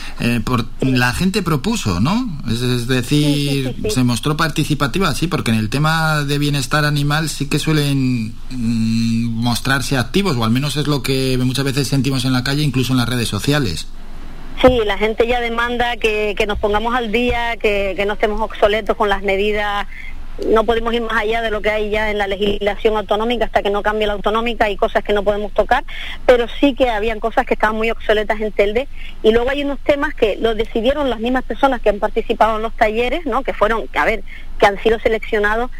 La gente propuso, ¿no? Es decir, sí. Se mostró participativa, sí, porque en el tema de bienestar animal sí que suelen mostrarse activos, o al menos es lo que muchas veces sentimos en la calle, incluso en las redes sociales.
Sí, la gente ya demanda que nos pongamos al día, que no estemos obsoletos con las medidas. No podemos ir más allá de lo que hay ya en la legislación autonómica hasta que no cambie la autonómica. Hay cosas que no podemos tocar, pero sí que habían cosas que estaban muy obsoletas en Telde. Y luego hay unos temas que los decidieron las mismas personas que han participado en los talleres, ¿no? Que han sido seleccionados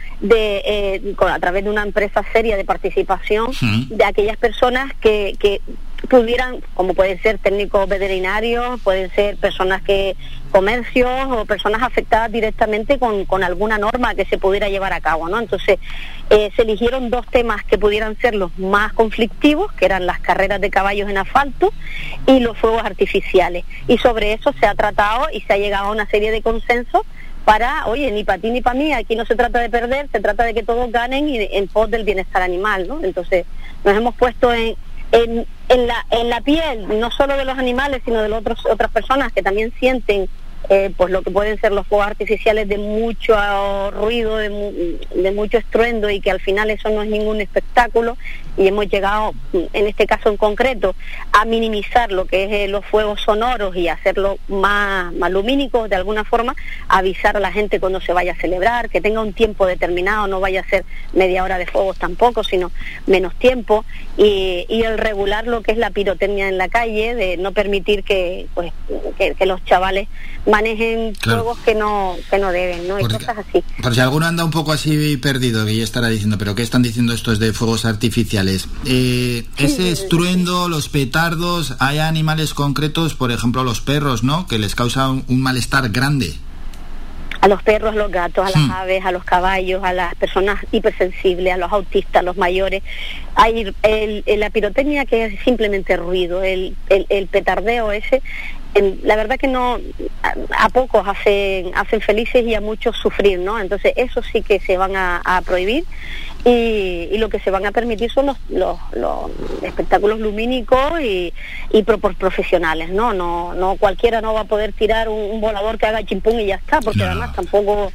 a través de una empresa seria de participación, de aquellas personas que pudieran, como pueden ser técnicos veterinarios, pueden ser personas comercios o personas afectadas directamente con alguna norma que se pudiera llevar a cabo, ¿no? Entonces se eligieron 2 temas que pudieran ser los más conflictivos, que eran las carreras de caballos en asfalto y los fuegos artificiales, y sobre eso se ha tratado y se ha llegado a una serie de consensos para, oye, ni para ti ni para mí, aquí no se trata de perder, se trata de que todos ganen y en pos del bienestar animal, ¿no? Entonces nos hemos puesto en la piel, no solo de los animales, sino de otras personas que también sienten pues lo que pueden ser los fuegos artificiales de mucho ruido, de mucho estruendo, y que al final eso no es ningún espectáculo, y hemos llegado, en este caso en concreto, a minimizar lo que es los fuegos sonoros y hacerlo más lumínicos de alguna forma, avisar a la gente cuando se vaya a celebrar, que tenga un tiempo determinado, no vaya a ser media hora de fuegos tampoco, sino menos tiempo, y el regular lo que es la pirotecnia en la calle, de no permitir que los chavales manejen fuegos que no deben, ¿no? Y cosas así.
Por si alguno anda un poco así perdido, que ya estará diciendo, ¿pero qué están diciendo estos de fuegos artificiales? Ese estruendo, los petardos, hay animales concretos, por ejemplo los perros, ¿no?, que les causa un malestar grande.
A los perros, a los gatos, a las aves, a los caballos, a las personas hipersensibles, a los autistas, a los mayores. Hay la pirotecnia, que es simplemente ruido, el petardeo ese, la verdad que no, a pocos hacen felices y a muchos sufrir, ¿no? Entonces eso sí que se van a prohibir, y lo que se van a permitir son los espectáculos lumínicos y profesionales, ¿no? No cualquiera no va a poder tirar un volador que haga chimpún y ya está, porque además tampoco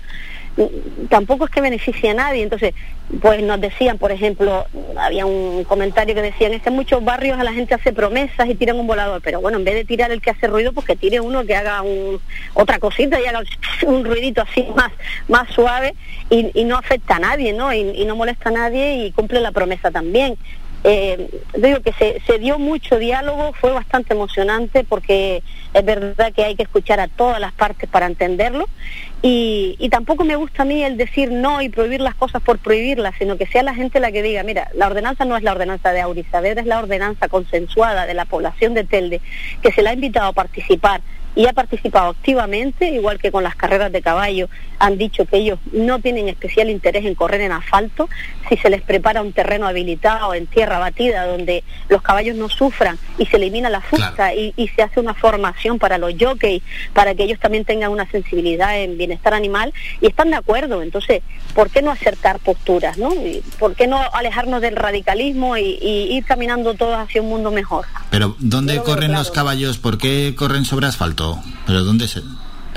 es que beneficie a nadie. Entonces, pues nos decían, por ejemplo, había un comentario que decían, es que en muchos barrios a la gente hace promesas y tiran un volador, pero bueno, en vez de tirar el que hace ruido, pues que tire uno que haga otra cosita y haga un ruidito así más suave, y no afecta a nadie, ¿no? Y no molesta a nadie, y cumple la promesa también. Digo que se dio mucho diálogo, fue bastante emocionante, porque es verdad que hay que escuchar a todas las partes para entenderlo, y tampoco me gusta a mí el decir no y prohibir las cosas por prohibirlas, sino que sea la gente la que diga, mira, la ordenanza no es la ordenanza de Auri Saavedra, es la ordenanza consensuada de la población de Telde, que se la ha invitado a participar y ha participado activamente, igual que con las carreras de caballo. Han dicho que ellos no tienen especial interés en correr en asfalto, si se les prepara un terreno habilitado en tierra batida donde los caballos no sufran y se elimina la fusta, y se hace una formación para los jockeys, para que ellos también tengan una sensibilidad en bienestar animal, y están de acuerdo. Entonces, ¿por qué no acercar posturas, no? ¿Por qué no alejarnos del radicalismo y ir caminando todos hacia un mundo mejor?
Pero ¿dónde corren los caballos? ¿Por qué corren sobre asfalto? ¿Pero dónde se...?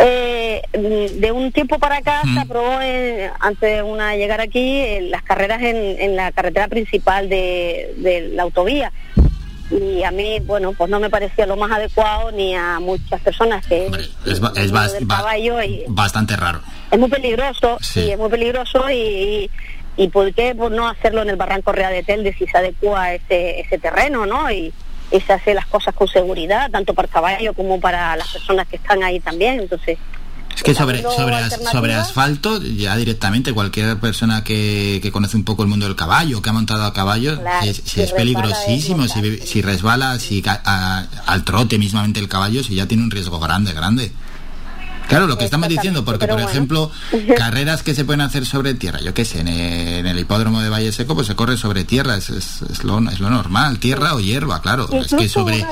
De un tiempo para acá se aprobó, antes de llegar aquí, las carreras en la carretera principal de la autovía, y a mí, bueno, pues no me parecía lo más adecuado, ni a muchas personas que...
Es bastante raro.
Es muy peligroso, sí, es muy peligroso, y ¿por qué no hacerlo en el Barranco Real de Telde, si se adecua a ese terreno, ¿no? Y se hace las cosas con seguridad, tanto para el caballo como para las personas que están ahí también. Entonces,
es que sobre asfalto, ya directamente cualquier persona que conoce un poco el mundo del caballo, que ha montado a caballo, claro, si es peligrosísimo, si resbala, al trote mismamente el caballo, si ya tiene un riesgo grande. Claro, lo que estamos diciendo, porque por ejemplo, carreras que se pueden hacer sobre tierra, yo qué sé, en el hipódromo de Valle Seco, pues se corre sobre tierra, es lo normal, tierra o hierba, claro. Es que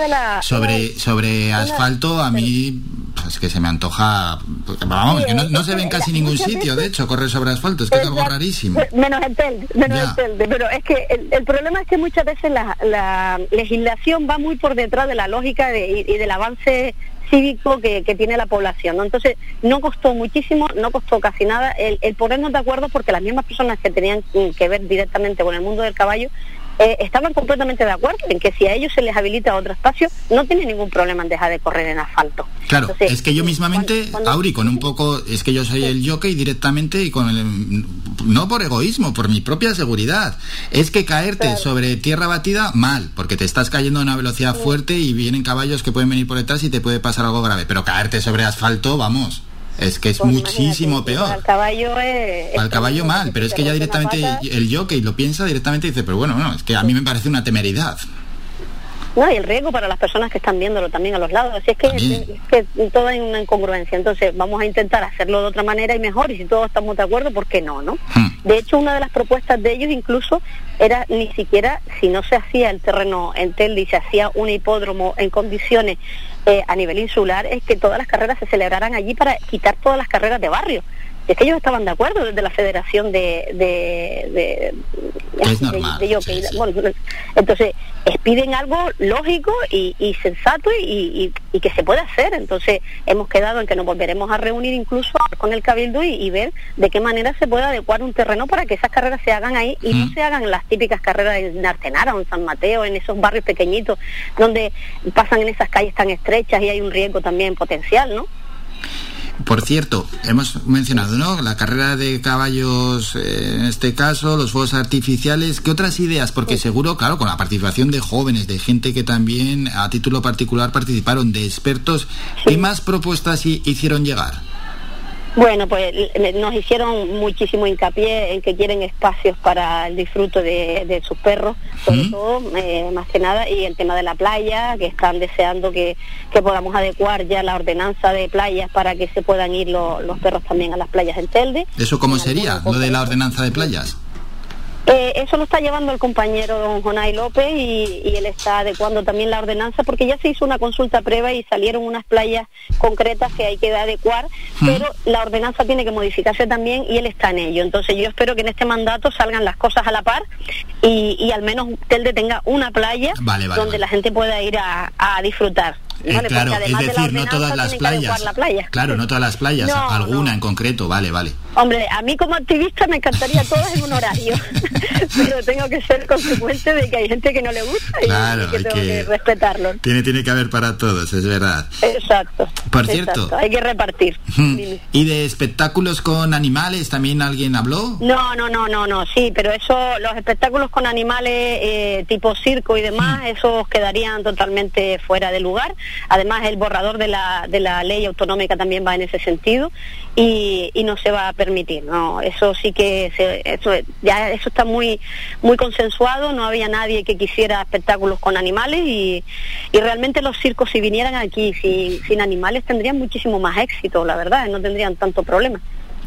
sobre asfalto a mí, pues que se me antoja, vamos, que no se ve en casi ningún sitio, de hecho, correr sobre asfalto, es que es algo rarísimo.
Menos en Telde, pero es que el problema es que muchas veces la legislación va muy por detrás de la lógica y del avance cívico que tiene la población, ¿no? Entonces no costó muchísimo, no costó casi nada el ponernos de acuerdo, porque las mismas personas que tenían que ver directamente con el mundo del caballo estaban completamente de acuerdo en que si a ellos se les habilita otro espacio, no tiene ningún problema en dejar de correr en asfalto.
Claro, entonces, es que yo mismamente, Auri, con un poco, es que yo soy el jockey directamente, y no por egoísmo, por mi propia seguridad. Es que caerte sobre tierra batida, mal, porque te estás cayendo a una velocidad fuerte y vienen caballos que pueden venir por detrás y te puede pasar algo grave. Pero caerte sobre asfalto, vamos, es que es muchísimo peor.
Al caballo
al caballo mal, pero es que ya directamente el jockey lo piensa directamente y dice, pero bueno, es que a mí me parece una temeridad.
No, y el riesgo para las personas que están viéndolo también a los lados. Así es que todo hay una incongruencia. Entonces vamos a intentar hacerlo de otra manera y mejor, y si todos estamos de acuerdo, ¿por qué no? De hecho, una de las propuestas de ellos incluso era, ni siquiera si no se hacía el terreno en Telde y se hacía un hipódromo en condiciones a nivel insular, es que todas las carreras se celebraran allí para quitar todas las carreras de barrio. Es que ellos estaban de acuerdo desde la Federación de
Es normal.
Entonces, piden algo lógico y sensato y que se puede hacer. Entonces, hemos quedado en que nos volveremos a reunir incluso con el Cabildo y ver de qué manera se puede adecuar un terreno para que esas carreras se hagan ahí y no se hagan las típicas carreras en Artenara o en San Mateo, en esos barrios pequeñitos donde pasan en esas calles tan estrechas y hay un riesgo también potencial, ¿no?
Por cierto, hemos mencionado, ¿no?, la carrera de caballos, en este caso, los fuegos artificiales. ¿Qué otras ideas? Porque seguro, claro, con la participación de jóvenes, de gente que también a título particular participaron, de expertos, ¿qué más propuestas hicieron llegar?
Bueno, pues nos hicieron muchísimo hincapié en que quieren espacios para el disfrute de sus perros, sobre todo, más que nada, y el tema de la playa, que están deseando que podamos adecuar ya la ordenanza de playas para que se puedan ir los perros también a las playas en Telde.
¿Eso cómo sería, lo de la ordenanza de playas?
Eso lo está llevando el compañero don Jonay López y él está adecuando también la ordenanza porque ya se hizo una consulta previa y salieron unas playas concretas que hay que adecuar, pero la ordenanza tiene que modificarse también y él está en ello. Entonces yo espero que en este mandato salgan las cosas a la par y al menos Telde tenga una playa donde la gente pueda ir a disfrutar.
Claro, es decir, no todas las playas. Claro, no todas las playas, alguna en concreto, vale.
Hombre, a mí como activista me encantaría todas en un horario, pero tengo que ser consecuente de que hay gente que no le gusta y que tengo que respetarlo.
Tiene que haber para todos, es verdad.
Exacto.
Por cierto,
hay que repartir.
¿Y de espectáculos con animales también alguien habló?
No, sí, pero eso, los espectáculos con animales tipo circo y demás, esos quedarían totalmente fuera de lugar. Además, el borrador de la ley autonómica también va en ese sentido y no se va a permitir, ¿no? Eso sí que eso está muy consensuado. No había nadie que quisiera espectáculos con animales y realmente los circos, si vinieran aquí sin animales, tendrían muchísimo más éxito, la verdad, no tendrían tanto problema.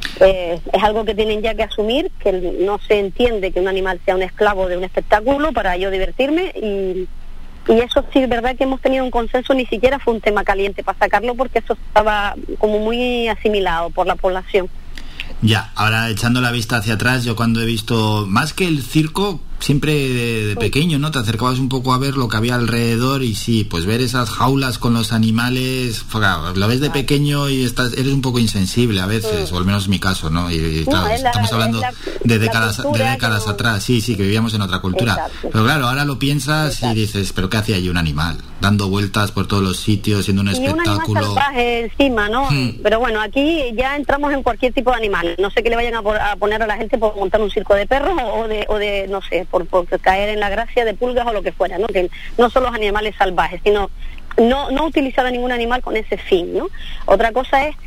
Es algo que tienen ya que asumir, que no se entiende que un animal sea un esclavo de un espectáculo para yo divertirme y eso sí es verdad que hemos tenido un consenso, ni siquiera fue un tema caliente para sacarlo porque eso estaba como muy asimilado por la población.
Ya, ahora echando la vista hacia atrás, yo cuando he visto, más que el circo, siempre de pequeño, ¿no? Te acercabas un poco a ver lo que había alrededor y sí, pues ver esas jaulas con los animales, lo ves de pequeño y eres un poco insensible a veces, o al menos es mi caso, ¿no? Y claro, estamos hablando de décadas atrás, sí, que vivíamos en otra cultura. Exacto. Pero claro, ahora lo piensas y dices, ¿pero qué hacía allí un animal? Dando vueltas por todos los sitios, siendo un espectáculo.
Un animal salvaje encima, ¿no? Pero bueno, aquí ya entramos en cualquier tipo de animal. No sé qué le vayan a poner a la gente por montar un circo de perros o de no sé, por caer en la gracia de pulgas o lo que fuera, ¿no? Que no son los animales salvajes, sino no utilizar a ningún animal con ese fin, ¿no? Otra cosa es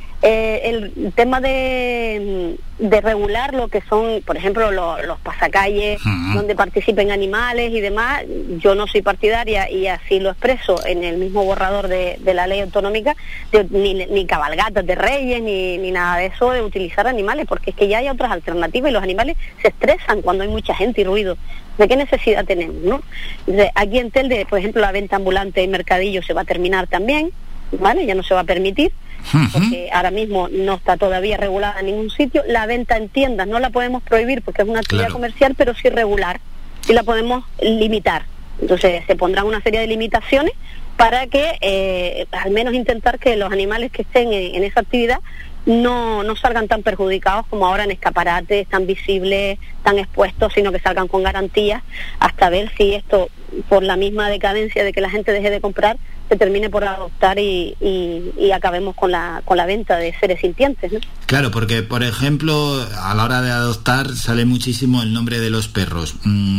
el tema de regular lo que son, por ejemplo, los pasacalles donde participen animales y demás. Yo no soy partidaria y así lo expreso en el mismo borrador de la ley autonómica, ni cabalgatas de reyes ni nada de eso de utilizar animales, porque es que ya hay otras alternativas y los animales se estresan cuando hay mucha gente y ruido. ¿De qué necesidad tenemos, no? Entonces, aquí en Telde, por ejemplo, la venta ambulante y mercadillo se va a terminar también, ¿vale? Ya no se va a permitir, porque ahora mismo no está todavía regulada en ningún sitio. La venta en tiendas no la podemos prohibir porque es una actividad comercial, pero sí regular, sí la podemos limitar. Entonces se pondrán una serie de limitaciones para que al menos intentar que los animales que estén en esa actividad no salgan tan perjudicados como ahora en escaparates tan visibles, tan expuestos, sino que salgan con garantías, hasta ver si esto, por la misma decadencia de que la gente deje de comprar, se termine por adoptar y acabemos con la venta de seres sintientes, ¿no?
Claro, porque por ejemplo a la hora de adoptar sale muchísimo el nombre de los perros.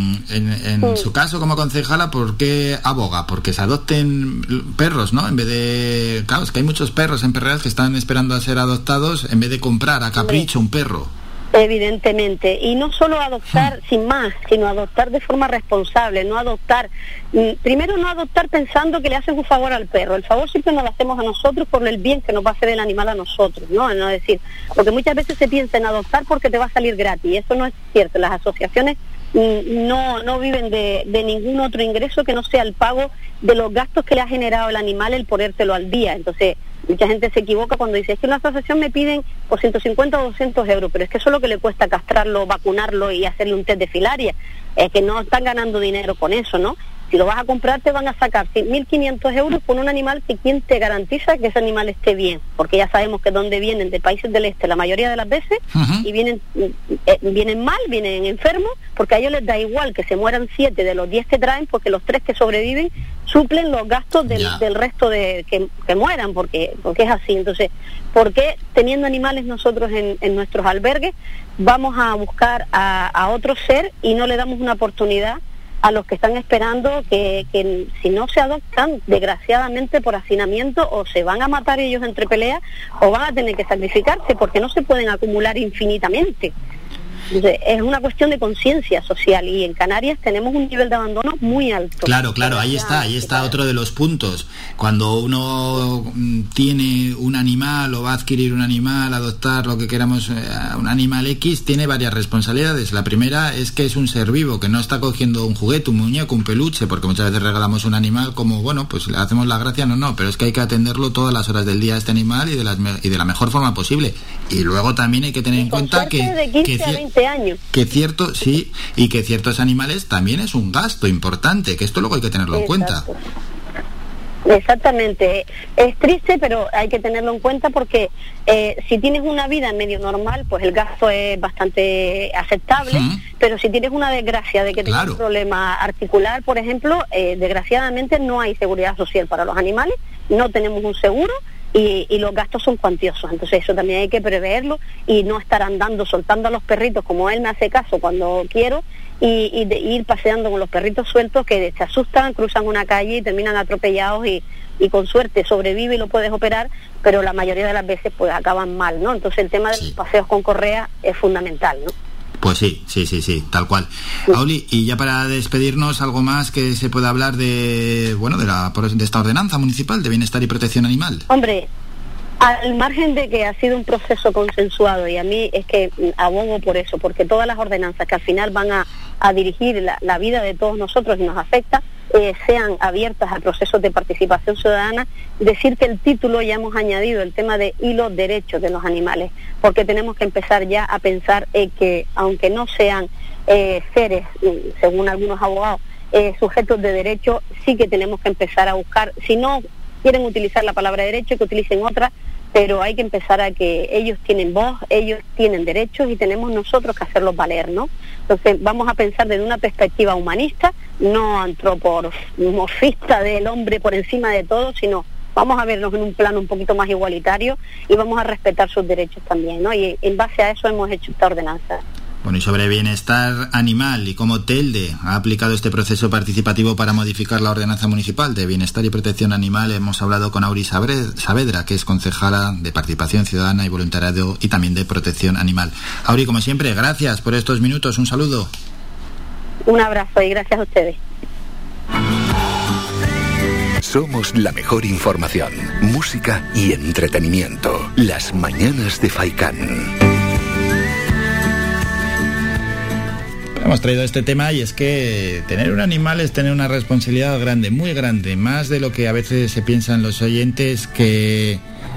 En su caso como concejala, ¿por qué aboga? Porque se adopten perros, ¿no? En vez de... Claro, es que hay muchos perros en Perreras que están esperando a ser adoptados en vez de comprar a capricho un perro.
Evidentemente, y no solo adoptar sin más, sino adoptar de forma responsable, no adoptar, primero no adoptar pensando que le hacen un favor al perro. El favor siempre nos lo hacemos a nosotros por el bien que nos va a hacer el animal a nosotros, ¿no? Decir, porque muchas veces se piensa en adoptar porque te va a salir gratis, y eso no es cierto. Las asociaciones no viven de ningún otro ingreso que no sea el pago de los gastos que le ha generado el animal el ponértelo al día. Entonces, mucha gente se equivoca cuando dice, es que en la asociación me piden por 150 o 200 euros, pero es que eso es lo que le cuesta castrarlo, vacunarlo y hacerle un test de filaria. Es que no están ganando dinero con eso, ¿no? Si lo vas a comprar te van a sacar 1.500 euros con un animal que ¿quién te garantiza que ese animal esté bien? Porque ya sabemos que donde vienen, de países del este, la mayoría de las veces, y vienen mal, vienen enfermos, porque a ellos les da igual que se mueran 7 de los 10 que traen, porque los 3 que sobreviven suplen los gastos del resto de que mueran, porque es así. Entonces, ¿por qué teniendo animales nosotros en nuestros albergues vamos a buscar a otro ser y no le damos una oportunidad a los que están esperando que si no se adoptan, desgraciadamente por hacinamiento, o se van a matar ellos entre peleas o van a tener que sacrificarse, porque no se pueden acumular infinitamente? Entonces, es una cuestión de conciencia social, y en Canarias tenemos un nivel de abandono muy alto.
Claro, ahí está otro de los puntos. Cuando uno tiene un animal o va a adquirir un animal, adoptar lo que queramos, un animal X, tiene varias responsabilidades. La primera es que es un ser vivo, que no está cogiendo un juguete, un muñeco, un peluche, porque muchas veces regalamos un animal como, bueno, pues le hacemos la gracia, no, pero es que hay que atenderlo todas las horas del día a este animal y de la mejor forma posible. Y luego también hay que tener en cuenta que
años.
Que cierto, sí, y que ciertos animales también es un gasto importante, que esto luego hay que tenerlo en cuenta.
Exactamente, es triste, pero hay que tenerlo en cuenta porque si tienes una vida medio normal, pues el gasto es bastante aceptable, pero si tienes una desgracia de que tienes un problema articular, por ejemplo, desgraciadamente no hay seguridad social para los animales, no tenemos un seguro, y los gastos son cuantiosos. Entonces eso también hay que preverlo y no estar andando, soltando a los perritos, como él me hace caso cuando quiero, y de ir paseando con los perritos sueltos que se asustan, cruzan una calle y terminan atropellados, y con suerte sobrevive y lo puedes operar, pero la mayoría de las veces pues acaban mal, ¿no? Entonces el tema de los paseos con correa es fundamental, ¿no?
Pues sí, tal cual. Auli, y ya para despedirnos, algo más que se pueda hablar de esta ordenanza municipal de bienestar y protección animal.
Hombre, al margen de que ha sido un proceso consensuado, y a mí es que abogo por eso, porque todas las ordenanzas que al final van a dirigir la vida de todos nosotros y nos afecta, sean abiertas a procesos de participación ciudadana. Decir que el título ya hemos añadido el tema de y los derechos de los animales, porque tenemos que empezar ya a pensar que aunque no sean seres, según algunos abogados, sujetos de derecho, sí que tenemos que empezar a buscar, si no quieren utilizar la palabra derecho, que utilicen otra, pero hay que empezar a que ellos tienen voz, ellos tienen derechos y tenemos nosotros que hacerlos valer, ¿no? Entonces vamos a pensar desde una perspectiva humanista, no antropomorfista del hombre por encima de todo, sino vamos a vernos en un plano un poquito más igualitario y vamos a respetar sus derechos también, ¿no? Y en base a eso hemos hecho esta ordenanza.
Bueno, y sobre bienestar animal y cómo Telde ha aplicado este proceso participativo para modificar la ordenanza municipal de bienestar y protección animal, hemos hablado con Auri Saavedra, que es concejala de Participación Ciudadana y Voluntariado y también de Protección Animal. Auri, como siempre, gracias por estos minutos, un saludo.
Un abrazo y gracias a ustedes.
Somos la mejor información, música y entretenimiento. Las mañanas de Faikán.
Hemos traído este tema y es que tener un animal es tener una responsabilidad grande, muy grande, más de lo que a veces se piensan los oyentes que...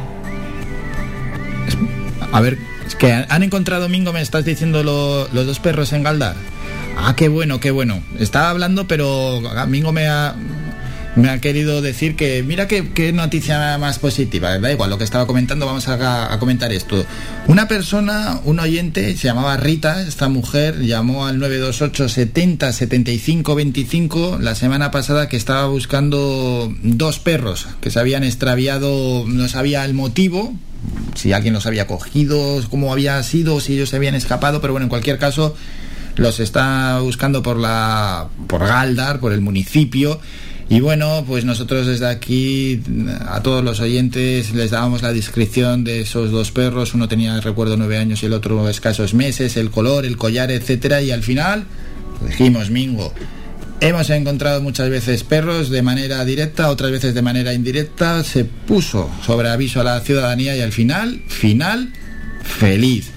A ver, es que han encontrado, Mingo, me estás diciendo los dos perros en Galdar. Ah, qué bueno, qué bueno. Estaba hablando, pero Mingo me ha querido decir que mira qué noticia más positiva. Da igual lo que estaba comentando, vamos a comentar esto. Una persona, un oyente, se llamaba Rita, esta mujer llamó al 928 70 75 25 la semana pasada, que estaba buscando dos perros que se habían extraviado, no sabía el motivo, si alguien los había cogido, cómo había sido, si ellos se habían escapado, pero bueno, en cualquier caso los está buscando por Galdar, por el municipio. Y bueno, pues nosotros desde aquí a todos los oyentes les dábamos la descripción de esos dos perros. Uno tenía, recuerdo, 9 años y el otro escasos meses, el color, el collar, etcétera. Y al final dijimos, Mingo, hemos encontrado muchas veces perros de manera directa, otras veces de manera indirecta. Se puso sobre aviso a la ciudadanía y al final, feliz.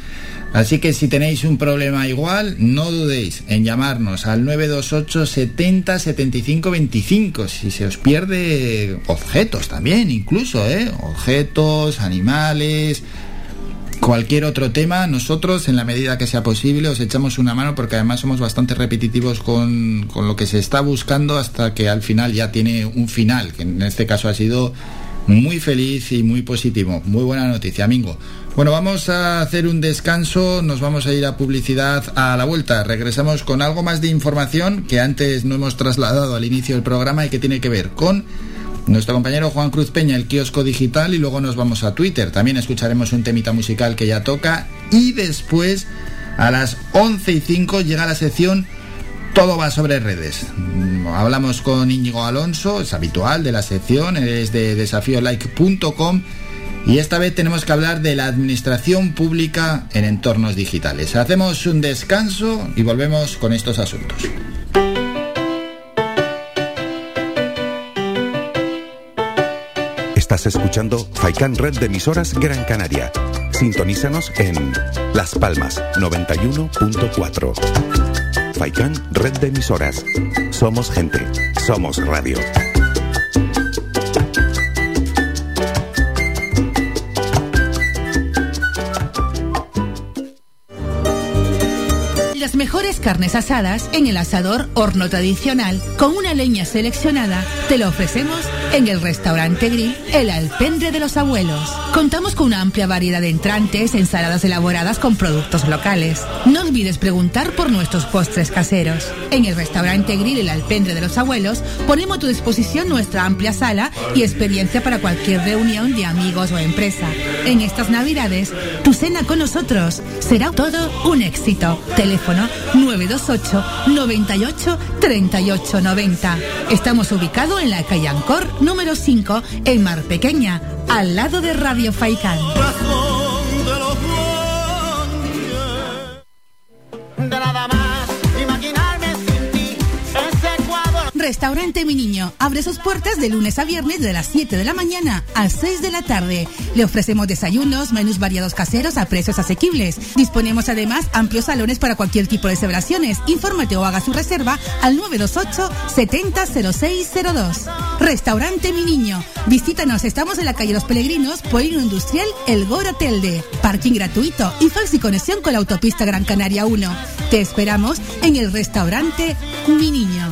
Así que si tenéis un problema igual, no dudéis en llamarnos al 928 70 75 25. Si se os pierde objetos también, incluso, objetos, animales, cualquier otro tema, nosotros en la medida que sea posible os echamos una mano, porque además somos bastante repetitivos con lo que se está buscando hasta que al final ya tiene un final, que en este caso ha sido muy feliz y muy positivo. Muy buena noticia, Mingo. Bueno, vamos a hacer un descanso, nos vamos a ir a publicidad. A la vuelta regresamos con algo más de información que antes no hemos trasladado al inicio del programa y que tiene que ver con nuestro compañero Juan Cruz Peña, el kiosco digital, y luego nos vamos a Twitter. También escucharemos un temita musical que ya toca, y después a las 11:05 llega la sección Todo va sobre redes. Hablamos con Íñigo Alonso, es habitual de la sección, es de desafiolike.com, y esta vez tenemos que hablar de la administración pública en entornos digitales. Hacemos un descanso y volvemos con estos asuntos.
Estás escuchando Faikan Red de Emisoras Gran Canaria. Sintonízanos en Las Palmas 91.4. Faikan Red de Emisoras. Somos gente. Somos radio.
Las mejores carnes asadas en el asador horno tradicional con una leña seleccionada te lo ofrecemos en el restaurante grill El Alpendre de los Abuelos. Contamos con una amplia variedad de entrantes, ensaladas elaboradas con productos locales. No olvides preguntar por nuestros postres caseros. En el restaurante grill El Alpendre de los Abuelos ponemos a tu disposición nuestra amplia sala y experiencia para cualquier reunión de amigos o empresa. En estas Navidades, tu cena con nosotros será todo un éxito. Teléfono 928 98 38 90. Estamos ubicados en la calle Ancor número 5 en Mar Pequeña, al lado de Radio Faikan. Restaurante Mi Niño abre sus puertas de lunes a viernes de las 7 de la mañana a 6 de la tarde. Le ofrecemos desayunos, menús variados caseros a precios asequibles. Disponemos además amplios salones para cualquier tipo de celebraciones. Infórmate o haga su reserva al 928 70 0602. Restaurante Mi Niño. Visítanos, estamos en la calle Los Peregrinos, Polígono Industrial El Gora Telde. Parking gratuito y fácil conexión con la autopista Gran Canaria 1. Te esperamos en el restaurante Mi Niño.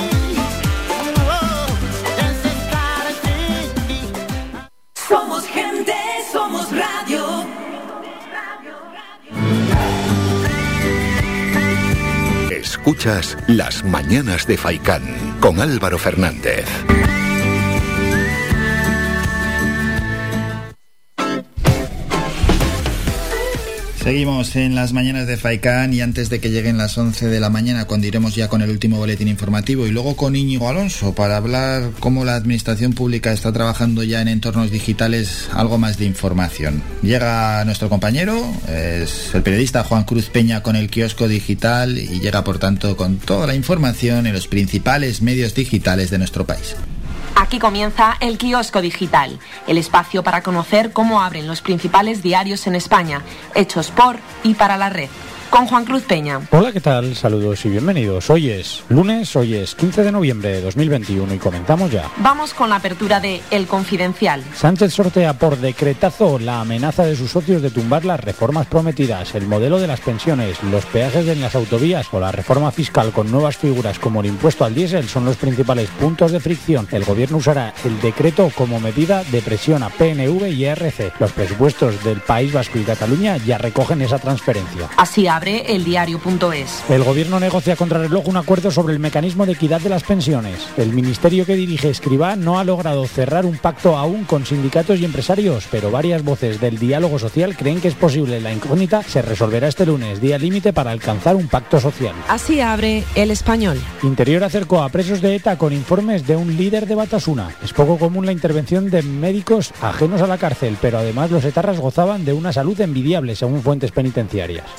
Somos gente, somos radio.
Escuchas Las Mañanas de Faikan con Álvaro Fernández.
Seguimos en Las Mañanas de Faikan, y antes de que lleguen las 11 de la mañana, cuando iremos ya con el último boletín informativo y luego con Íñigo Alonso para hablar cómo la administración pública está trabajando ya en entornos digitales, algo más de información. Llega nuestro compañero, es el periodista Juan Cruz Peña con el kiosco digital, y llega por tanto con toda la información en los principales medios digitales de nuestro país.
Aquí comienza el kiosco digital, el espacio para conocer cómo abren los principales diarios en España, hechos por y para la red. Con Juan Cruz Peña.
Hola, ¿qué tal? Saludos y bienvenidos. Hoy es lunes, 15 de noviembre de 2021 y comenzamos ya.
Vamos con la apertura de El Confidencial.
Sánchez sortea por decretazo la amenaza de sus socios de tumbar las reformas prometidas, el modelo de las pensiones, los peajes en las autovías o la reforma fiscal con nuevas figuras como el impuesto al diésel son los principales puntos de fricción. El gobierno usará el decreto como medida de presión a PNV y ERC. Los presupuestos del País Vasco y Cataluña ya recogen esa transferencia.
Así abre el diario.es.
El gobierno negocia contra reloj un acuerdo sobre el mecanismo de equidad de las pensiones. El ministerio que dirige Escrivá no ha logrado cerrar un pacto aún con sindicatos y empresarios, pero varias voces del diálogo social creen que es posible. La incógnita se resolverá este lunes, día límite para alcanzar un pacto social.
Así abre El Español.
Interior acercó a presos de ETA con informes de un líder de Batasuna. Es poco común la intervención de médicos ajenos a la cárcel, pero además los etarras gozaban de una salud envidiable según fuentes penitenciarias.
Saltamos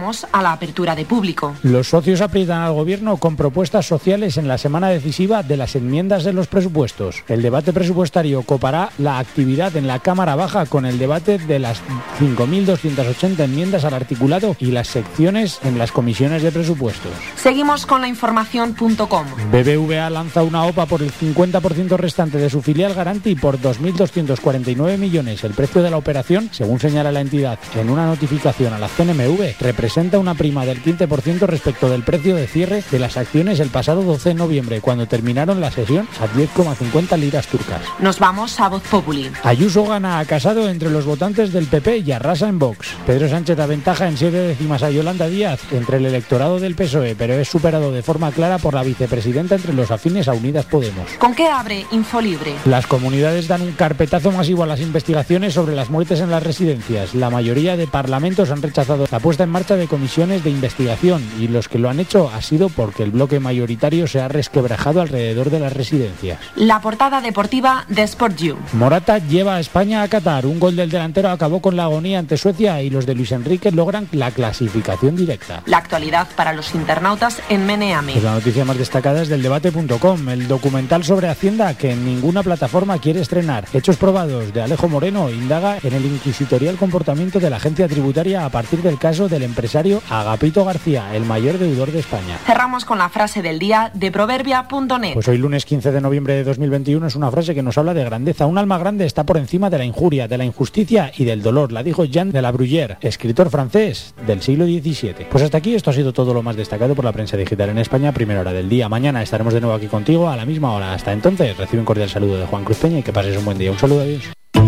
Vamos a la apertura de público.
Los socios aprietan al gobierno con propuestas sociales en la semana decisiva de las enmiendas de los presupuestos. El debate presupuestario copará la actividad en la Cámara Baja con el debate de las 5.280 enmiendas al articulado y las secciones en las comisiones de presupuestos.
Seguimos con la información.com.
BBVA lanza una OPA por el 50% restante de su filial Garanti por 2.249 millones. El precio de la operación, según señala la entidad en una notificación a la CNMV, representa una prima del 15% respecto del precio de cierre de las acciones el pasado 12 de noviembre, cuando terminaron la sesión a 10,50 liras turcas.
Nos vamos a Voz Populi.
Ayuso gana a Casado entre los votantes del PP y arrasa en Vox. Pedro Sánchez aventaja en 7 décimas a Yolanda Díaz entre el electorado del PSOE, pero es superado de forma clara por la vicepresidenta entre los afines a Unidas Podemos.
¿Con qué abre Infolibre?
Las comunidades dan un carpetazo masivo a las investigaciones sobre las muertes en las residencias. La mayoría de parlamentos han rechazado la puesta en marcha de comisiones de investigación y los que lo han hecho ha sido porque el bloque mayoritario se ha resquebrajado alrededor de las residencias.
La portada deportiva de Sport You.
Morata lleva a España a Qatar. Un gol del delantero acabó con la agonía ante Suecia y los de Luis Enrique logran la clasificación directa.
La actualidad para los internautas en Meneami.
Pues la noticia más destacada es del debate.com, el documental sobre Hacienda que ninguna plataforma quiere estrenar. Hechos probados de Alejo Moreno indaga en el inquisitorial comportamiento de la agencia tributaria a partir del caso del empresario Agapito García, el mayor deudor de España.
Cerramos con la frase del día de proverbia.net.
Pues hoy lunes 15 de noviembre de 2021 es una frase que nos habla de grandeza. Un alma grande está por encima de la injuria, de la injusticia y del dolor. La dijo Jean de la Bruyère, escritor francés del siglo XVII. Pues hasta aquí esto ha sido todo lo más destacado por la prensa digital en España, primera hora del día. Mañana estaremos de nuevo aquí contigo a la misma hora. Hasta entonces, recibe un cordial saludo de Juan Cruz Peña y que pases un buen día. Un saludo, adiós.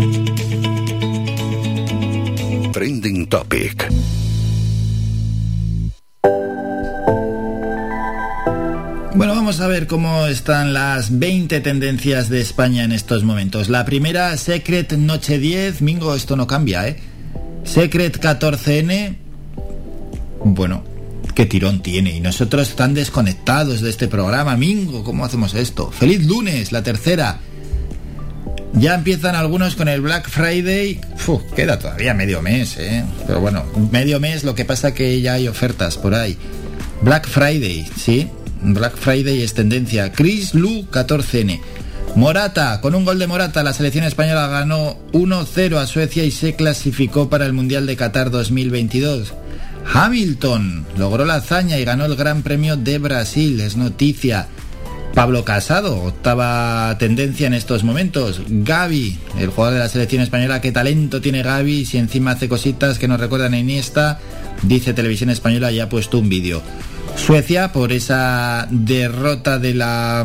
Trending Topic.
Bueno, vamos a ver cómo están las 20 tendencias de España en estos momentos. La primera, Secret Noche 10. Mingo, esto no cambia, ¿eh? Secret 14N. Bueno, qué tirón tiene. Y nosotros tan desconectados de este programa. Mingo, ¿cómo hacemos esto? Feliz lunes, la tercera. Ya empiezan algunos con el Black Friday. Queda todavía medio mes, ¿eh? Pero bueno, medio mes, lo que pasa que ya hay ofertas por ahí. Black Friday, ¿sí? Black Friday es tendencia. Chris Lu 14N. Morata, con un gol de Morata, la selección española ganó 1-0 a Suecia y se clasificó para el Mundial de Qatar 2022. Hamilton logró la hazaña y ganó el Gran Premio de Brasil, es noticia. Pablo Casado, octava tendencia en estos momentos. Gavi, el jugador de la selección española, qué talento tiene Gavi, si encima hace cositas que nos recuerdan a Iniesta, dice Televisión Española, ya ha puesto un vídeo. Suecia, por esa derrota de la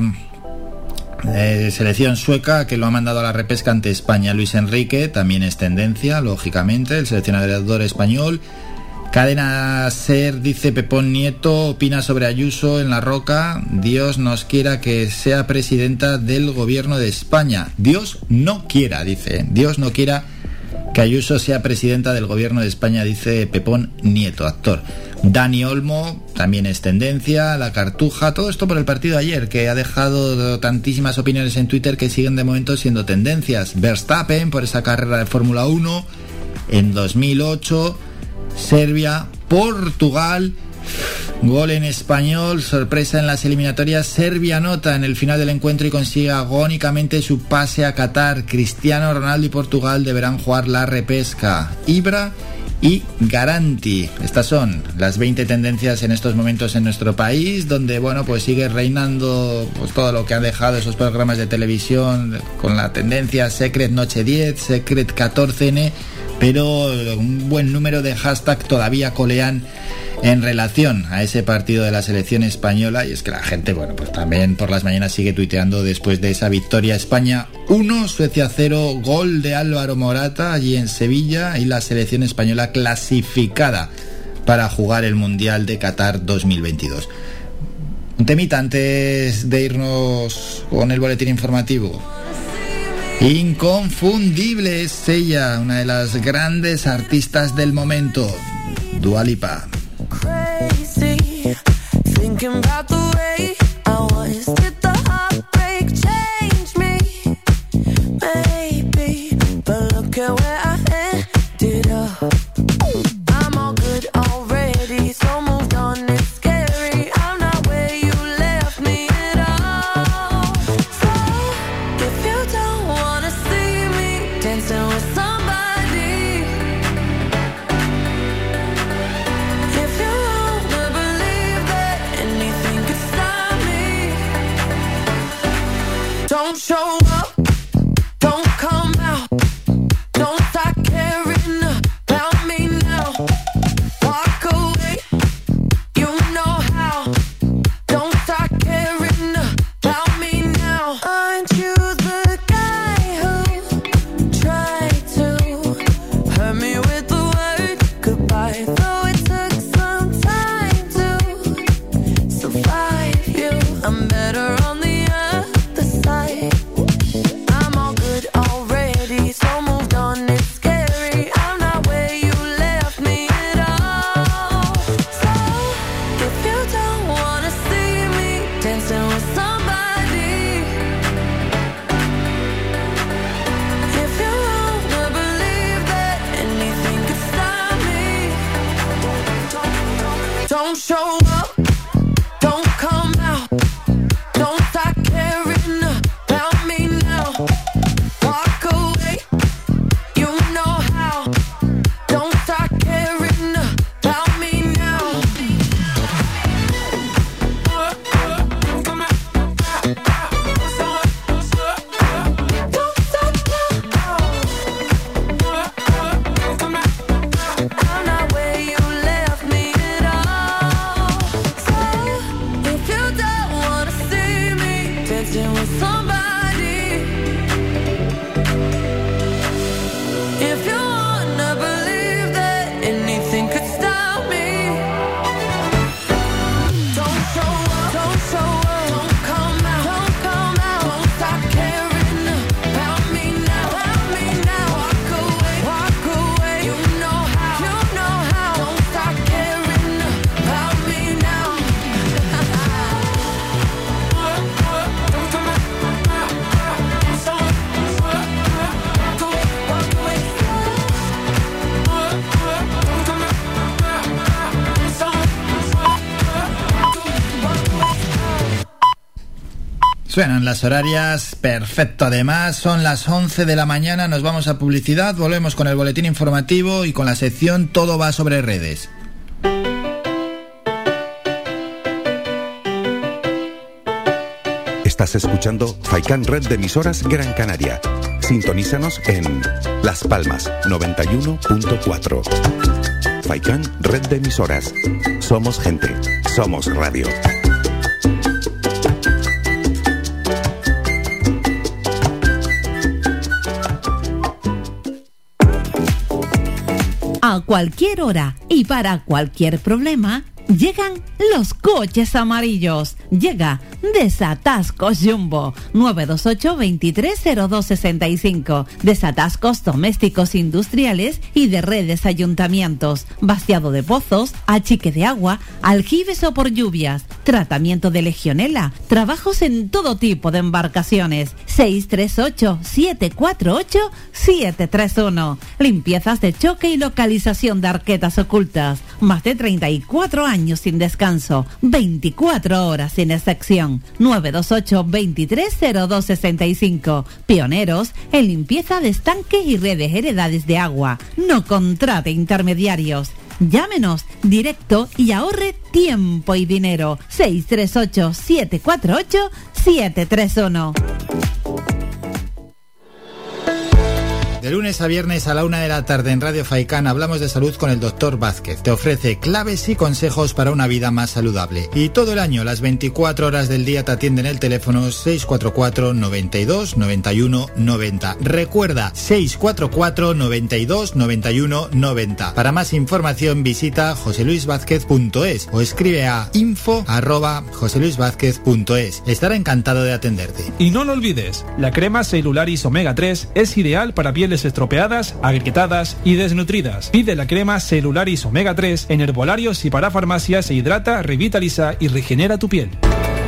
selección sueca que lo ha mandado a la repesca ante España. Luis Enrique, también es tendencia, lógicamente, el seleccionador español. Cadena Ser, dice Pepón Nieto, opina sobre Ayuso en La Roca. Dios nos quiera que sea presidenta del gobierno de España. Dios no quiera, dice. Dios no quiera que Ayuso sea presidenta del gobierno de España, dice Pepón Nieto, actor. Dani Olmo, también es tendencia. La Cartuja, todo esto por el partido de ayer, que ha dejado tantísimas opiniones en Twitter que siguen de momento siendo tendencias. Verstappen, por esa carrera de Fórmula 1 en 2008. Serbia, Portugal, gol en español, sorpresa en las eliminatorias. Serbia anota en el final del encuentro y consigue agónicamente su pase a Qatar. Cristiano Ronaldo y Portugal deberán jugar la repesca. Ibra y Garanti. Estas son las 20 tendencias en estos momentos en nuestro país, donde bueno, pues sigue reinando pues todo lo que han dejado esos programas de televisión con la tendencia Secret Noche 10, Secret 14N, pero un buen número de hashtag todavía colean en relación a ese partido de la selección española. Y es que la gente, bueno, pues también por las mañanas sigue tuiteando después de esa victoria. España 1, Suecia 0, gol de Álvaro Morata allí en Sevilla, y la selección española clasificada para jugar el Mundial de Qatar 2022. Un temita antes de irnos con el boletín informativo. Inconfundible es ella, una de las grandes artistas del momento, Dua Lipa.
Crazy, thinking about the way I was. Did the heartbreak change me? Maybe, but look at where I ended up. I'm all good already. I'm better on the other side. I'm all good already, so moved on, it's scary. I'm not where you left me at all. So, if you don't wanna see me dancing with somebody, if you wanna believe that anything could stop me, don't show up, don't come out, don't start caring about me now. Walk away, you know how. Don't start caring about me now. I'm not where you left me at all. So if you don't wanna see me dancing with somebody, if you wanna believe that anything could stop me, don't show up, don't come out, don't start caring about me now, walk away, you know how, don't start caring about me now.
Suenan las horarias, perfecto. Además, son las 11 de la mañana, nos vamos a publicidad, volvemos con el boletín informativo y con la sección Todo va sobre redes.
Estás escuchando Faikan Red de Emisoras Gran Canaria. Sintonízanos en Las Palmas 91.4. Faikan Red de Emisoras. Somos gente, somos radio.
A cualquier hora y para cualquier problema, llegan los coches amarillos. Llega Desatascos Jumbo 928-230265. Desatascos domésticos industriales y de redes ayuntamientos. Vaciado de pozos, achique de agua, aljibes o por lluvias. Tratamiento de legionela. Trabajos en todo tipo de embarcaciones. 638-748-731. Limpiezas de choque y localización de arquetas ocultas. Más de 34 años sin descanso. 24 horas sin excepción. 928-230265. Pioneros en limpieza de estanques y redes heredades de agua. No contrate intermediarios. Llámenos directo y ahorre tiempo y dinero. 638-748-731.
De lunes a viernes a la 1 de la tarde en Radio Faikan hablamos de salud con el Dr. Vázquez. Te ofrece claves y consejos para una vida más saludable. Y todo el año, las 24 horas del día, te atienden el teléfono 644 92 91 90. Recuerda, 644 92 91 90. Para más información visita joseluisvázquez.es o escribe a info@joseluisvázquez.es. Estará encantado de atenderte.
Y no lo olvides, la crema Celularis Omega 3 es ideal para pieles estropeadas, agrietadas y desnutridas. Pide la crema Celularis Omega 3 en herbolarios y para farmacias. Se hidrata, revitaliza y regenera tu piel.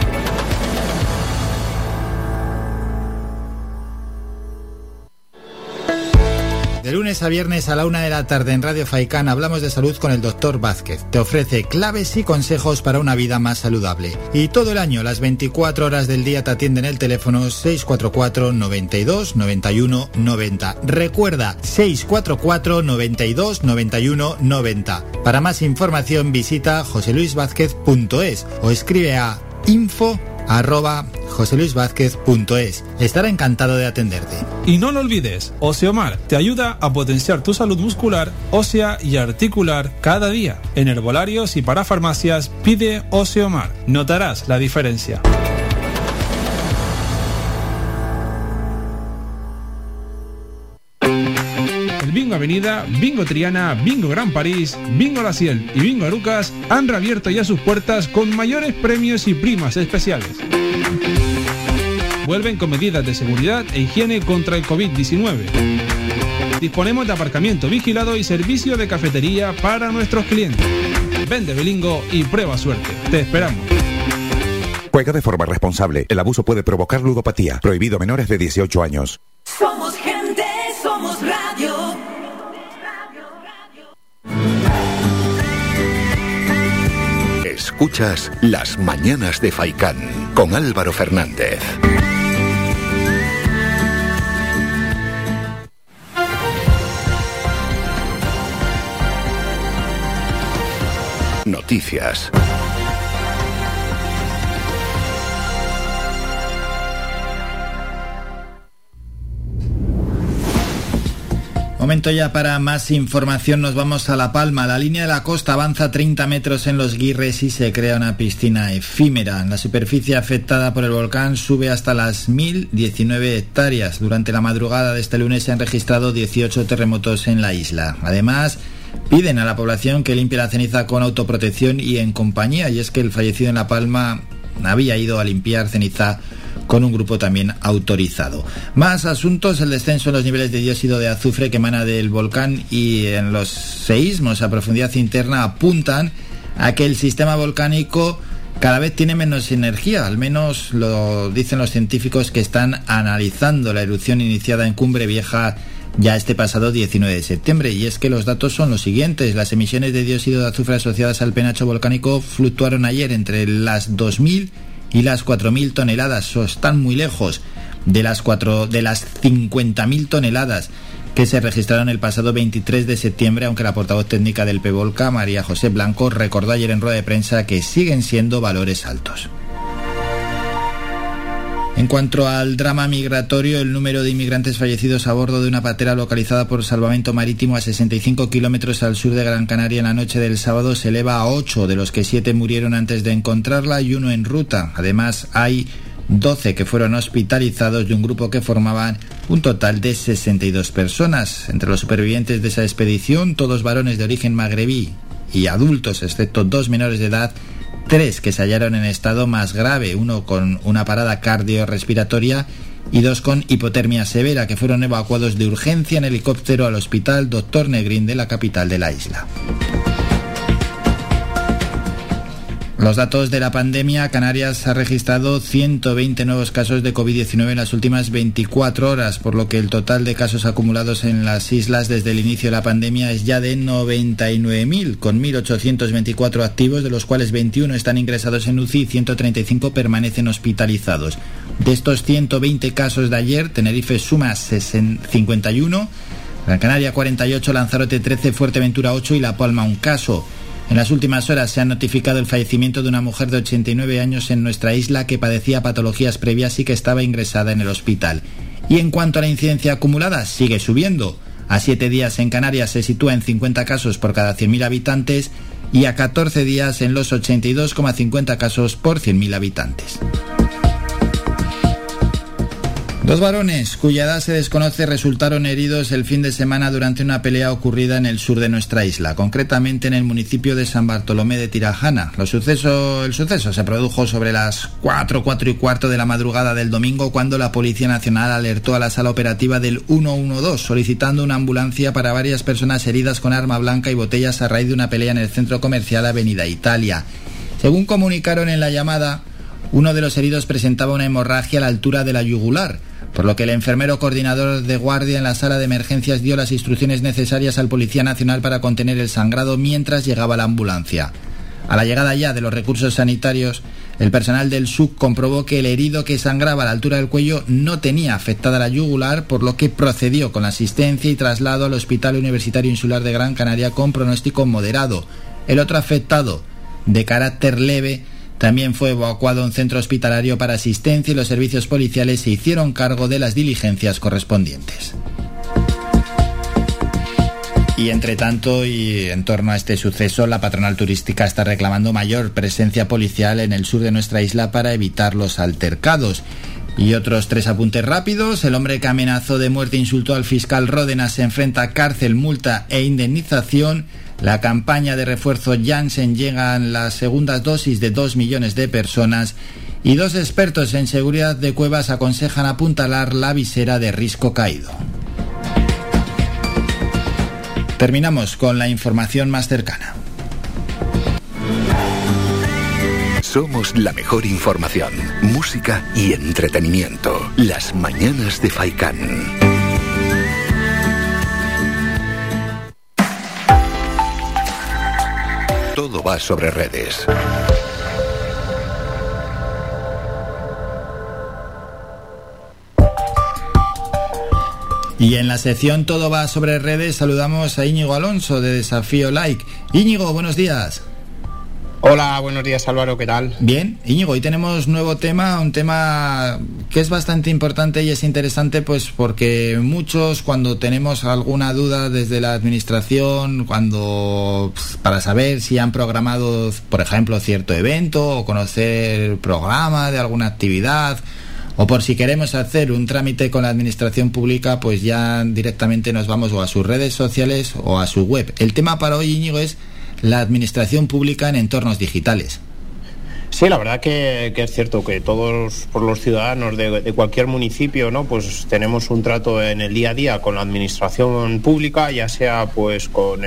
De lunes a viernes a la 1 de la tarde en Radio Faikan hablamos de salud con el Dr. Vázquez. Te ofrece claves y consejos para una vida más saludable. Y todo el año, las 24 horas del día, te atienden el teléfono 644 92 91 90. Recuerda, 644 92 91 90. Para más información visita joseluisvázquez.es o escribe a info@joseluisvázquez.es. Estará encantado de atenderte.
Y no lo olvides, Osteomar te ayuda a potenciar tu salud muscular, ósea y articular cada día. En herbolarios y para farmacias pide Osteomar. Notarás la diferencia.
El bingo
Avenida, Bingo Triana, Bingo Gran París, Bingo La Ciel y Bingo Arucas han reabierto ya sus puertas con mayores premios y primas especiales. Vuelven con medidas de seguridad e higiene contra el COVID-19. Disponemos de aparcamiento vigilado y servicio de cafetería para nuestros clientes. Ven de Bilingo y prueba suerte. Te esperamos.
Juega de forma responsable. El abuso puede provocar ludopatía. Prohibido a menores de 18 años.
Somos gente, somos radio.
Escuchas Las Mañanas de Faikán con Álvaro Fernández. Noticias.
Momento ya para más información, nos vamos a La Palma. La línea de la costa avanza 30 metros en Los Guirres y se crea una piscina efímera. La superficie afectada por el volcán sube hasta las 1.019 hectáreas. Durante la madrugada de este lunes se han registrado 18 terremotos en la isla. Además, piden a la población que limpie la ceniza con autoprotección y en compañía, y es que el fallecido en La Palma había ido a limpiar ceniza con un grupo también autorizado. Más asuntos: el descenso en los niveles de dióxido de azufre que emana del volcán y en los seísmos a profundidad interna apuntan a que el sistema volcánico cada vez tiene menos energía, al menos lo dicen los científicos que están analizando la erupción iniciada en Cumbre Vieja ya este pasado 19 de septiembre, y es que los datos son los siguientes. Las emisiones de dióxido de azufre asociadas al penacho volcánico fluctuaron ayer entre las 2.000 y las 4.000 toneladas, o están muy lejos de las 50.000 toneladas que se registraron el pasado 23 de septiembre, aunque la portavoz técnica del PEVOLCA, María José Blanco, recordó ayer en rueda de prensa que siguen siendo valores altos. En cuanto al drama migratorio, el número de inmigrantes fallecidos a bordo de una patera localizada por Salvamento Marítimo a 65 kilómetros al sur de Gran Canaria en la noche del sábado se eleva a 8, de los que 7 murieron antes de encontrarla y 1 en ruta. Además, hay 12 que fueron hospitalizados de un grupo que formaban un total de 62 personas. Entre los supervivientes de esa expedición, todos varones de origen magrebí y adultos, excepto 2 menores de edad, 3 que se hallaron en estado más grave, 1 con una parada cardiorrespiratoria y 2 con hipotermia severa, que fueron evacuados de urgencia en helicóptero al hospital Dr. Negrín de la capital de la isla. Los datos de la pandemia: Canarias ha registrado 120 nuevos casos de COVID-19 en las últimas 24 horas, por lo que el total de casos acumulados en las islas desde el inicio de la pandemia es ya de 99.000, con 1.824 activos, de los cuales 21 están ingresados en UCI y 135 permanecen hospitalizados. De estos 120 casos de ayer, Tenerife suma 51, Gran Canaria 48, Lanzarote 13, Fuerteventura 8 y La Palma 1 caso. En las últimas horas se ha notificado el fallecimiento de una mujer de 89 años en nuestra isla que padecía patologías previas y que estaba ingresada en el hospital. Y en cuanto a la incidencia acumulada, sigue subiendo. A 7 días en Canarias se sitúa en 50 casos por cada 100.000 habitantes y a 14 días en los 82,50 casos por 100.000 habitantes. 2 varones, cuya edad se desconoce, resultaron heridos el fin de semana durante una pelea ocurrida en el sur de nuestra isla, concretamente en el municipio de San Bartolomé de Tirajana. El suceso se produjo sobre las 4 y cuarto de la madrugada del domingo, cuando la Policía Nacional alertó a la sala operativa del 112, solicitando una ambulancia para varias personas heridas con arma blanca y botellas a raíz de una pelea en el centro comercial Avenida Italia. Según comunicaron en la llamada, uno de los heridos presentaba una hemorragia a la altura de la yugular, por lo que el enfermero coordinador de guardia en la sala de emergencias dio las instrucciones necesarias al Policía Nacional para contener el sangrado mientras llegaba la ambulancia. A la llegada ya de los recursos sanitarios, el personal del SUC comprobó que el herido, que sangraba a la altura del cuello, no tenía afectada la yugular, por lo que procedió con la asistencia y traslado al Hospital Universitario Insular de Gran Canaria con pronóstico moderado. El otro afectado, de carácter leve, también fue evacuado a un centro hospitalario para asistencia y los servicios policiales se hicieron cargo de las diligencias correspondientes. Y entre tanto, y en torno a este suceso, la patronal turística está reclamando mayor presencia policial en el sur de nuestra isla para evitar los altercados. Y otros 3 apuntes rápidos. El hombre que amenazó de muerte e insultó al fiscal Ródenas se enfrenta a cárcel, multa e indemnización. La campaña de refuerzo Janssen llegan las segundas dosis de 2 millones de personas. Y 2 expertos en seguridad de cuevas aconsejan apuntalar la visera de risco caído. Terminamos con la información más cercana.
Somos la mejor información, música y entretenimiento. Las mañanas de Faikán. Todo va sobre redes.
Y en la sección Todo va sobre redes saludamos a Íñigo Alonso de Desafío Like. Íñigo, buenos días.
Hola, buenos días Álvaro, ¿qué tal?
Bien, Íñigo, hoy tenemos nuevo tema, un tema que es bastante importante y es interesante pues porque muchos cuando tenemos alguna duda desde la administración, para saber si han programado, por ejemplo, cierto evento o conocer el programa de alguna actividad, o por si queremos hacer un trámite con la administración pública, pues ya directamente nos vamos o a sus redes sociales o a su web. El tema para hoy, Íñigo, es la administración pública en entornos digitales.
Sí, la verdad que es cierto que todos por los ciudadanos de cualquier municipio, ¿no? Pues tenemos un trato en el día a día con la administración pública, ya sea pues con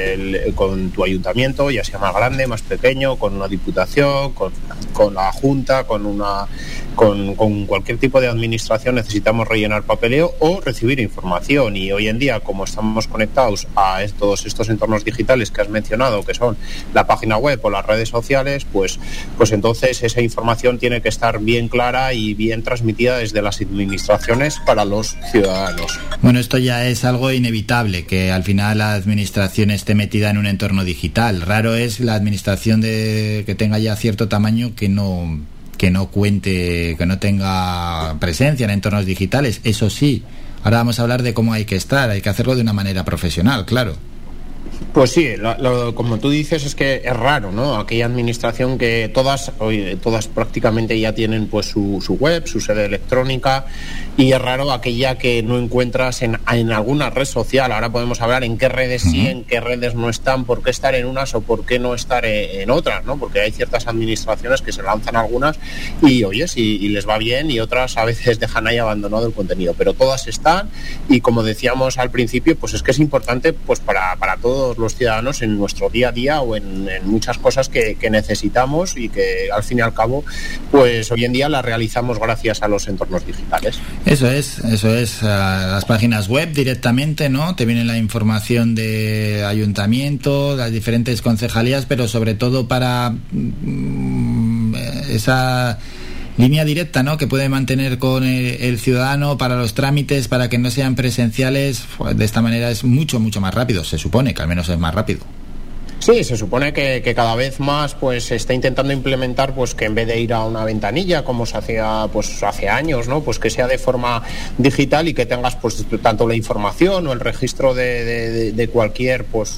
tu ayuntamiento, ya sea más grande, más pequeño, con una diputación, con la junta, con cualquier tipo de administración necesitamos rellenar papeleo o recibir información, y hoy en día, como estamos conectados a todos estos entornos digitales que has mencionado, que son la página web o las redes sociales, pues entonces esa información tiene que estar bien clara y bien transmitida desde las administraciones para los ciudadanos.
Bueno, esto ya es algo inevitable, que al final la administración esté metida en un entorno digital. Raro es la administración que tenga ya cierto tamaño que no cuente, que no tenga presencia en entornos digitales. Eso sí, ahora vamos a hablar de cómo hay que estar, hay que hacerlo de una manera profesional, claro.
Pues sí, como tú dices, es que es raro, ¿no? Aquella administración que todas prácticamente ya tienen pues su web, su sede electrónica, y es raro aquella que no encuentras en alguna red social. Ahora podemos hablar en qué redes sí, en qué redes no están, por qué estar en unas o por qué no estar en otras, ¿no? Porque hay ciertas administraciones que se lanzan algunas y oyes y les va bien, y otras a veces dejan ahí abandonado el contenido, pero todas están, y como decíamos al principio, pues es que es importante pues para todos los ciudadanos en nuestro día a día o en muchas cosas que necesitamos y que al fin y al cabo pues hoy en día las realizamos gracias a los entornos digitales.
Eso es, las páginas web directamente, ¿no? Te viene la información de ayuntamiento, las diferentes concejalías, pero sobre todo para esa línea directa, ¿no?, que puede mantener con el ciudadano para los trámites, para que no sean presenciales. De esta manera es mucho más rápido, se supone que al menos es más rápido.
Sí, se supone que cada vez más pues se está intentando implementar pues que en vez de ir a una ventanilla como se hacía pues hace años, ¿no?, pues que sea de forma digital y que tengas pues tanto la información o el registro de cualquier pues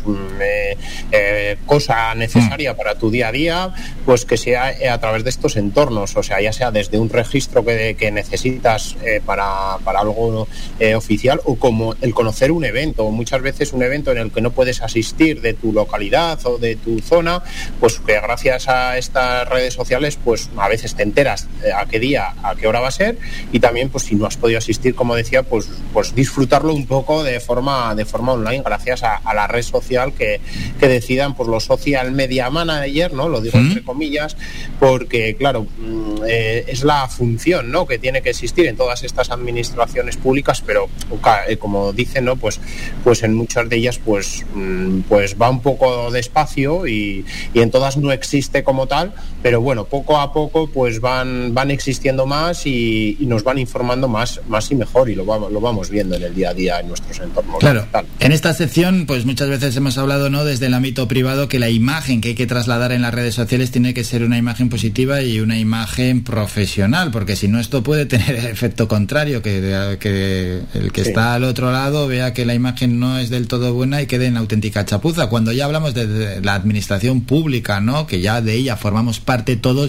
cosa necesaria para tu día a día, pues que sea a través de estos entornos, o sea, ya sea desde un registro que necesitas para algo oficial, o como el conocer un evento, muchas veces un evento en el que no puedes asistir de tu localidad o de tu zona, pues que gracias a estas redes sociales pues a veces te enteras a qué día, a qué hora va a ser, y también pues si no has podido asistir, como decía, pues disfrutarlo un poco de forma online gracias a la red social que decidan pues los social media manager, ¿no?, lo digo entre comillas, porque claro, es la función, ¿no?, que tiene que existir en todas estas administraciones públicas, pero como dicen, ¿no?, pues en muchas de ellas pues va un poco despacio y en todas no existe como tal, pero bueno, poco a poco pues van existiendo más y nos van informando más y mejor, y lo vamos viendo en el día a día en nuestros entornos.
Claro, en esta sección pues muchas veces hemos hablado, ¿no?, desde el ámbito privado, que la imagen que hay que trasladar en las redes sociales tiene que ser una imagen positiva y una imagen profesional, porque si no esto puede tener el efecto contrario, que el que está al otro lado vea que la imagen no es del todo buena y quede en auténtica chapuza. Cuando ya hablamos de la administración pública, ¿no?, que ya de ella formamos parte todos,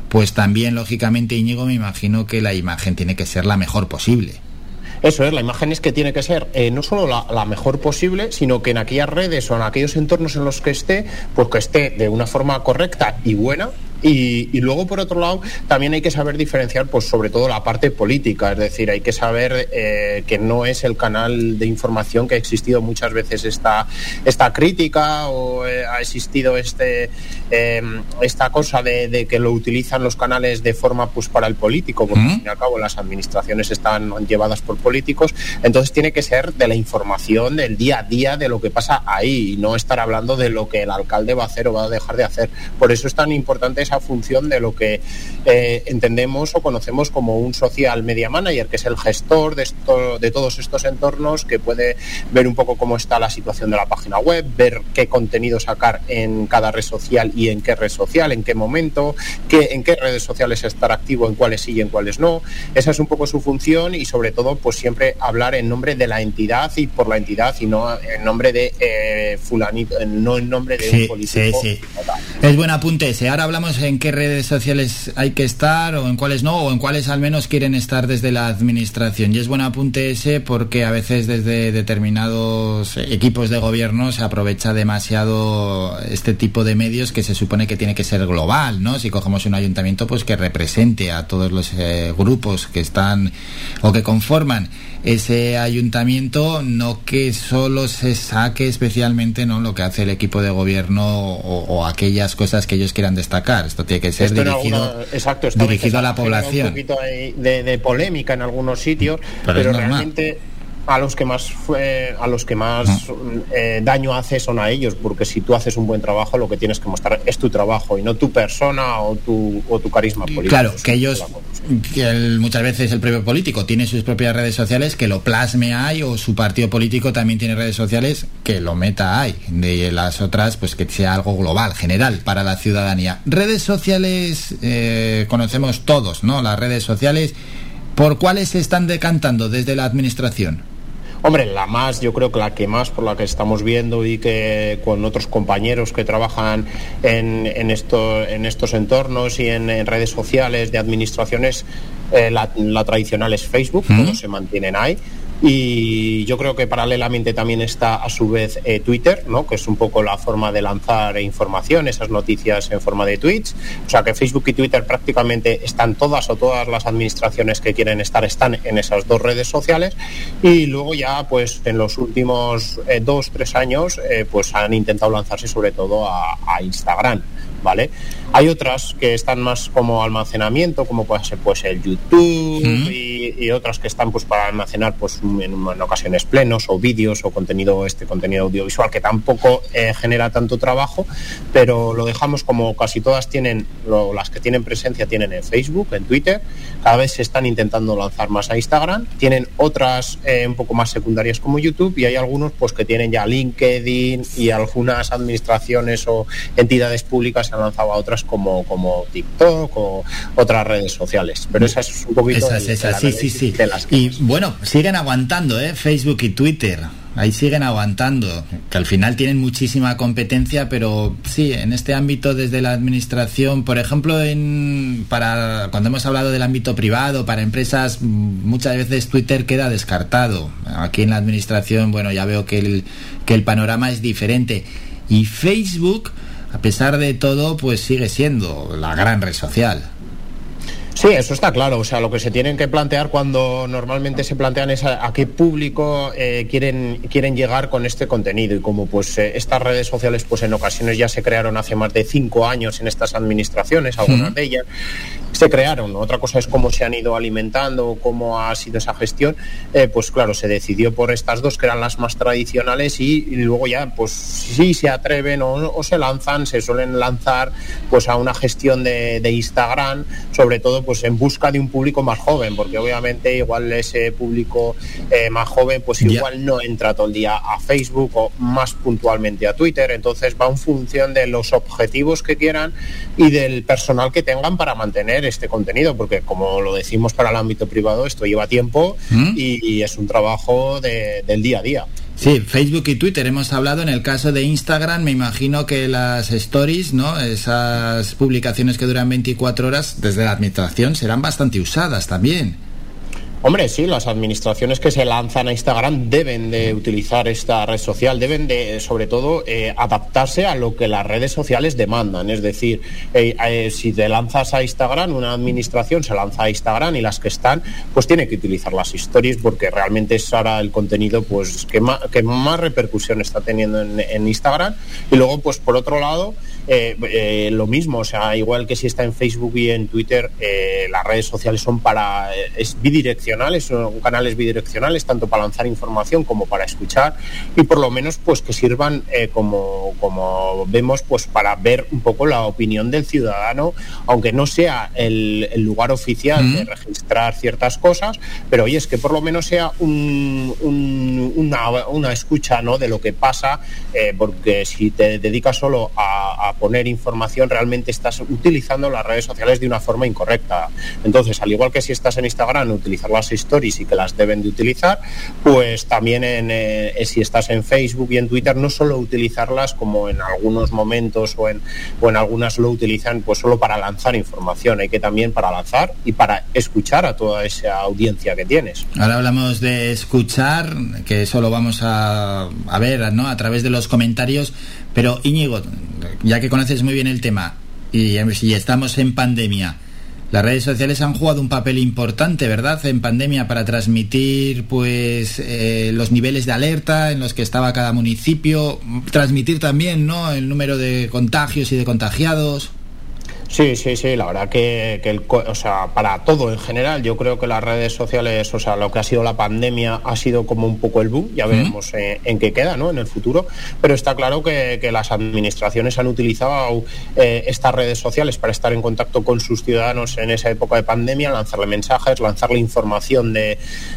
pues también, lógicamente, Íñigo, me imagino que la imagen tiene que ser la mejor posible.
Eso es, la imagen es que tiene que ser no solo la mejor posible, sino que en aquellas redes o en aquellos entornos en los que esté, pues que esté de una forma correcta y buena. Y luego, por otro lado, también hay que saber diferenciar, pues sobre todo la parte política, es decir, hay que saber que no es el canal de información que ha existido muchas veces esta crítica o ha existido esta cosa de que lo utilizan los canales de forma pues para el político, porque al fin y al cabo las administraciones están llevadas por políticos, entonces tiene que ser de la información del día a día de lo que pasa ahí y no estar hablando de lo que el alcalde va a hacer o va a dejar de hacer. Por eso es tan importante esa función de lo que entendemos o conocemos como un social media manager, que es el gestor de todos estos entornos, que puede ver un poco cómo está la situación de la página web, ver qué contenido sacar en cada red social y en qué red social, en qué momento, en qué redes sociales estar activo, en cuáles sí y en cuáles no. Esa es un poco su función y sobre todo pues siempre hablar en nombre de la entidad y por la entidad y no en nombre de fulanito, no en nombre de un político.
Sí. Es buen apunte ese. Ahora hablamos en qué redes sociales hay que estar o en cuáles no, o en cuáles al menos quieren estar desde la administración. Y es buen apunte ese porque a veces desde determinados equipos de gobierno se aprovecha demasiado este tipo de medios que se supone que tiene que ser global, ¿no? Si cogemos un ayuntamiento, pues que represente a todos los grupos que están o que conforman ese ayuntamiento, no que solo se saque especialmente, ¿no?, lo que hace el equipo de gobierno o aquellas cosas que ellos quieran destacar. Esto tiene que ser dirigido a la población.
Un poquito de polémica en algunos sitios, pero realmente a los que más daño hace son a ellos, porque si tú haces un buen trabajo, lo que tienes que mostrar es tu trabajo y no tu persona o tu carisma político.
Claro, que ellos, muchas veces el propio político tiene sus propias redes sociales, que lo plasme ahí, o su partido político también tiene redes sociales, que lo meta ahí. De las otras, pues que sea algo global, general, para la ciudadanía. Redes sociales, conocemos todos, ¿no? Las redes sociales, ¿por cuáles se están decantando desde la administración?
Hombre, yo creo que la que más, por la que estamos viendo y que con otros compañeros que trabajan en estos entornos y en redes sociales de administraciones, la tradicional es Facebook, todos se mantienen ahí. Y yo creo que paralelamente también está a su vez Twitter, ¿no?, que es un poco la forma de lanzar información, esas noticias en forma de tweets. O sea que Facebook y Twitter prácticamente están todas las administraciones que quieren estar están en esas dos redes sociales. Y luego ya pues en los últimos 2-3 años pues han intentado lanzarse sobre todo a Instagram, ¿vale? Hay otras que están más como almacenamiento, como puede ser pues el YouTube y otras que están pues para almacenar pues en ocasiones plenos o vídeos o contenido audiovisual que tampoco genera tanto trabajo, pero lo dejamos como casi todas las que tienen presencia tienen en Facebook, en Twitter. Cada vez se están intentando lanzar más a Instagram, tienen otras un poco más secundarias como YouTube, y hay algunos pues que tienen ya LinkedIn, y algunas administraciones o entidades públicas se han lanzado a otras como TikTok o otras redes sociales, pero esa es un poquito
sí. Y bueno, siguen aguantando, Facebook y Twitter, ahí siguen aguantando, que al final tienen muchísima competencia, pero sí, en este ámbito desde la administración, por ejemplo, cuando hemos hablado del ámbito privado, para empresas, muchas veces Twitter queda descartado. Aquí en la administración, bueno, ya veo que el panorama es diferente, y Facebook, a pesar de todo, pues sigue siendo la gran red social.
Sí, eso está claro. O sea, lo que se tienen que plantear cuando normalmente se plantean es a qué público quieren llegar con este contenido. Y como pues estas redes sociales pues en ocasiones ya se crearon hace más de 5 años en estas administraciones, algunas de ellas se crearon. Otra cosa es cómo se han ido alimentando, cómo ha sido esa gestión. Pues claro, se decidió por estas dos que eran las más tradicionales, y luego ya pues sí se atreven o se suelen lanzar pues a una gestión de Instagram, sobre todo pues en busca de un público más joven, porque obviamente igual ese público más joven pues igual no entra todo el día a Facebook o más puntualmente a Twitter. Entonces va en función de los objetivos que quieran y del personal que tengan para mantener este contenido, porque como lo decimos para el ámbito privado, esto lleva tiempo y es un trabajo del día a día.
Sí, Facebook y Twitter hemos hablado. En el caso de Instagram, me imagino que las stories, ¿no? Esas publicaciones que duran 24 horas desde la administración serán bastante usadas también.
Hombre, sí, las administraciones que se lanzan a Instagram deben de utilizar esta red social, deben de, sobre todo, adaptarse a lo que las redes sociales demandan. Es decir, si te lanzas a Instagram, una administración se lanza a Instagram y las que están, pues tiene que utilizar las stories porque realmente es ahora el contenido pues que más repercusión está teniendo en Instagram. Y luego, pues por otro lado, lo mismo, o sea, igual que si está en Facebook y en Twitter, las redes sociales son es bidireccionales, son canales bidireccionales, tanto para lanzar información como para escuchar, y por lo menos pues que sirvan como vemos, pues para ver un poco la opinión del ciudadano, aunque no sea el lugar oficial de registrar ciertas cosas, pero oye, es que por lo menos sea una escucha, ¿no?, de lo que pasa, porque si te dedicas solo a poner información, realmente estás utilizando las redes sociales de una forma incorrecta. Entonces, al igual que si estás en Instagram, utilizar las stories y que las deben de utilizar, pues también si estás en Facebook y en Twitter, no solo utilizarlas como en algunos momentos o en algunas lo utilizan pues solo para lanzar información, hay que también para lanzar y para escuchar a toda esa audiencia que tienes.
Ahora hablamos de escuchar, que eso lo vamos a ver, ¿no?, a través de los comentarios, pero Íñigo, ya que conoces muy bien el tema y estamos en pandemia, las redes sociales han jugado un papel importante, ¿verdad?, en pandemia para transmitir pues los niveles de alerta en los que estaba cada municipio, transmitir también, ¿no?, el número de contagios y de contagiados.
Sí, la verdad que o sea, para todo en general, yo creo que las redes sociales, o sea, lo que ha sido la pandemia ha sido como un poco el boom, ya veremos en qué queda, ¿no?, en el futuro, pero está claro que las administraciones han utilizado estas redes sociales para estar en contacto con sus ciudadanos en esa época de pandemia, lanzarle mensajes, lanzarle información de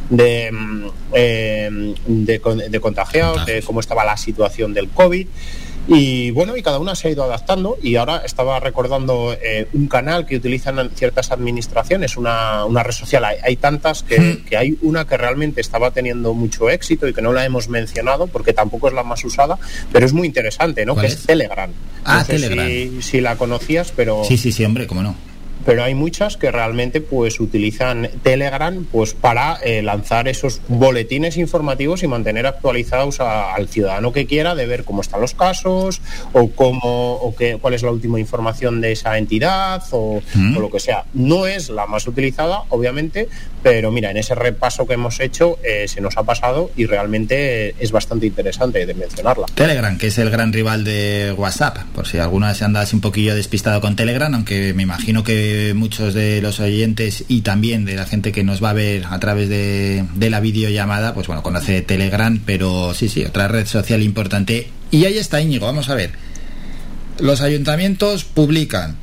contagiados, de cómo estaba la situación del COVID. Y bueno, y cada una se ha ido adaptando, y ahora estaba recordando un canal que utilizan ciertas administraciones, una red social, hay tantas que hay una que realmente estaba teniendo mucho éxito y que no la hemos mencionado porque tampoco es la más usada, pero es muy interesante, ¿no?, que es Telegram. No sé
Telegram.
Si la conocías, pero...
Sí, hombre, cómo no.
Pero hay muchas que realmente pues utilizan Telegram pues para lanzar esos boletines informativos y mantener actualizados al ciudadano que quiera, de ver cómo están los casos o cuál es la última información de esa entidad o lo que sea. No es la más utilizada, obviamente, pero mira, en ese repaso que hemos hecho se nos ha pasado y realmente es bastante interesante de mencionarla.
Telegram, que es el gran rival de WhatsApp, por si alguna se anda así un poquillo despistado con Telegram, aunque me imagino que muchos de los oyentes y también de la gente que nos va a ver a través de la videollamada, pues bueno, conoce Telegram, pero sí, otra red social importante. Y ahí está, Íñigo, vamos a ver. Los ayuntamientos publican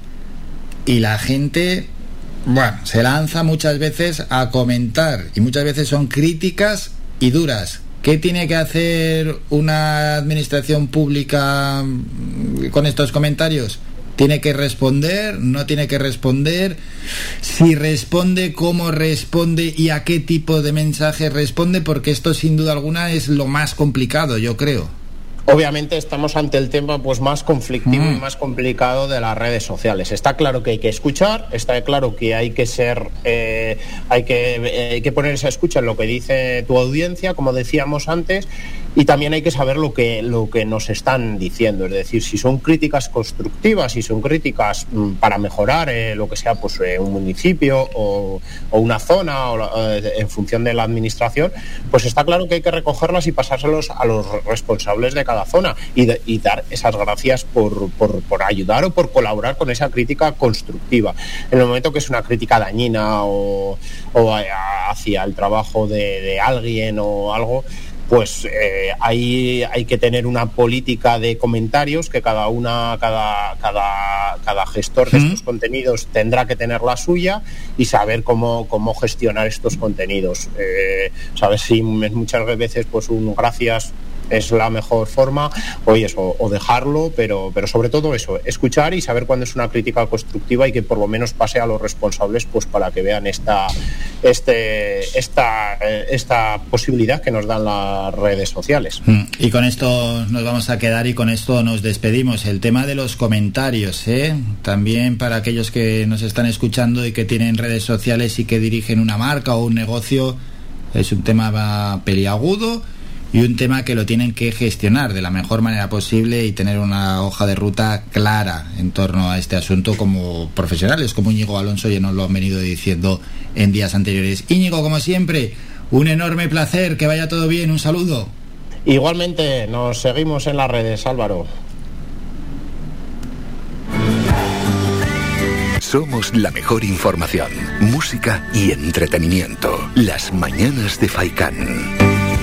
y la gente, bueno, se lanza muchas veces a comentar y muchas veces son críticas y duras. ¿Qué tiene que hacer una administración pública con estos comentarios? ¿Tiene que responder? ¿No tiene que responder? Si responde, ¿cómo responde? ¿Y a qué tipo de mensaje responde? Porque esto sin duda alguna es lo más complicado, yo creo.
Obviamente estamos ante el tema pues más conflictivo y más complicado de las redes sociales. Está claro que hay que escuchar, está claro que hay que ser, hay que poner esa escucha en lo que dice tu audiencia, como decíamos antes, y también hay que saber lo que nos están diciendo, es decir, si son críticas constructivas, si son críticas para mejorar lo que sea pues un municipio o una zona en función de la administración, pues está claro que hay que recogerlas y pasárselos a los responsables de cada zona y dar esas gracias por ayudar o por colaborar con esa crítica constructiva. En el momento que es una crítica dañina o hacia el trabajo de alguien o algo, pues hay que tener una política de comentarios que cada gestor de estos contenidos tendrá que tener la suya y saber cómo gestionar estos contenidos. Sabes, si muchas veces pues un gracias es la mejor forma, o dejarlo, pero sobre todo eso, escuchar y saber cuándo es una crítica constructiva y que por lo menos pase a los responsables, pues para que vean esta posibilidad que nos dan las redes sociales.
Y con esto nos vamos a quedar y con esto nos despedimos. El tema de los comentarios, también para aquellos que nos están escuchando y que tienen redes sociales y que dirigen una marca o un negocio, es un tema peliagudo y un tema que lo tienen que gestionar de la mejor manera posible y tener una hoja de ruta clara en torno a este asunto como profesionales, como Íñigo Alonso ya nos lo han venido diciendo en días anteriores. Íñigo, como siempre, un enorme placer, que vaya todo bien, un saludo.
Igualmente, nos seguimos en las redes, Álvaro.
Somos la mejor información, música y entretenimiento. Las mañanas de Faikán.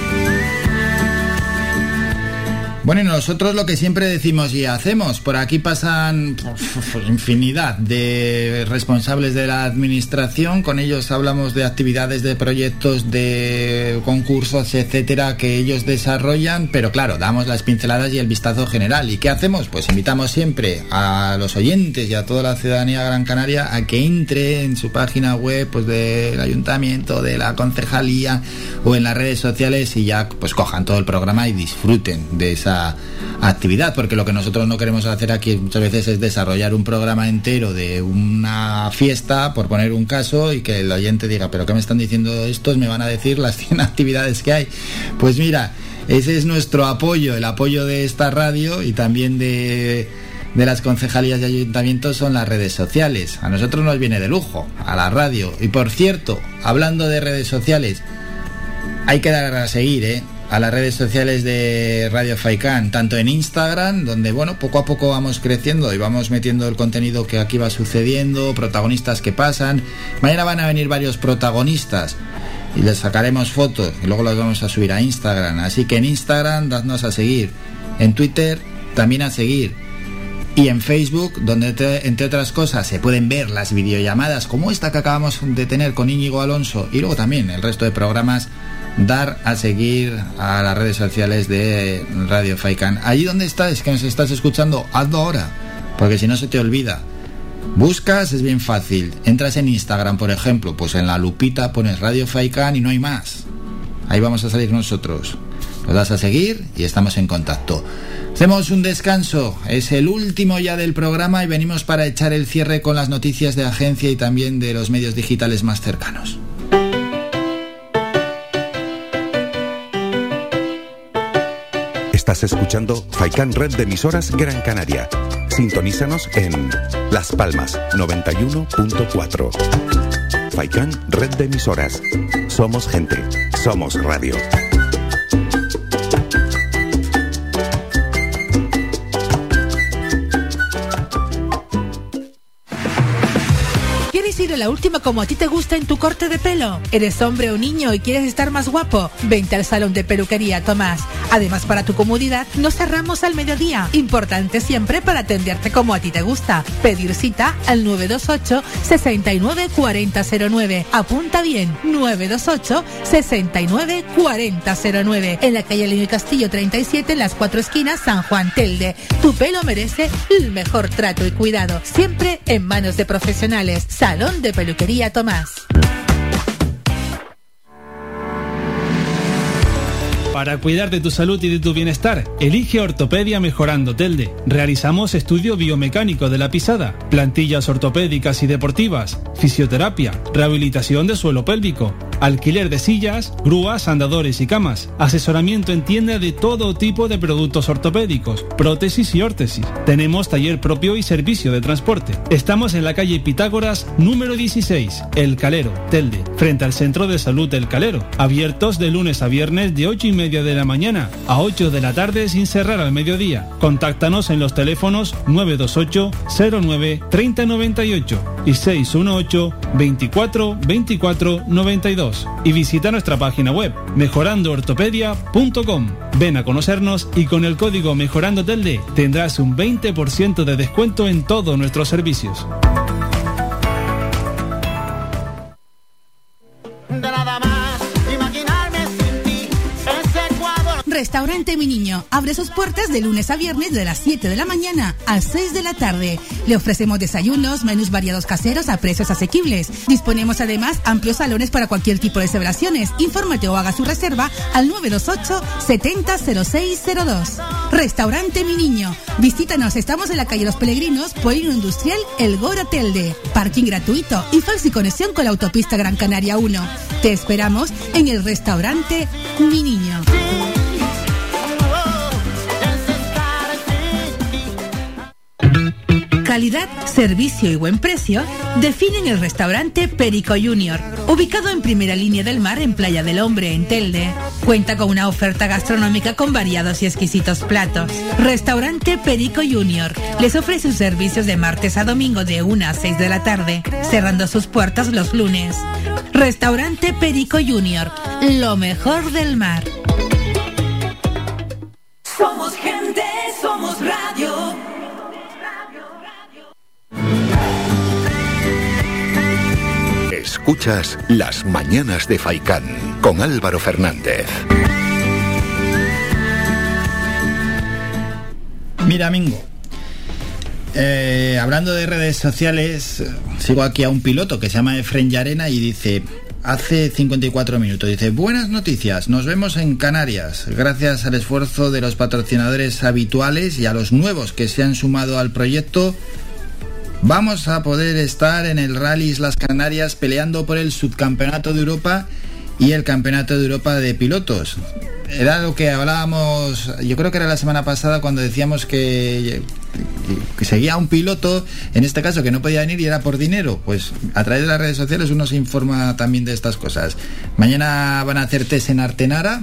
Bueno, y nosotros lo que siempre decimos y hacemos, por aquí pasan infinidad de responsables de la administración, con ellos hablamos de actividades, de proyectos, de concursos, etcétera, que ellos desarrollan, pero claro, damos las pinceladas y el vistazo general. ¿Y qué hacemos? Pues invitamos siempre a los oyentes y a toda la ciudadanía Gran Canaria a que entre en su página web, pues del ayuntamiento, de la concejalía o en las redes sociales y ya pues cojan todo el programa y disfruten de esa actividad, porque lo que nosotros no queremos hacer aquí muchas veces es desarrollar un programa entero de una fiesta, por poner un caso, y que el oyente diga, ¿pero qué me están diciendo estos? Me van a decir las 100 actividades que hay. Pues mira, ese es nuestro apoyo, el apoyo de esta radio y también de las concejalías y ayuntamientos son las redes sociales. A nosotros nos viene de lujo, a la radio. Y por cierto, hablando de redes sociales, hay que dar a seguir, a las redes sociales de Radio Faikán, tanto en Instagram, donde bueno, poco a poco vamos creciendo y vamos metiendo el contenido que aquí va sucediendo, protagonistas que pasan. Mañana van a venir varios protagonistas y les sacaremos fotos y luego las vamos a subir a Instagram, así que en Instagram dadnos a seguir, en Twitter también a seguir, y en Facebook, donde entre otras cosas se pueden ver las videollamadas como esta que acabamos de tener con Íñigo Alonso, y luego también el resto de programas. Dar a seguir a las redes sociales de Radio Faikán. Allí donde estás, que nos estás escuchando, hazlo ahora, porque si no se te olvida. Buscas, es bien fácil. Entras en Instagram, por ejemplo, pues en la lupita pones Radio Faikán y no hay más. Ahí vamos a salir nosotros. Lo das a seguir y estamos en contacto. Hacemos un descanso, es el último ya del programa y venimos para echar el cierre con las noticias de agencia y también de los medios digitales más cercanos.
Estás escuchando Faikán Red de Emisoras Gran Canaria. Sintonízanos en Las Palmas 91.4. Faikán Red de Emisoras. Somos gente. Somos radio.
¿Quieres ir a la última como a ti te gusta en tu corte de pelo? ¿Eres hombre o niño y quieres estar más guapo? Vente al Salón de Peluquería Tomás. Además, para tu comodidad, no cerramos al mediodía. Importante siempre para atenderte como a ti te gusta. Pedir cita al 928 69 4009. Apunta bien, 928 69 4009. En la calle Leño y Castillo 37, en las 4 esquinas, San Juan Telde. Tu pelo merece el mejor trato y cuidado. Siempre en manos de profesionales. Salón de Peluquería Tomás.
Para cuidar de tu salud y de tu bienestar, elige Ortopedia Mejorando Telde. Realizamos estudio biomecánico de la pisada, plantillas ortopédicas y deportivas, fisioterapia, rehabilitación de suelo pélvico, alquiler de sillas, grúas, andadores y camas, asesoramiento en tienda de todo tipo de productos ortopédicos, prótesis y órtesis. Tenemos taller propio y servicio de transporte. Estamos en la calle Pitágoras, número 16, El Calero, Telde, frente al Centro de Salud El Calero. Abiertos de lunes a viernes de 8:30 de la mañana a 8 de la tarde sin cerrar al mediodía. Contáctanos en los teléfonos 928 09 30 98 y 618 24 24 92 y visita nuestra página web mejorandoortopedia.com. Ven a conocernos y con el código Mejorando Telde tendrás un 20% de descuento en todos nuestros servicios.
Restaurante Mi Niño abre sus puertas de lunes a viernes de las 7 de la mañana a 6 de la tarde. Le ofrecemos desayunos, menús variados caseros a precios asequibles. Disponemos además amplios salones para cualquier tipo de celebraciones. Infórmate o haga su reserva al 928 70 0602. Restaurante Mi Niño. Visítanos, estamos en la calle Los Peregrinos, Polígono Industrial El Gora Telde. Parking gratuito y fácil conexión con la autopista Gran Canaria 1. Te esperamos en el Restaurante Mi Niño. Calidad, servicio y buen precio definen el restaurante Perico Junior, ubicado en primera línea del mar en Playa del Hombre, en Telde. Cuenta con una oferta gastronómica con variados y exquisitos platos. Restaurante Perico Junior les ofrece sus servicios de martes a domingo de 1 a 6 de la tarde, cerrando sus puertas los lunes. Restaurante Perico Junior, lo mejor del mar.
Somos gente, somos radio.
Escuchas Las Mañanas de Faikán con Álvaro Fernández.
Mira, Mingo, hablando de redes sociales, sigo aquí a un piloto que se llama Efren Llarena y dice, hace 54 minutos, dice, buenas noticias, nos vemos en Canarias, gracias al esfuerzo de los patrocinadores habituales y a los nuevos que se han sumado al proyecto. Vamos a poder estar en el Rally Islas Canarias peleando por el subcampeonato de Europa y el campeonato de Europa de pilotos. Era lo que hablábamos, yo creo que era la semana pasada cuando decíamos que seguía un piloto, en este caso que no podía venir y era por dinero. Pues a través de las redes sociales uno se informa también de estas cosas. Mañana van a hacer test en Artenara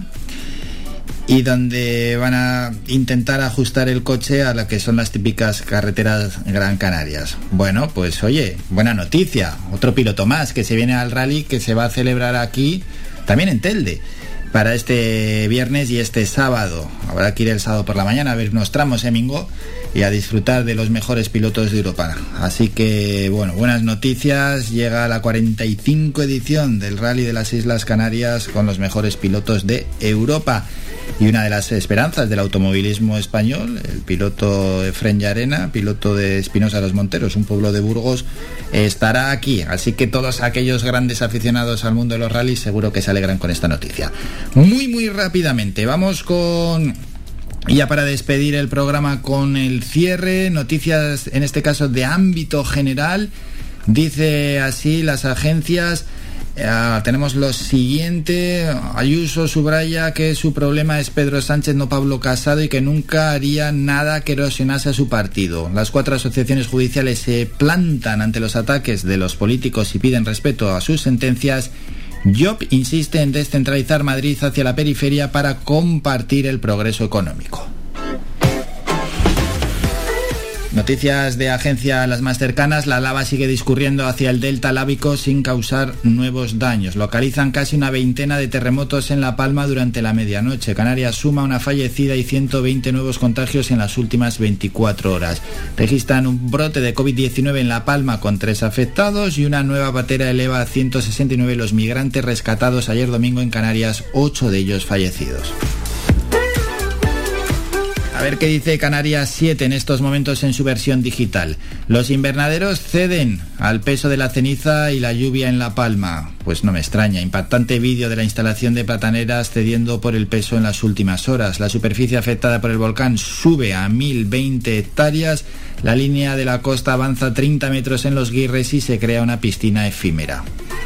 y donde van a intentar ajustar el coche a la que son las típicas carreteras Gran Canarias. Bueno, pues oye, buena noticia, otro piloto más que se viene al rally que se va a celebrar aquí, también en Telde, para este viernes y este sábado. Habrá que ir el sábado por la mañana a ver unos tramos, Mingo, y a disfrutar de los mejores pilotos de Europa. Así que, bueno, buenas noticias. Llega la 45 edición del Rally de las Islas Canarias con los mejores pilotos de Europa. Y una de las esperanzas del automovilismo español, el piloto Efren Llarena, piloto de Espinosa de los Monteros, un pueblo de Burgos, estará aquí. Así que todos aquellos grandes aficionados al mundo de los rallies seguro que se alegran con esta noticia. Muy rápidamente, vamos con... Ya para despedir el programa con el cierre, noticias en este caso de ámbito general. Dice así las agencias... tenemos lo siguiente. Ayuso subraya que su problema es Pedro Sánchez, no Pablo Casado, y que nunca haría nada que erosionase a su partido. Las 4 asociaciones judiciales se plantan ante los ataques de los políticos y piden respeto a sus sentencias. Job insiste en descentralizar Madrid hacia la periferia para compartir el progreso económico. Noticias de agencia las más cercanas. La lava sigue discurriendo hacia el delta lábico sin causar nuevos daños. Localizan casi una veintena de terremotos en La Palma durante la medianoche. Canarias suma una fallecida y 120 nuevos contagios en las últimas 24 horas. Registran un brote de COVID-19 en La Palma con 3 afectados y una nueva patera eleva a 169 los migrantes rescatados ayer domingo en Canarias, 8 de ellos fallecidos. A ver qué dice Canarias 7 en estos momentos en su versión digital. Los invernaderos ceden al peso de la ceniza y la lluvia en La Palma. Pues no me extraña. Impactante vídeo de la instalación de plataneras cediendo por el peso en las últimas horas. La superficie afectada por el volcán sube a 1020 hectáreas. La línea de la costa avanza 30 metros en los Guirres y se crea una piscina efímera.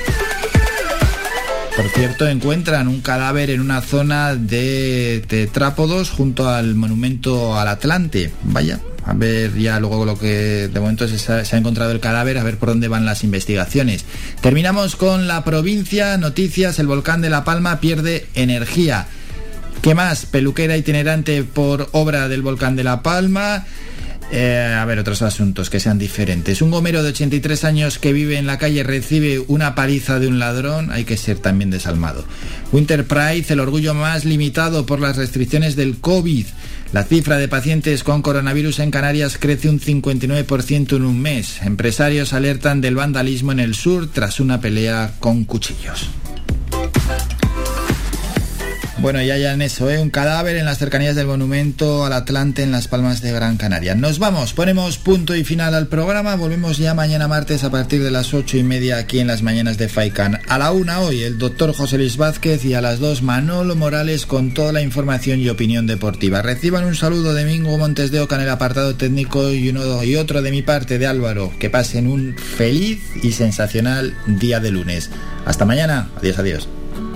Por cierto, encuentran un cadáver en una zona de tetrápodos junto al monumento al Atlante. Vaya, a ver ya luego lo que de momento se ha encontrado el cadáver, a ver por dónde van las investigaciones. Terminamos con la provincia, noticias, el volcán de La Palma pierde energía. ¿Qué más? Peluquera itinerante por obra del volcán de La Palma. A ver, otros asuntos que sean diferentes. Un gomero de 83 años que vive en la calle recibe una paliza de un ladrón. Hay que ser también desalmado. Winter Pride, el orgullo más limitado por las restricciones del COVID. La cifra de pacientes con coronavirus en Canarias crece un 59% en un mes. Empresarios alertan del vandalismo en el sur tras una pelea con cuchillos. Bueno, ya en eso, un cadáver en las cercanías del monumento al Atlante en Las Palmas de Gran Canaria. Nos vamos, ponemos punto y final al programa. Volvemos ya mañana martes a partir de las 8:30 aquí en las mañanas de Faikan. A la 1 hoy el doctor José Luis Vázquez y a las 2 Manolo Morales con toda la información y opinión deportiva. Reciban un saludo de Mingo Montes de Oca en el apartado técnico y otro de mi parte de Álvaro. Que pasen un feliz y sensacional día de lunes. Hasta mañana. Adiós, adiós.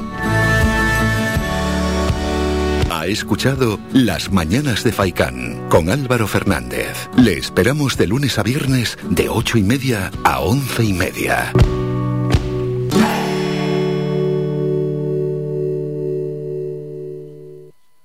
Ha escuchado Las Mañanas de Faikan con Álvaro Fernández. Le esperamos de lunes a viernes de 8:30 a 11:30.